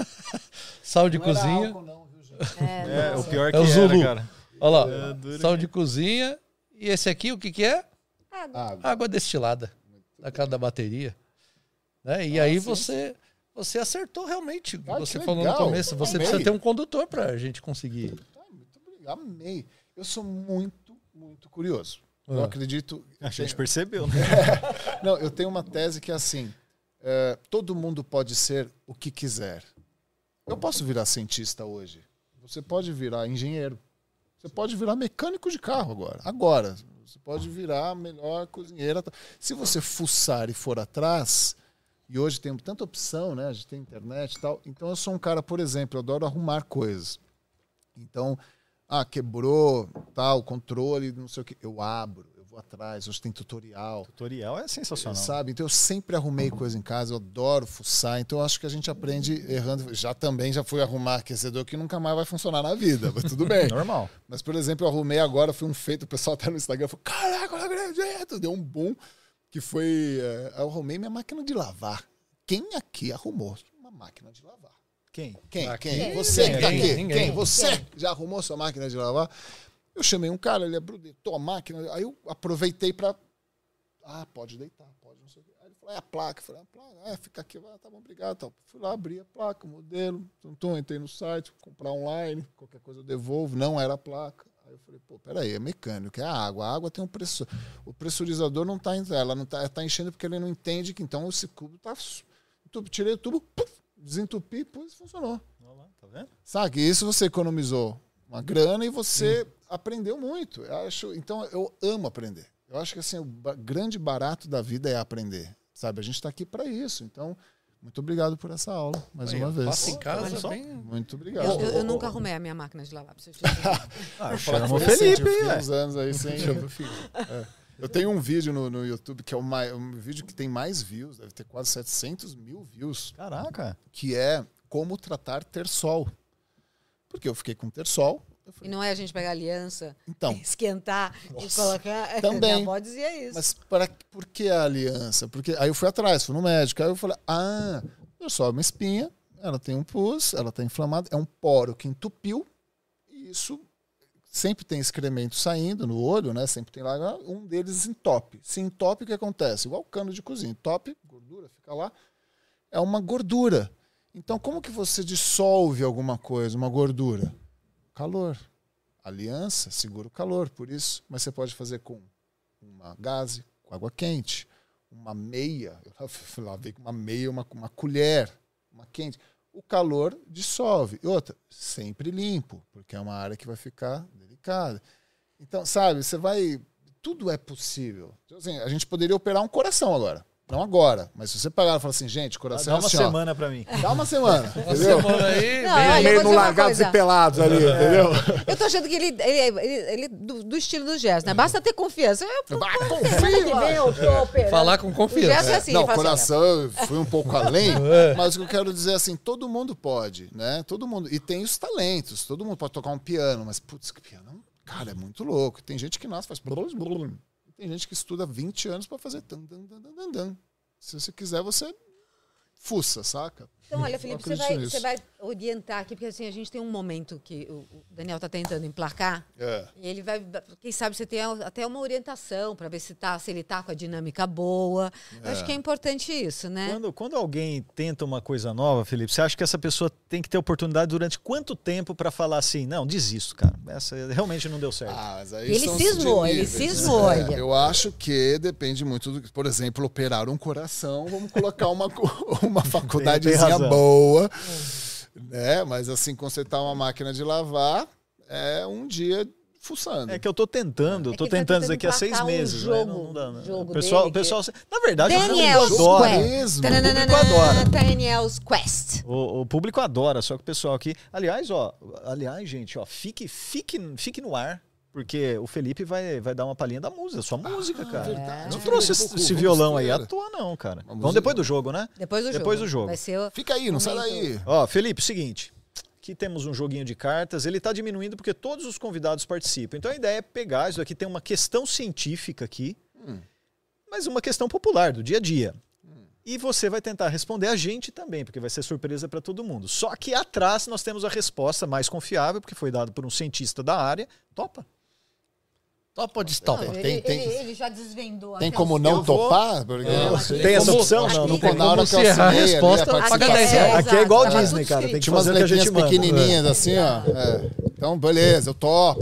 Sal de Não era cozinha. álcool, não, viu, gente? É, o pior que É o Zulu. era, cara. Olha lá, sal de cozinha. E esse aqui, o que que é? Água. Água destilada. Daquela da bateria. Né? E aí você acertou realmente. o que Ah, você que falou legal. no começo. Você Amei. precisa ter um condutor para a gente conseguir. Muito obrigado. Amei. Eu sou muito, muito curioso. Eu Ah. acredito. A gente percebeu, né? Não, eu tenho uma tese que é assim: todo mundo pode ser o que quiser. Eu posso virar cientista hoje. Você pode virar engenheiro. Você pode virar mecânico de carro agora. Agora. Você pode virar a melhor cozinheira. Se você fuçar e for atrás, e hoje tem tanta opção, né? A gente tem internet e tal. Então eu sou um cara, por exemplo, eu adoro arrumar coisas. Então, quebrou, tal, controle, não sei o que. Eu abro, eu vou atrás, hoje tem tutorial. Tutorial é sensacional. Sabe? Então eu sempre arrumei coisa em casa, eu adoro fuçar, então eu acho que a gente aprende errando. Já fui arrumar aquecedor que nunca mais vai funcionar na vida, mas tudo bem. Normal. Mas, por exemplo, eu arrumei agora, foi um feito, o pessoal tá no Instagram, falou, caraca, eu não acredito, deu um boom, que foi, eu arrumei minha máquina de lavar. Quem aqui arrumou uma máquina de lavar? Quem? Quem? Aqui. Quem? Você que tá Ninguém, aqui? ninguém. Quem? Você já arrumou sua máquina de lavar? Eu chamei um cara, ele é brudetou a máquina, aí eu aproveitei pra... pode deitar, pode não sei o quê. Aí ele falou, a placa. Eu falei, a placa, fica aqui, tá bom, obrigado. Tal. Fui lá, abri a placa, o modelo, entrei no site, comprar online, qualquer coisa eu devolvo, não era a placa. Aí eu falei, pô, peraí, é mecânico, é a água. A água tem um pressor. O pressurizador não tá, ela não tá enchendo porque ele não entende que então esse cubo tá... Tirei o tubo, desentupi, pus e funcionou. Tá vendo? Sabe, isso você economizou uma grana e você aprendeu muito. Então eu amo aprender. Eu acho que assim, o grande barato da vida é aprender. Sabe, a gente está aqui para isso. Então, muito obrigado por essa aula, mais uma vez. Faça em casa, muito obrigado. Eu nunca arrumei a minha máquina de lavar. Chama o Felipe, uns anos aí sem... Eu tenho um vídeo no YouTube que é um vídeo que tem mais views, deve ter quase 700 mil views. Caraca! Que é como tratar terçol. Porque eu fiquei com terçol. E não é a gente pegar aliança, esquentar e colocar... Também. Minha avó dizia isso. Mas por que a aliança? Porque aí eu fui atrás, fui no médico. Aí eu falei, terçol é uma espinha, ela tem um pus, ela está inflamada, é um poro que entupiu e isso... Sempre tem excremento saindo no olho, né? Sempre tem lá, um deles entope. Se entope, o que acontece? Igual cano de cozinha. Entope, gordura, fica lá. É uma gordura. Então, como que você dissolve alguma coisa, uma gordura? Calor. Aliança segura o calor, por isso. Mas você pode fazer com uma gaze, com água quente, uma meia. Eu lavei com uma meia, uma colher, uma quente. O calor dissolve. E outra, sempre limpo, porque é uma área que vai ficar delicada. Então, sabe, tudo é possível. Então, assim, a gente poderia operar um coração agora. Não agora, mas se você pagar e falar assim, gente, coração dá uma semana pra mim. Dá uma semana, entendeu? Uma semana aí, meio no largados e pelados ali, entendeu? Eu tô achando que ele do estilo do Gerson, né? Basta ter confiança. Falar com confiança. O Gerson é assim. Não, coração, eu fui um pouco além, mas o que eu quero dizer é assim, todo mundo pode, né? Todo mundo. E tem os talentos, todo mundo pode tocar um piano, mas, putz, que piano, cara, é muito louco. Tem gente que nasce, faz... Tem gente que estuda 20 anos para fazer Se você quiser, você fuça, saca? Então, olha, Felipe, você vai orientar aqui, porque assim, a gente tem um momento que o Daniel está tentando emplacar, e ele vai, quem sabe você tem até uma orientação para ver se ele tá com a dinâmica boa. Eu acho que é importante isso, né? Quando alguém tenta uma coisa nova, Felipe, você acha que essa pessoa tem que ter oportunidade durante quanto tempo para falar assim, não, desisto, cara, essa realmente não deu certo. Mas aí ele cismou. Eu acho que depende muito do, por exemplo, operar um coração, vamos colocar uma faculdadezinha boa, né? Mas assim, consertar uma máquina de lavar é um dia fuçando. É que eu tô tentando isso daqui há 6 meses. Jogo, né? Não dá, né? Jogo o pessoal, na verdade, Daniel's o público adora. Quest. O público adora. Daniel's Quest. O público adora, só que o pessoal aqui... Aliás, gente, fique no ar. Porque o Felipe vai dar uma palhinha da música, sua música, cara. Não trouxe esse violão aí à toa, não, cara. Vamos depois do jogo, né? Depois do jogo. Vai ser Fica aí, não sai daí. Felipe, seguinte. Aqui temos um joguinho de cartas. Ele está diminuindo porque todos os convidados participam. Então a ideia é pegar isso aqui. Tem uma questão científica aqui, mas uma questão popular, do dia a dia. E você vai tentar responder a gente também, porque vai ser surpresa para todo mundo. Só que atrás nós temos a resposta mais confiável, porque foi dada por um cientista da área. Topa? Topa ou destopa? Ele já desvendou. Tem como não topar? Tem essa opção? Não tem como se errar a resposta, paga 10 reais. Aqui é igual a Disney, cara. Tem que tinha umas fazer o que a gente letrinhas manda. pequenininhas assim, ó. Então, beleza, eu topo.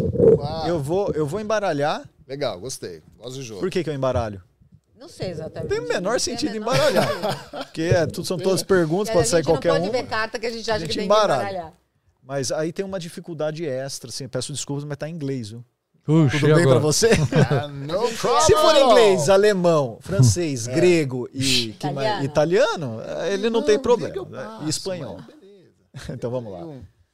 Eu vou embaralhar. Legal, gostei. Gosto de jogo. Por que eu embaralho? Não sei exatamente. Tem o menor sentido embaralhar. Porque são todas perguntas, pode sair qualquer uma. um. Não pode ver carta que a gente acha que tem que embaralhar. Mas aí tem uma dificuldade extra, assim, peço desculpas, mas tá em inglês, viu? Puxa, tudo bem para você? Se for inglês, alemão, francês, grego e italiano, ele não tem problema. E espanhol. Então vamos lá.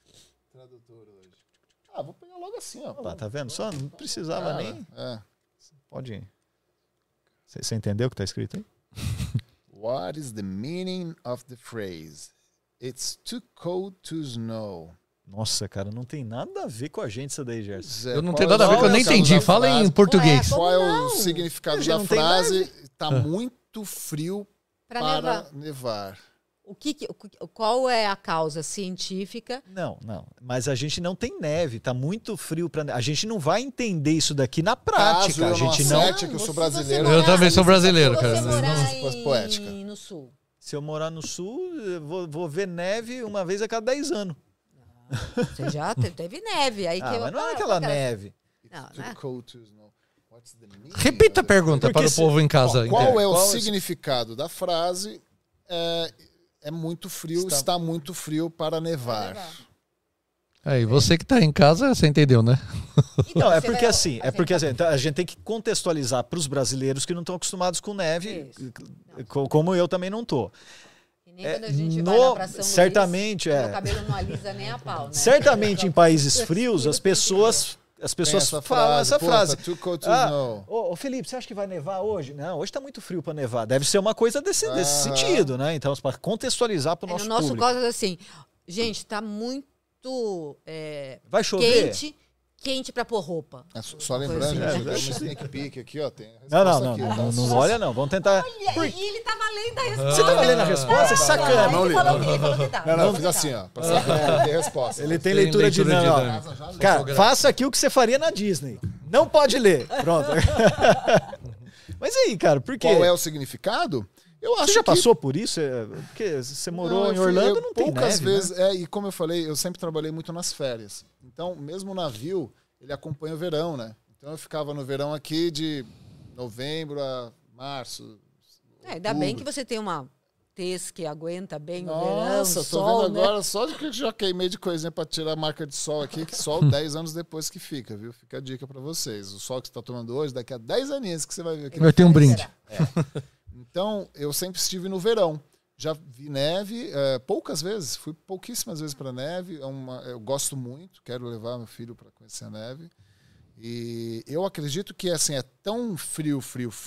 Vou pegar logo assim, ó. Tá vendo? Só não precisava nem. Pode ir. Você entendeu o que tá escrito aí? What is the meaning of the phrase? It's too cold to snow. Nossa, cara, não tem nada a ver com a gente isso daí, Gerson. Eu não tenho nada a ver, que eu nem entendi. Fala em português. Qual é o significado da frase? Tá muito frio para nevar. Qual é a causa científica? Não. Mas a gente não tem neve, tá muito frio para. A gente não vai entender isso daqui na prática. A gente não. Que eu sou brasileiro. Eu também sou brasileiro, cara. Se você morar no sul. Se eu morar no sul, eu vou ver neve uma vez a cada 10 anos. Você já teve neve. Aí mas não é aquela neve. too cold to snow. What's the meaning? Repita a pergunta para o povo em casa. Qual é o significado da frase? É muito frio, está muito frio para nevar. Aí, você que está em casa, você entendeu, né? Então, porque assim, a gente tem que contextualizar para os brasileiros que não estão acostumados com neve, como eu também não estou. E nem quando a gente vai lá pra São certamente, Luís, o cabelo não alisa nem a pau, né? Certamente em países frios, as pessoas falam essa frase. Ô Felipe, você acha que vai nevar hoje? Não, hoje está muito frio para nevar. Deve ser uma coisa desse sentido, né? Então, para contextualizar para o nosso público. No nosso caso, assim, gente, está muito vai chover? Quente para pôr roupa. Só lembrando, tem um sneak peek aqui, ó. Tem não olha não, vamos tentar... Olha, e ele tava lendo a resposta. Você tava lendo a resposta? Sacana. Ele falou que tá. Não, fiz assim, ó, pra saber tem resposta. Ele tem leitura dinâmica. Cara, faça aqui o que você faria na Disney. Não pode ler. Pronto. Mas aí, cara, por quê? Qual é o significado? Eu acho você já passou por isso? Porque você morou em Orlando, não tem poucas neve, vezes, né? e como eu falei, eu sempre trabalhei muito nas férias. Então, mesmo o navio, ele acompanha o verão, né? Então eu ficava no verão aqui de novembro a março. Ainda bem que você tem uma tez que aguenta bem o verão, Nossa, tô sol, vendo né? agora, só de que já queimei de coisinha pra tirar a marca de sol aqui, que sol 10 anos depois que fica, viu? Fica a dica pra vocês. O sol que você tá tomando hoje, daqui a 10 aninhos que você vai ver aqui. Eu tenho um brinde. Então, eu sempre estive no verão. Já vi neve poucas vezes, fui pouquíssimas vezes para neve. Eu gosto muito, quero levar meu filho para conhecer a neve. E eu acredito que assim, é tão frio,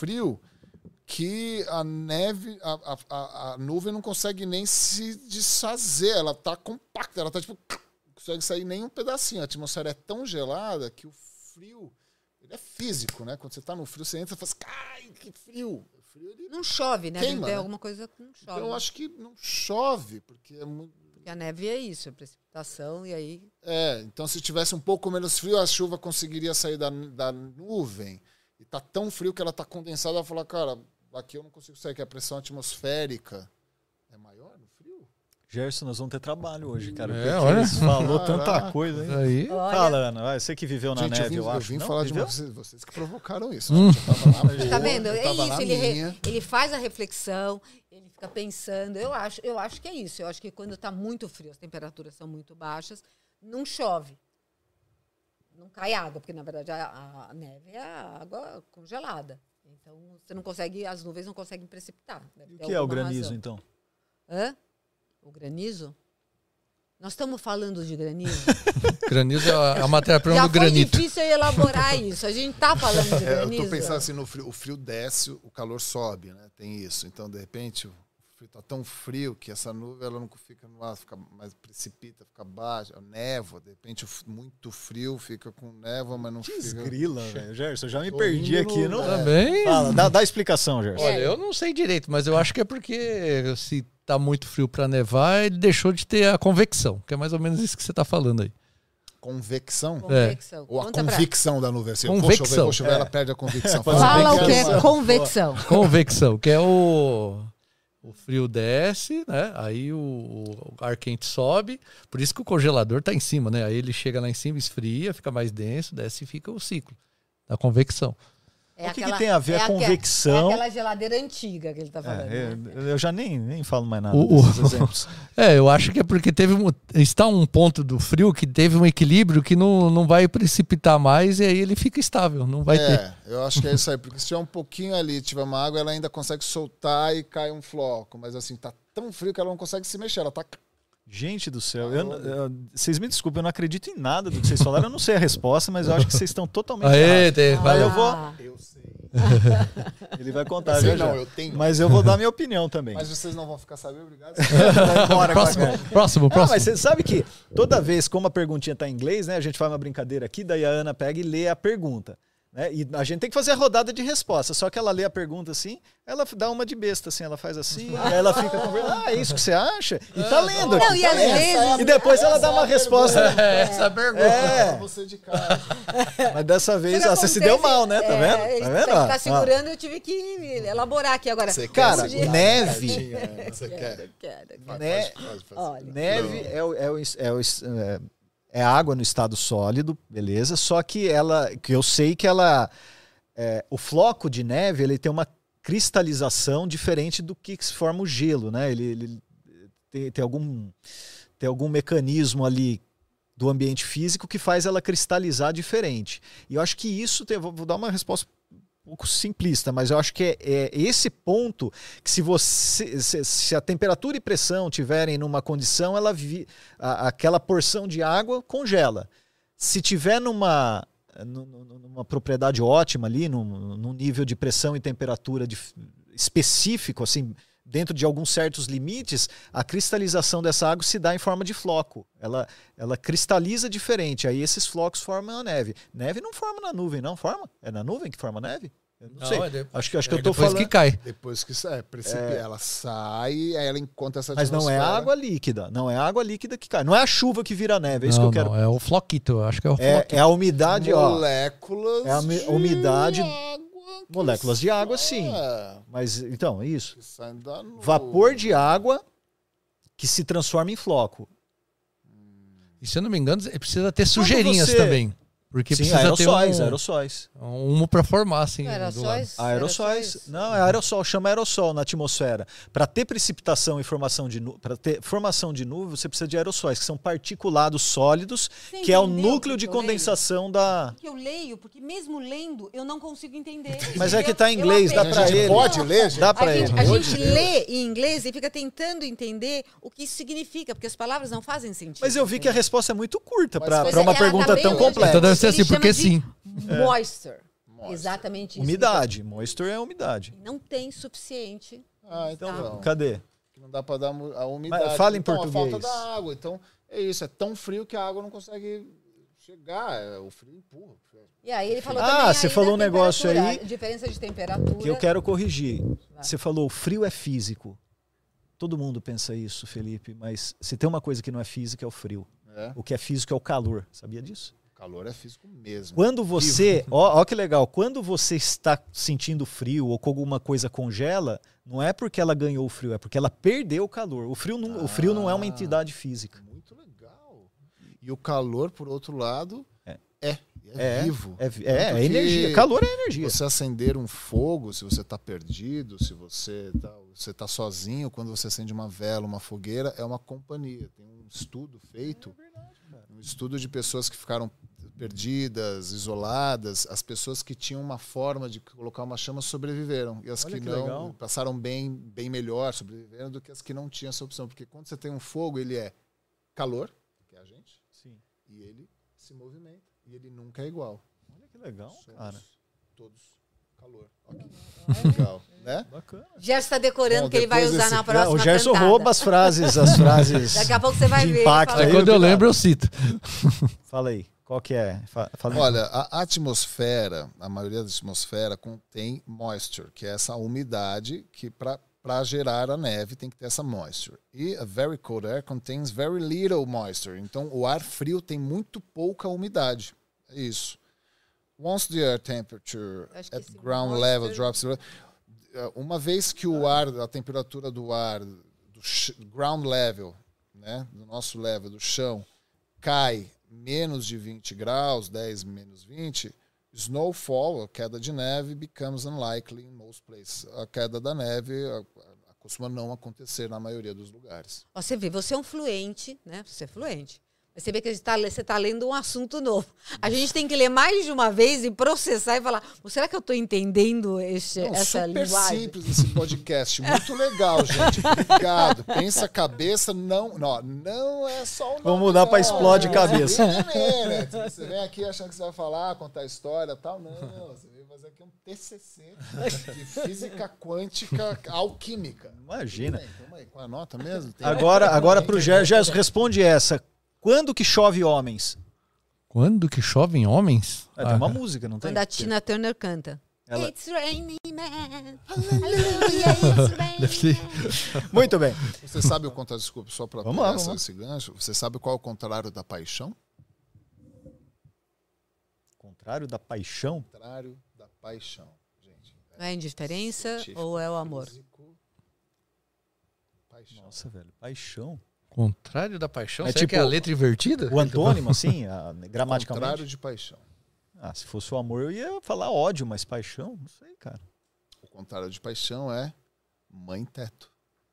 que a neve, a nuvem não consegue nem se desfazer. Ela está compacta, ela está tipo, não consegue sair nem um pedacinho. A atmosfera é tão gelada que o frio, ele é físico, né? Quando você está no frio, você entra e fala assim, ai, que frio. Não chove, né? Queima, tem né? alguma coisa que não chove. Então, eu acho que não chove, porque é muito... Porque a neve é isso, é precipitação, e aí... então se tivesse um pouco menos frio, a chuva conseguiria sair da nuvem. E tá tão frio que ela tá condensada, ela fala, cara, aqui eu não consigo sair, que a pressão atmosférica é maior no frio. Gerson, nós vamos ter trabalho hoje, cara. Olha. Eles falou tanta coisa, hein? Aí. Fala, Ana. Você que viveu na neve, eu acho. Eu vim não? falar Viveu? de vocês que provocaram isso. Eu tava na Tá vendo? eu tava na minha. Ele faz a reflexão, ele fica pensando. Eu acho que é isso. Eu acho que quando tá muito frio, as temperaturas são muito baixas, não chove. Não cai água, porque na verdade a neve é a água congelada. Então você não consegue, as nuvens não conseguem precipitar. O que é o granizo, então? O granizo? Nós estamos falando de granizo? Granizo é a matéria-prima do granito. Foi difícil elaborar isso. A gente tá falando de granizo. Eu tô pensando assim, o frio desce, o calor sobe, né? Tem isso. Então, de repente, o frio tá tão frio que essa nuvem ela não fica no ar, fica mais precipita, fica baixa, névoa. De repente, muito frio fica com névoa, mas não fica... Desgrila, velho. Gerson, eu já me perdi aqui. Não... Também? Fala, dá a explicação, Gerson. Olha, eu não sei direito, mas eu acho que é porque se tá muito frio para nevar, ele deixou de ter a convecção, que é mais ou menos isso que você tá falando aí. Convecção? Ou a convicção da nuvem. Assim, convecção. Vou chover, ela perde a convicção. Fala o que é convecção. Convecção, que é o frio desce, né? Aí o ar quente sobe, por isso que o congelador tá em cima, né? Aí ele chega lá em cima, esfria, fica mais denso, desce e fica o ciclo da convecção. O que tem a ver a convecção? É aquela geladeira antiga que ele está falando. Eu já nem falo mais nada desses exemplos. Eu acho que é porque está um ponto do frio que teve um equilíbrio que não vai precipitar mais e aí ele fica estável, não vai ter. Eu acho que é isso aí, porque se tiver um pouquinho ali, tiver uma água, ela ainda consegue soltar e cai um floco, mas assim, tá tão frio que ela não consegue se mexer, ela tá... Gente do céu, vocês me desculpem, eu não acredito em nada do que vocês falaram, eu não sei a resposta, mas eu acho que vocês estão totalmente errados. Mas eu sei. Ele vai contar, eu tenho. Mas eu vou dar minha opinião também. Mas vocês não vão ficar sabendo, obrigado. Próximo. Mas você sabe que toda vez, como a perguntinha está em inglês, né, a gente faz uma brincadeira aqui, daí a Ana pega e lê a pergunta. Né? E a gente tem que fazer a rodada de resposta. Só que ela lê a pergunta assim, ela dá uma de besta, assim, ela faz assim, aí ela fica conversando. É isso que você acha? E tá lendo. Não, e às vezes... E depois ela dá uma resposta. Essa pergunta. Você de cara. Mas dessa vez você se deu mal, né? Tá vendo? Tá vendo? Tá segurando, eu tive que elaborar aqui agora. Cara, neve. Você quer? Quero. Neve é água no estado sólido, beleza? Só que eu sei que o floco de neve, ele tem uma cristalização diferente do que se forma o gelo, né? Ele tem algum mecanismo ali do ambiente físico que faz ela cristalizar diferente. E eu acho que isso vou dar uma resposta um pouco simplista, mas eu acho que é esse ponto que se a temperatura e pressão tiverem numa condição, aquela porção de água congela. Se tiver numa propriedade ótima ali, num nível de pressão e temperatura específico, assim, dentro de alguns certos limites, a cristalização dessa água se dá em forma de floco. Ela cristaliza diferente, aí esses flocos formam a neve. Neve não forma na nuvem, não forma? É na nuvem que forma neve? Eu não sei. Acho que eu tô falando... Depois que cai. Depois que sai, ela sai, aí ela encontra essa Mas atmosfera. não é água líquida. Não é água líquida que cai. Não é a chuva que vira neve, é isso que eu quero... Não, é o floquito, acho que é o floquito. É a umidade, Moléculas a umidade... de água. Moléculas de água, sim. Mas, então, isso. Da Vapor de água que se transforma em floco. E se eu não me engano, precisa ter sujeirinhas também. Porque sim, precisa aerossóis. ter humo para formar, assim. Aerossóis. Não, é aerossol, chama aerossol na atmosfera. Para ter precipitação e formação de nuvem, para ter formação de nuvem, você precisa de aerossóis, que são particulados sólidos, que é o núcleo de condensação da... Que eu leio, porque mesmo lendo, eu não consigo entender. Mas é que tá em inglês, dá para ele. Pode ler, gente? Dá para ele. A gente lê em inglês e fica tentando entender o que isso significa, porque as palavras não fazem sentido. Mas eu vi que a resposta é muito curta para Mas uma pergunta tão complexa. Então deve ser assim, porque sim. Moisture. Exatamente isso. Umidade. Moisture é umidade. Não tem suficiente. Então cadê? Não dá para dar a umidade. Mas fala em então, português. A falta da água. Então, é isso. É tão frio que a água não consegue chegar. O frio empurra. E aí ele falou também você falou um negócio aí... Diferença de temperatura. Que eu quero corrigir. Você falou, o frio é físico. Todo mundo pensa isso, Felipe. Mas se tem uma coisa que não é física, é o frio. O que é físico é o calor. Sabia disso? O calor é físico mesmo. Quando você... Ó que legal. Quando você está sentindo frio ou que alguma coisa congela, não é porque ela ganhou o frio, é porque ela perdeu o calor. O frio não é uma entidade física. Muito legal. E o calor, por outro lado, é vivo. É energia. Calor é energia. Você acender um fogo, se você está perdido, se você está sozinho, quando você acende uma vela, uma fogueira, é uma companhia. Tem um estudo feito, um estudo de pessoas que ficaram perdidas, isoladas. As pessoas que tinham uma forma de colocar uma chama sobreviveram. E as que não legal. Passaram bem melhor, sobreviveram, do que as que não tinham essa opção. Porque quando você tem um fogo, ele é calor, que é a gente, sim. E ele se movimenta. E ele nunca é igual. Olha que legal, cara. Todos calor. Okay. Legal, né? Bacana. Gerson está decorando que ele vai usar na próxima O Gerson cantada. rouba as frases Daqui a pouco você vai ver. Aí quando eu lembro, eu cito. Fala aí, qual que é? Olha, a atmosfera, a maioria da atmosfera contém moisture, que é essa umidade que para gerar a neve tem que ter essa moisture. E a very cold air contains very little moisture. Então, o ar frio tem muito pouca umidade. É isso. Once the air temperature at ground level drops... Uma vez que o ar, a temperatura do ar, do ground level, né, do nosso level, do chão, cai menos de 20 graus, 10 menos 20... Snowfall, a queda de neve, becomes unlikely in most places. A queda da neve costuma não acontecer na maioria dos lugares. Você vê, você é um fluente, né? Você é fluente. Você vê que você está lendo um assunto novo. A gente tem que ler mais de uma vez e processar e falar, será que eu estou entendendo essa linguagem? Super simples esse podcast. Muito legal, gente. Obrigado. Pensa a cabeça, não é só o nome. Vamos mudar para explode cabeça. Você vem aqui achando que você vai falar, contar história e tal. Não, você vem fazer aqui um TCC de física quântica alquímica. Imagina. Então, aí, qual é a nota mesmo? Agora para o Gerson, responde essa. Quando que chove homens? Quando que chovem homens? Tem uma música, não tem? Quando a Tina Turner canta. It's raining man. Hallelujah, it's raining man. Muito bem. Você sabe o contrário, desculpa, só para pegar esse gancho, você sabe qual é o contrário da paixão? Contrário da paixão? Contrário da paixão, gente. É a indiferença ou é o amor? Paixão. Nossa, velho, paixão. Contrário da paixão? É Será tipo que é a letra invertida? O antônimo, assim, gramaticalmente. Contrário de paixão. Ah, se fosse o amor, eu ia falar ódio, mas paixão, não sei, cara. O contrário de paixão é mãe teto.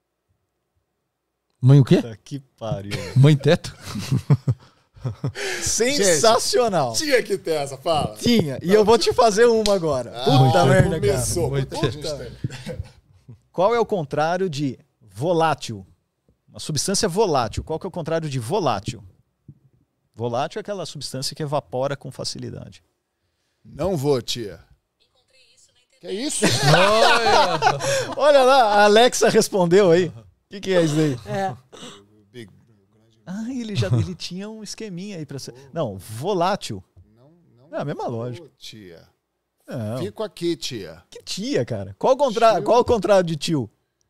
Mãe o quê? Puta que pariu. Mãe teto? Sensacional. Tinha que ter essa, fala. Tinha. E eu vou te fazer uma agora. Puta merda, começou. cara. Quanto a gente tem? Qual é o contrário de volátil? Uma substância volátil. Qual que é o contrário de volátil? Volátil é aquela substância que evapora com facilidade. Não vou, tia. Que é isso? Olha lá, a Alexa respondeu aí. O que é isso aí? Ele tinha um esqueminha aí pra ser. Não, volátil. Não. É a mesma lógica. Tia. Não. Fico aqui, tia. Que tia, cara? Qual o contrário de tio?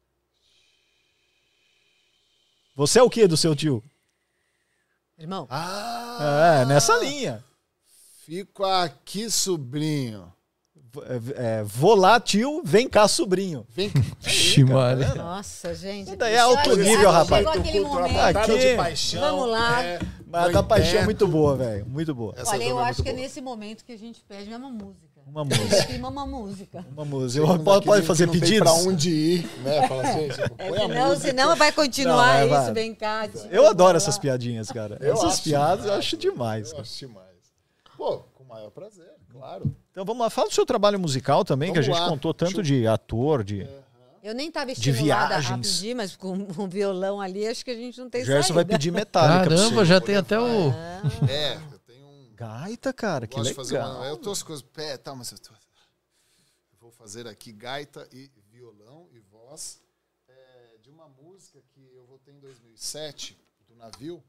Você é o que do seu tio? Irmão. Nessa linha. Fico aqui, sobrinho. Volátil, vem cá, sobrinho. Vem cá. Ximaria. Nossa, gente. Isso daí é alto nível, rapaz. Chegou aquele momento. Aqui, de paixão. Vamos lá. Mas a da paixão é muito boa, velho. Muito boa. Essa Olha, eu é acho muito que é boa. nesse momento que a gente pede uma música. Uma música. Clima uma música. Uma música. Pode fazer não tem pedidos? pra onde ir, né? Fala assim, tipo, põe a música. Senão vai continuar Não, vai. isso, vem cá. Eu adoro essas piadinhas, cara. Essas acho piadas eu demais, acho demais. Eu Cara. acho demais. Pô, com o maior prazer, claro. Então vamos lá. Fala do seu trabalho musical também, que a Vamos gente lá. contou tanto de ator, de... Eu nem estava De estimulada a viagens. pedir, mas com um violão ali, acho que a gente não tem O Gerson saída. vai pedir Metallica pra Caramba, você. já tem até o... Eu tenho um... Gaita, cara, que Gosto de fazer legal. eu tô as coisas... mas eu vou fazer aqui gaita e violão e voz de uma música que eu votei em 2007, do Navio.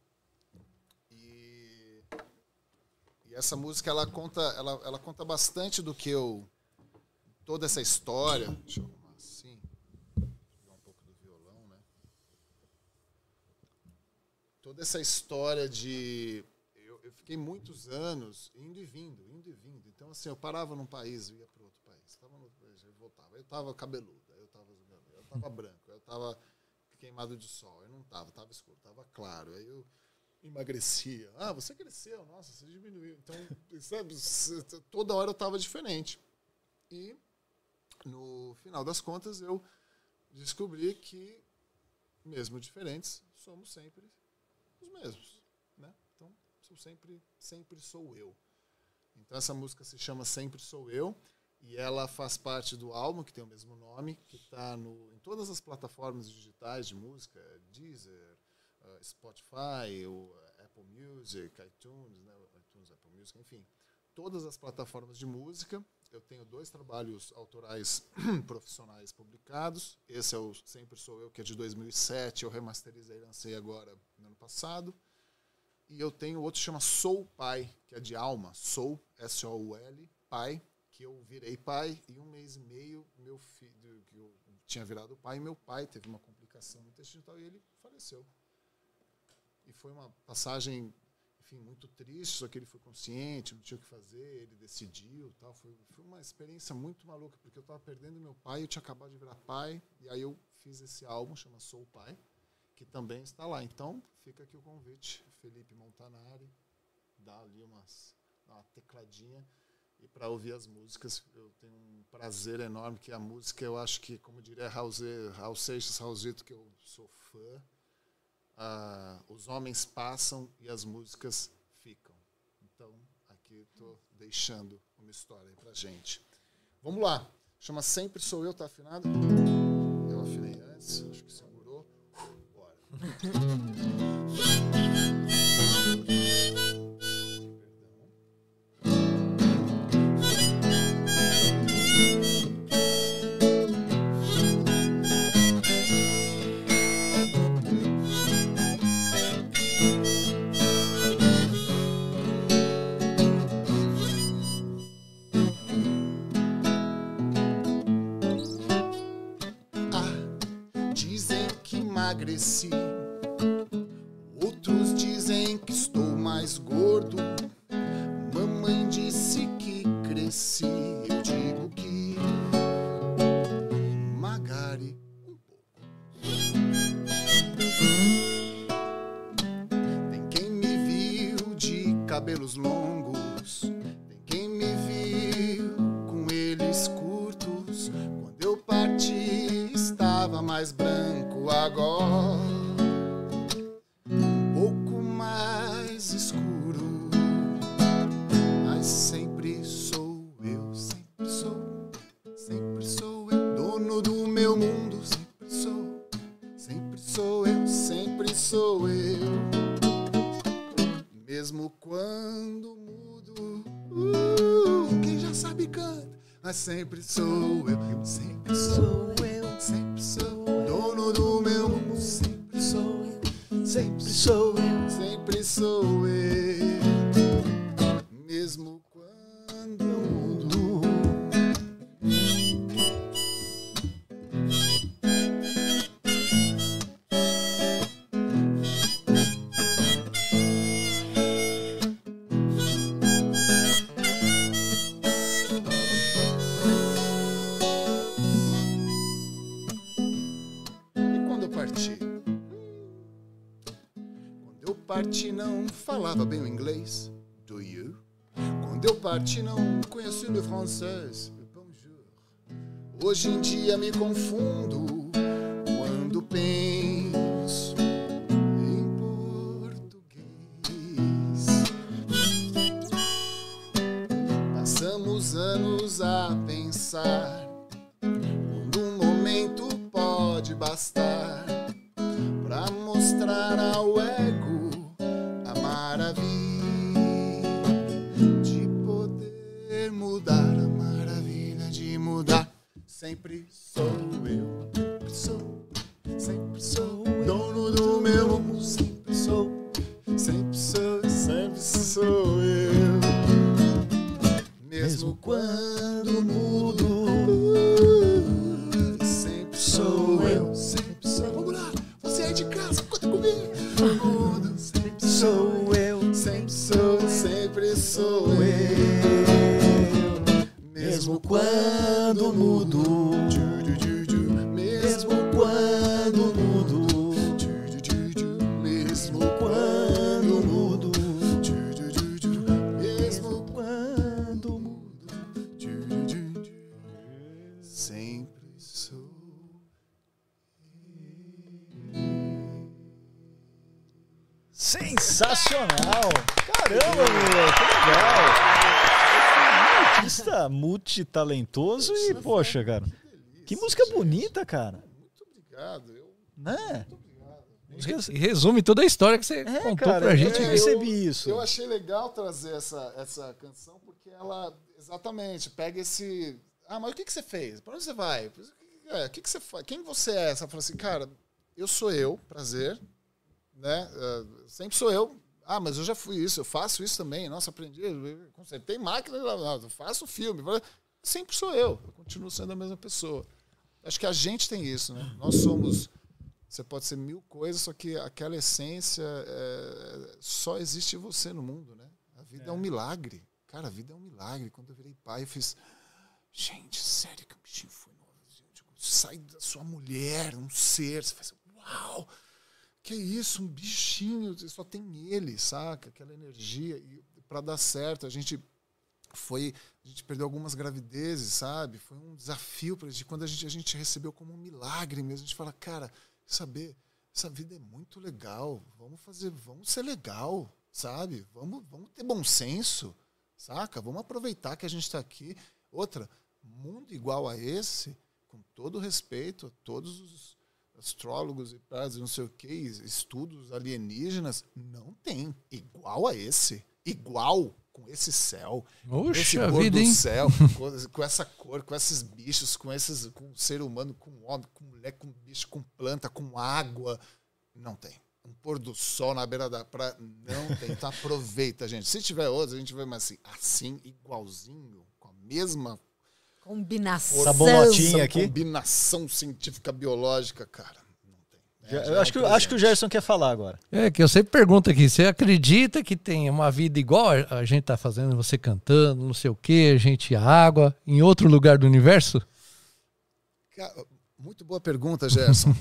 E essa música, ela conta bastante do que eu... Toda essa história... Deixa eu arrumar assim. Pegar um pouco do violão, né? Toda essa história de... Eu fiquei muitos anos indo e vindo. Então, assim, eu parava num país, eu ia para outro país. Estava no outro país, eu voltava. Eu estava cabeludo, eu estava branco, eu estava queimado de sol. Eu não estava escuro, estava claro. Aí eu emagrecia. Você cresceu, nossa, você diminuiu. Então, sabe, toda hora eu estava diferente. E, no final das contas, eu descobri que, mesmo diferentes, somos sempre os mesmos, né? Então, sempre sou eu. Então, essa música se chama Sempre Sou Eu, e ela faz parte do álbum, que tem o mesmo nome, que está em todas as plataformas digitais de música, Deezer, Spotify, o Apple Music, iTunes, né? iTunes, Apple Music, enfim. Todas as plataformas de música. Eu tenho 2 trabalhos autorais profissionais publicados. Esse é o Sempre Sou Eu, que é de 2007. Eu remasterizei e lancei agora no ano passado. E eu tenho outro que chama Sou Pai, que é de alma. Sou, S-O-U-L, pai, que eu virei pai. E 1 mês e meio, meu filho, que eu tinha virado pai, meu pai teve uma complicação intestinal e ele faleceu. E foi uma passagem... Enfim, muito triste, só que ele foi consciente, não tinha o que fazer, ele decidiu, tal. Foi uma experiência muito maluca, porque eu estava perdendo meu pai, eu tinha acabado de virar pai, e aí eu fiz esse álbum, chama Sou Pai, que também está lá. Então, fica aqui o convite, Felipe Montanari, dá ali uma tecladinha, e para ouvir as músicas, eu tenho um prazer enorme, que a música, eu acho que, como diria Raul Seixas, Raulzito, que eu sou fã, os homens passam e as músicas ficam. Então, aqui estou deixando uma história aí pra gente. Vamos lá. Chama Sempre Sou Eu, tá afinado? Eu afinei antes, acho que segurou. Bora. Dizem que emagreci, outros dizem que estou mais gordo. Mamãe disse que cresci, eu digo que magare um pouco. cabelos longos. Tem quem me viu com eles curtos. Quando eu parti, estava mais branco agora. Um pouco mais escuro. Mas sempre sou eu, sempre sou. Sempre sou eu, dono do meu mundo. Sempre sou. Sempre sou eu, sempre sou eu. Mesmo quando mudo, quem já sabe canta. Mas sempre sou eu, sempre sou eu, sempre sou eu, dono do meu mundo. Sempre sou eu, sempre sou eu, sempre sou eu. Mesmo quando mudo. Parti não falava bem o inglês. Do you? Quando eu parti não conheci o francês. Bonjour. Hoje em dia me confundo quando penso em português. Passamos anos a pensar quando um momento pode bastar pra mostrar ao ego a maravilha de poder mudar, a maravilha de mudar. Sempre sou eu, sempre sou dono do meu mundo. Sempre sou, sempre sou, sempre sou eu. Mesmo quando mudo, sempre sou eu, sempre sou. Vamos lá, você aí de casa, conta comigo. Mudo, sempre sou eu, sempre sou, sempre sou eu. Mesmo quando mudo, mesmo quando mudo, mesmo quando mudo, mesmo quando mudo, sempre sou. Sensacional! Caramba, meu, que legal! Um artista multitalentoso e, poxa, cara, que música bonita, cara. Muito obrigado. Né? E resume toda a história que você contou cara, pra gente. Eu percebi isso. Eu achei legal trazer essa canção porque ela exatamente pega esse... Ah, mas o que você fez? Pra onde você vai? O que você faz? Quem você é? Você fala assim, cara, eu sou eu, prazer, né? Sempre sou eu. Ah, mas eu já fui isso, eu faço isso também. Nossa, aprendi, eu consertei máquina, eu faço filme. Sempre sou eu continuo sendo a mesma pessoa. Acho que a gente tem isso, né? Nós somos... Você pode ser 1000 coisas, só que aquela essência só existe você no mundo, né? A vida é um milagre. Cara, a vida é um milagre. Quando eu virei pai, eu fiz... Gente, sério que o bichinho foi novo? Sai da sua mulher, um ser. Você faz... Uau! Que isso, um bichinho, só tem ele, saca? Aquela energia. E para dar certo, a gente perdeu algumas gravidezes, sabe? Foi um desafio pra gente. Quando a gente recebeu como um milagre mesmo, a gente fala, cara, saber, essa vida é muito legal. Vamos ser legal, sabe? Vamos ter bom senso, saca? Vamos aproveitar que a gente está aqui. Outra, mundo igual a esse, com todo respeito a todos os astrólogos e não sei o que, estudos alienígenas, não tem igual a esse, igual com esse céu, com esse cor vida, do hein? céu, com essa cor, com esses bichos, com o ser humano, com o homem, com mulher, com bicho, com planta, com água, não tem. Um pôr do sol na beira da praia, não tem. Então aproveita, gente. Se tiver outros, a gente vai mais assim, igualzinho, com a mesma combinação. Essa bolotinha aqui. Combinação científica biológica, cara. Não tem. Eu acho que o Gerson quer falar agora. É, que eu sempre pergunto aqui, você acredita que tem uma vida igual a gente tá fazendo, você cantando, não sei o quê, a gente água, em outro lugar do universo? Cara, Muito boa pergunta, Gerson.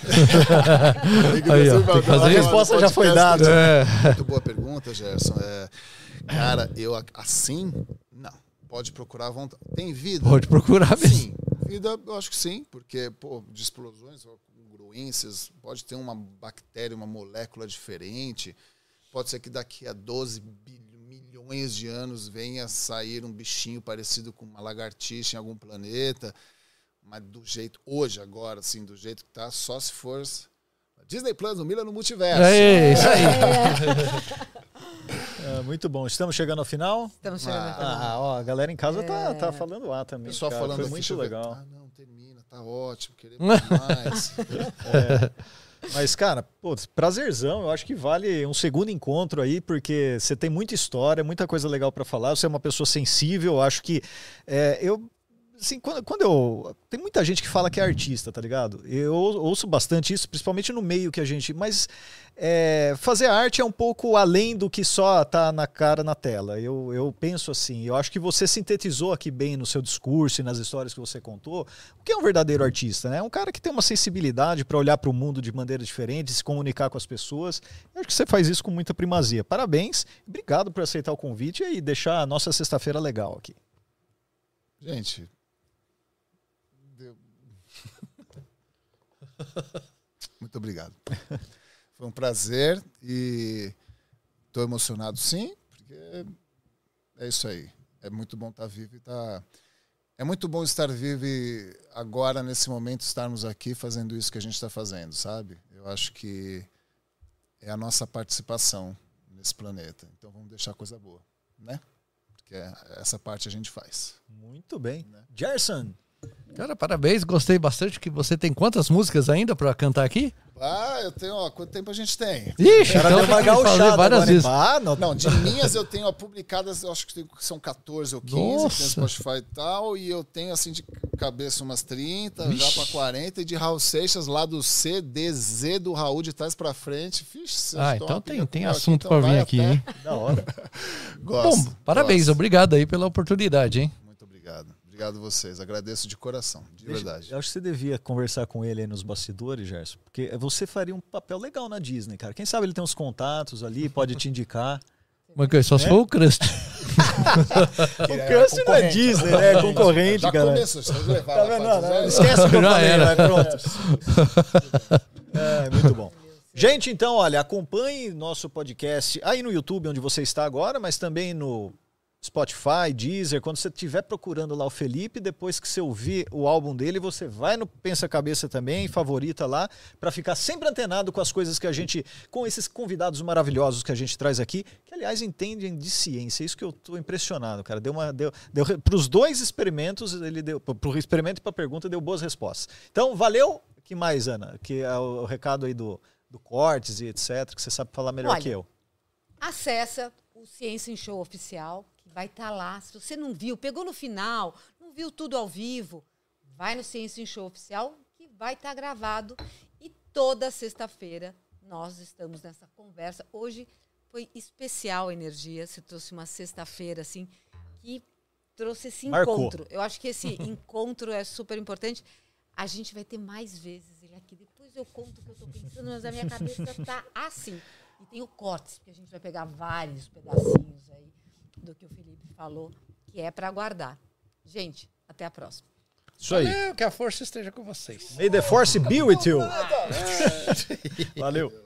Aí, ó, a resposta já foi dada. Muito boa pergunta, Gerson. Cara, eu assim, não. Pode procurar à vontade. Tem vida? Pode procurar mesmo. Sim, vida eu acho que sim, porque de explosões, congruências, pode ter uma bactéria, uma molécula diferente. Pode ser que daqui a 12 milhões de anos venha sair um bichinho parecido com uma lagartixa em algum planeta. Mas do jeito, hoje, agora, assim, do jeito que tá, só se for Disney Plus, o Mila no Multiverso. É isso aí. Muito bom. Estamos chegando ao final? Estamos chegando ao final. Ó, a galera em casa tá falando também. O pessoal falando foi aqui, muito legal. Não, termina, tá ótimo, queremos mais. Mas, cara, prazerzão. Eu acho que vale um segundo encontro aí, porque você tem muita história, muita coisa legal para falar. Você é uma pessoa sensível. Eu acho que assim, quando tem muita gente que fala que é artista, tá ligado? Eu ouço bastante isso, principalmente no meio que a gente... Mas fazer arte é um pouco além do que só tá na cara, na tela. Eu penso assim, eu acho que você sintetizou aqui bem no seu discurso e nas histórias que você contou o que é um verdadeiro artista, né? É um cara que tem uma sensibilidade para olhar para o mundo de maneira diferente, se comunicar com as pessoas. Eu acho que você faz isso com muita primazia. Parabéns, obrigado por aceitar o convite e deixar a nossa sexta-feira legal aqui. Gente... Muito obrigado. Foi um prazer e estou emocionado, sim, porque é isso aí. É muito bom estar vivo é muito bom estar vivo e agora, nesse momento, estarmos aqui fazendo isso que a gente está fazendo, sabe? Eu acho que é a nossa participação nesse planeta. Então vamos deixar coisa boa, né? Porque essa parte a gente faz. Muito bem. Né? Gerson. Cara, parabéns, gostei bastante. Que você tem quantas músicas ainda pra cantar aqui? Eu tenho, quanto tempo a gente tem? Ixi, então deu uma gauchada várias vezes. Não, de minhas eu tenho publicadas, eu acho que são 14 ou 15, Nossa. que tem Spotify e tal, e eu tenho assim de cabeça umas 30, já pra 40, e de Raul Seixas, lá do CDZ do Raul, de trás pra frente. Fixe, então tem assunto pra vir aqui, hein? Da hora. Gosto. Bom, parabéns, obrigado aí pela oportunidade, hein? Muito obrigado. Obrigado a vocês, agradeço de coração, de verdade. Eu acho que você devia conversar com ele aí nos bastidores, Gerson, porque você faria um papel legal na Disney, cara. Quem sabe ele tem uns contatos ali, pode te indicar. Mas só se for o Crust. O Crust não é Disney, né? É concorrente, já cara. Começou, você vai levar. Tá vendo? Não, esquece o que eu falei, vai, pronto. Muito bom. Gente, então, olha, acompanhe nosso podcast aí no YouTube, onde você está agora, mas também no Spotify, Deezer, quando você estiver procurando lá o Felipe, depois que você ouvir o álbum dele, você vai no Pensa Cabeça também, favorita lá, para ficar sempre antenado com as coisas que a gente, com esses convidados maravilhosos que a gente traz aqui, que aliás entendem de ciência. Isso que eu tô impressionado, cara. Deu para os dois experimentos, ele deu, para o experimento e para a pergunta, deu boas respostas. Então, valeu. Que mais, Ana? Que é o recado aí do Cortes e etc, que você sabe falar melhor que eu. Acessa o Ciência em Show oficial, que vai estar lá. Se você não viu, pegou no final, não viu tudo ao vivo, vai no Ciência em Show oficial, que vai estar gravado. E toda sexta-feira nós estamos nessa conversa. Hoje foi especial a energia, se trouxe uma sexta-feira assim, que trouxe esse encontro. Eu acho que esse encontro é super importante. A gente vai ter mais vezes ele aqui. Depois eu conto o que eu estou pensando, mas a minha cabeça está assim. E tem o Cortes, porque a gente vai pegar vários pedacinhos aí do que o Felipe falou, que é para guardar. Gente, até a próxima. Isso aí. Valeu, que a força esteja com vocês. May the force be with you. Valeu.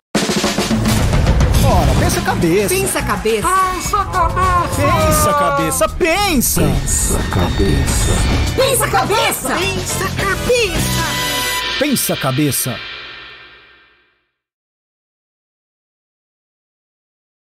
Ora, pensa a cabeça. Pensa a cabeça. Pensa a cabeça. Pensa. Pensa a cabeça. Pensa a cabeça. Pensa a cabeça.